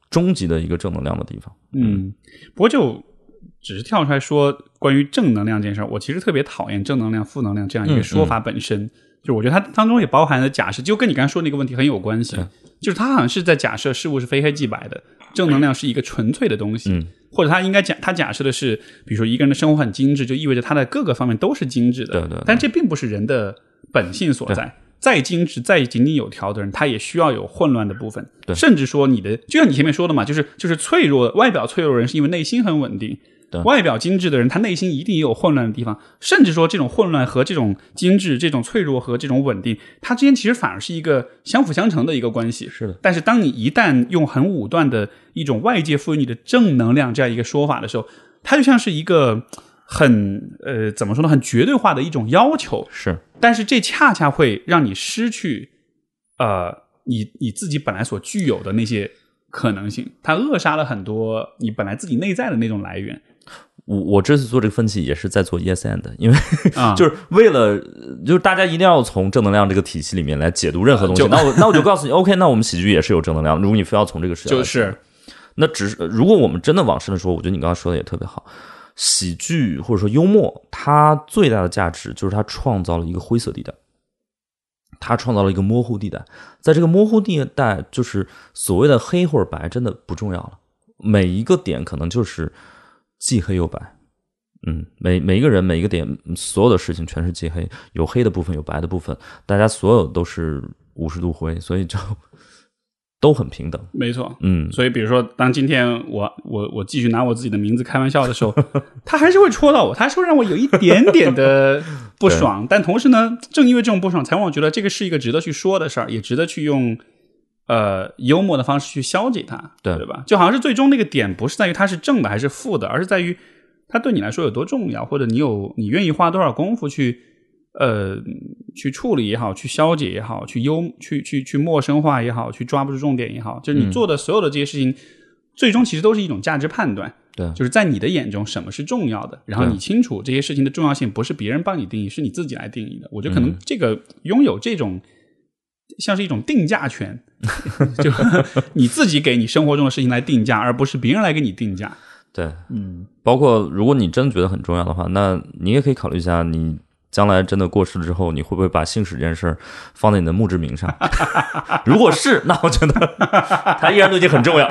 终极的一个正能量的地方。 嗯，不过就只是跳出来说关于正能量这件事，我其实特别讨厌正能量负能量这样一个说法本身。嗯嗯，就我觉得它当中也包含了假设，就跟你刚才说的那个问题很有关系，就是它好像是在假设事物是非黑即白的，正能量是一个纯粹的东西，嗯，或者他应该假他假设的是，比如说一个人的生活很精致，就意味着他的各个方面都是精致的， 对 对, 对， 但这并不是人的本性所在。再精致再井井有条的人，他也需要有混乱的部分，甚至说你的就像你前面说的嘛，就是就是脆弱，外表脆弱的人是因为内心很稳定，外表精致的人他内心一定也有混乱的地方，甚至说这种混乱和这种精致，这种脆弱和这种稳定，它之间其实反而是一个相辅相成的一个关系。 是的。 但是当你一旦用很武断的一种外界赋予你的正能量这样一个说法的时候，它就像是一个很呃怎么说呢，很绝对化的一种要求。 是。 但是这恰恰会让你失去呃你你自己本来所具有的那些可能性，它扼杀了很多你本来自己内在的那种来源。 我我这次做这个分析也是在做 yes and， 因为、啊、就是为了就是大家一定要从正能量这个体系里面来解读任何东西。那我那我就告诉你 OK， 那我们喜剧也是有正能量，如果你非要从这个视角来， 就是那只是如果我们真的往深的说，我觉得你刚刚说的也特别好。喜剧或者说幽默，它最大的价值就是它创造了一个灰色地带，它创造了一个模糊地带。在这个模糊地带，就是所谓的黑或者白真的不重要了，每一个点可能就是既黑又白。嗯，每每一个人每一个点，所有的事情全是既黑，有黑的部分有白的部分，大家所有都是五十度灰，所以就都很平等。 没错。 嗯， 所以比如说当今天我我我继续拿我自己的名字开玩笑的时候，他还是会戳到我，他还是会让我有一点点的不爽但同时呢，正因为这种不爽才让我觉得这个是一个值得去说的事儿，也值得去用呃幽默的方式去消解它，对对吧？就好像是最终那个点不是在于它是正的还是负的，而是在于它对你来说有多重要，或者你有你愿意花多少功夫去呃，去处理也好，去消解也好，去幽去去去陌生化也好，去抓不住重点也好，就是你做的所有的这些事情、嗯、最终其实都是一种价值判断。 对， 就是在你的眼中什么是重要的，然后你清楚这些事情的重要性不是别人帮你定义，是你自己来定义的。我觉得可能这个拥有这种、嗯、像是一种定价权就你自己给你生活中的事情来定价，而不是别人来给你定价。 对， 嗯， 包括如果你真觉得很重要的话，那你也可以考虑一下，你将来真的过世了之后，你会不会把姓氏这件事放在你的墓志铭上？如果是，那我觉得它依然都已经很重要。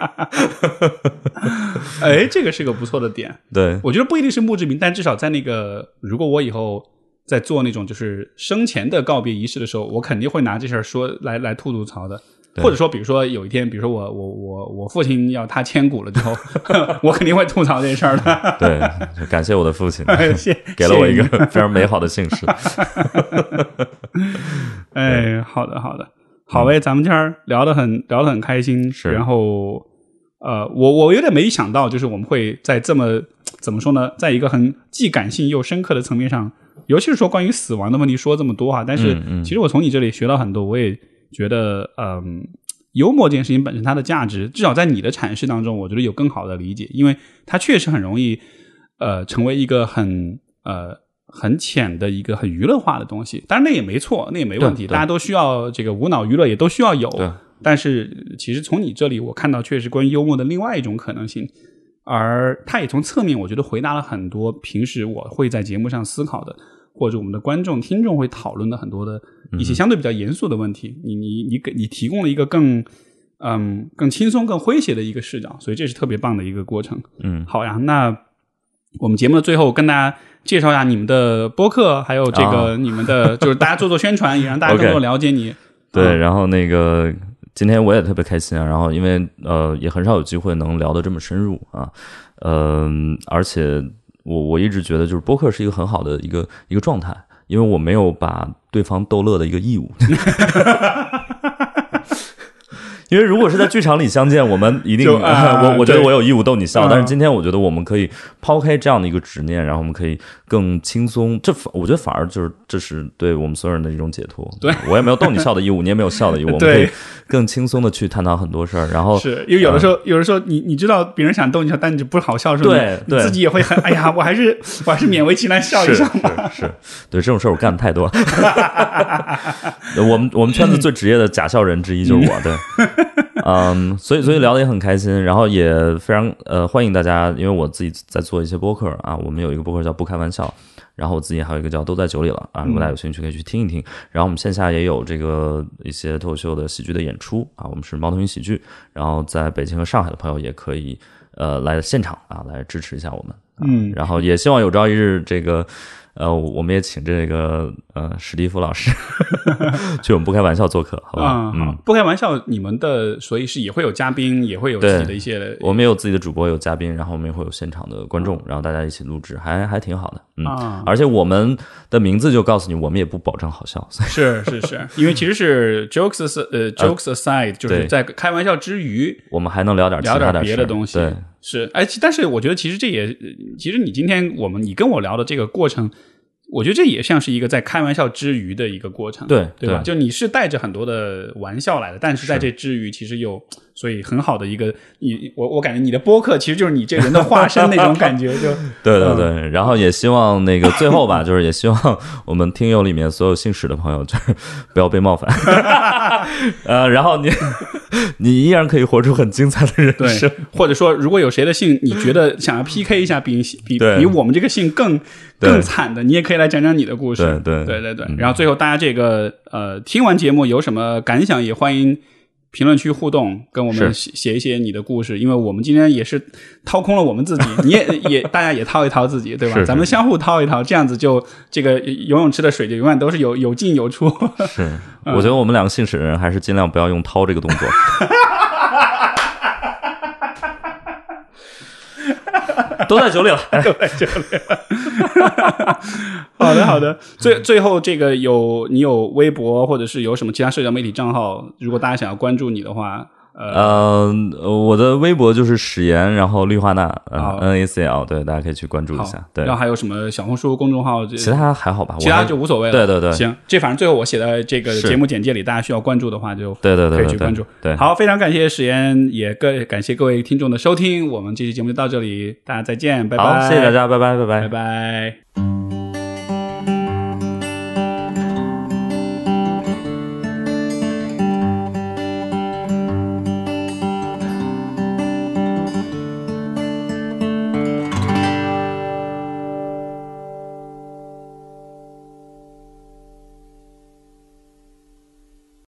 哎，这个是个不错的点。 对， 我觉得不一定是墓志铭，但至少在那个，如果我以后在做那种就是生前的告别仪式的时候，我肯定会拿这事儿说来来吐吐槽的。或者说比如说有一天比如说我我我我父亲要他千古了之后我肯定会吐槽这事儿的。 对，感谢我的父亲谢给了我一个非常美好的姓氏。 哎，好的好的，好呗、嗯、咱们今儿聊得很聊得很开心， 是， 然后呃我我有点没想到就是我们会在这么怎么说呢，在一个很既感性又深刻的层面上，尤其是说关于死亡的问题说这么多哈，但是其实我从你这里学到很多，我也觉得嗯，幽默这件事情本身它的价值至少在你的阐释当中我觉得有更好的理解，因为它确实很容易呃成为一个很呃很浅的一个很娱乐化的东西，当然那也没错，那也没问题，大家都需要这个无脑娱乐，也都需要有，但是其实从你这里我看到确实关于幽默的另外一种可能性，而它也从侧面我觉得回答了很多平时我会在节目上思考的，或者我们的观众听众会讨论的很多的一些相对比较严肃的问题，你你你给你提供了一个更嗯更轻松更诙谐的一个视角，所以这是特别棒的一个过程。 嗯， 好呀，那我们节目的最后跟大家介绍一下你们的播客，还有这个你们的、哦、就是大家做做宣传，也让大家更多了解你。 对、嗯，然后那个今天我也特别开心啊，然后因为呃也很少有机会能聊得这么深入啊，嗯、呃，而且我我一直觉得就是播客是一个很好的一个一个状态，因为我没有把对方逗乐的一个义务。因为如果是在剧场里相见，我们一定、啊、我我觉得我有义务逗你笑，但是今天我觉得我们可以抛开这样的一个执念，然后我们可以更轻松，这我觉得反而就是这是对我们所有人的一种解脱。 对， 我也没有逗你笑的义务，你也没有笑的义务，我们可以更轻松的去探讨很多事儿。然后是因为有的时候、嗯、有的时候你你知道别人想逗你笑，但你就不好笑，是吧？ 对对， 你自己也会很哎呀，我还是我还是勉为其难笑一笑吧。 是是是，对，这种事儿我干的太多了。我们我们圈子最职业的假笑人之一就是我，对。 嗯，所以所以聊得也很开心，然后也非常呃欢迎大家，因为我自己在做一些播客啊，我们有一个播客叫不开玩笑，然后我自己还有一个叫都在酒里了啊，如果大家有兴趣可以去听一听。然后我们线下也有这个一些脱口秀的喜剧的演出啊，我们是猫头鹰喜剧，然后在北京和上海的朋友也可以呃来现场啊来支持一下我们，啊、 嗯， 然后也希望有朝一日这个。呃，我们也请这个呃史蒂夫老师去我们不开玩笑做客，好吧？ 嗯，不开玩笑，你们的所以是也会有嘉宾，也会有自己的一些， 我们有自己的主播，有嘉宾，然后我们也会有现场的观众，然后大家一起录制，还还挺好的。嗯， 啊、 而且我们的名字就告诉你，我们也不保证好笑。 是是是，因为其实是 jokes 呃 jokes aside，、呃、就是在开玩笑之余， 我们还能聊点其他聊点别的东西。 对。 是，哎，但是我觉得其实这也，其实你今天我们你跟我聊的这个过程，我觉得这也像是一个在开玩笑之余的一个过程， 对对吧？ 对就你是带着很多的玩笑来的，但是在这之余，其实有所以很好的一个，你我我感觉你的播客其实就是你这个人的化身那种感觉，就对对对、嗯。然后也希望那个最后吧，就是也希望我们听友里面所有姓史的朋友，就是不要被冒犯，呃，然后你。你依然可以活出很精彩的人生， 对，或者说，如果有谁的姓你觉得想要 P K 一下比比比我们这个姓更更惨的，你也可以来讲讲你的故事。 对对对对对、嗯。然后最后大家这个呃听完节目有什么感想，也欢迎评论区互动，跟我们写一写你的故事，因为我们今天也是掏空了我们自己，你也也大家也掏一掏自己，对吧？ 是是咱们相互掏一掏，这样子就这个游泳池的水就永远都是有有进有出。 是，我觉得我们两个姓史的人还是尽量不要用掏这个动作。都在酒里了， 都在酒里了。好的，好的。最最后，这个有你有微博或者是有什么其他社交媒体账号？如果大家想要关注你的话， 呃，呃我的微博就是史岩，然后氯化钠，呃、N A C L， 对，大家可以去关注一下。对， 然后还有什么小红书公众号？ 其他还好吧， 其他就无所谓了。 对对对， 行，这反正最后我写在这个节目简介里，大家需要关注的话就对对对可以去关注。 对， 好，非常感谢史岩，也各感谢各位听众的收听，我们这期节目就到这里，大家再见，拜拜。 好，谢谢大家，拜拜，拜拜， 拜拜。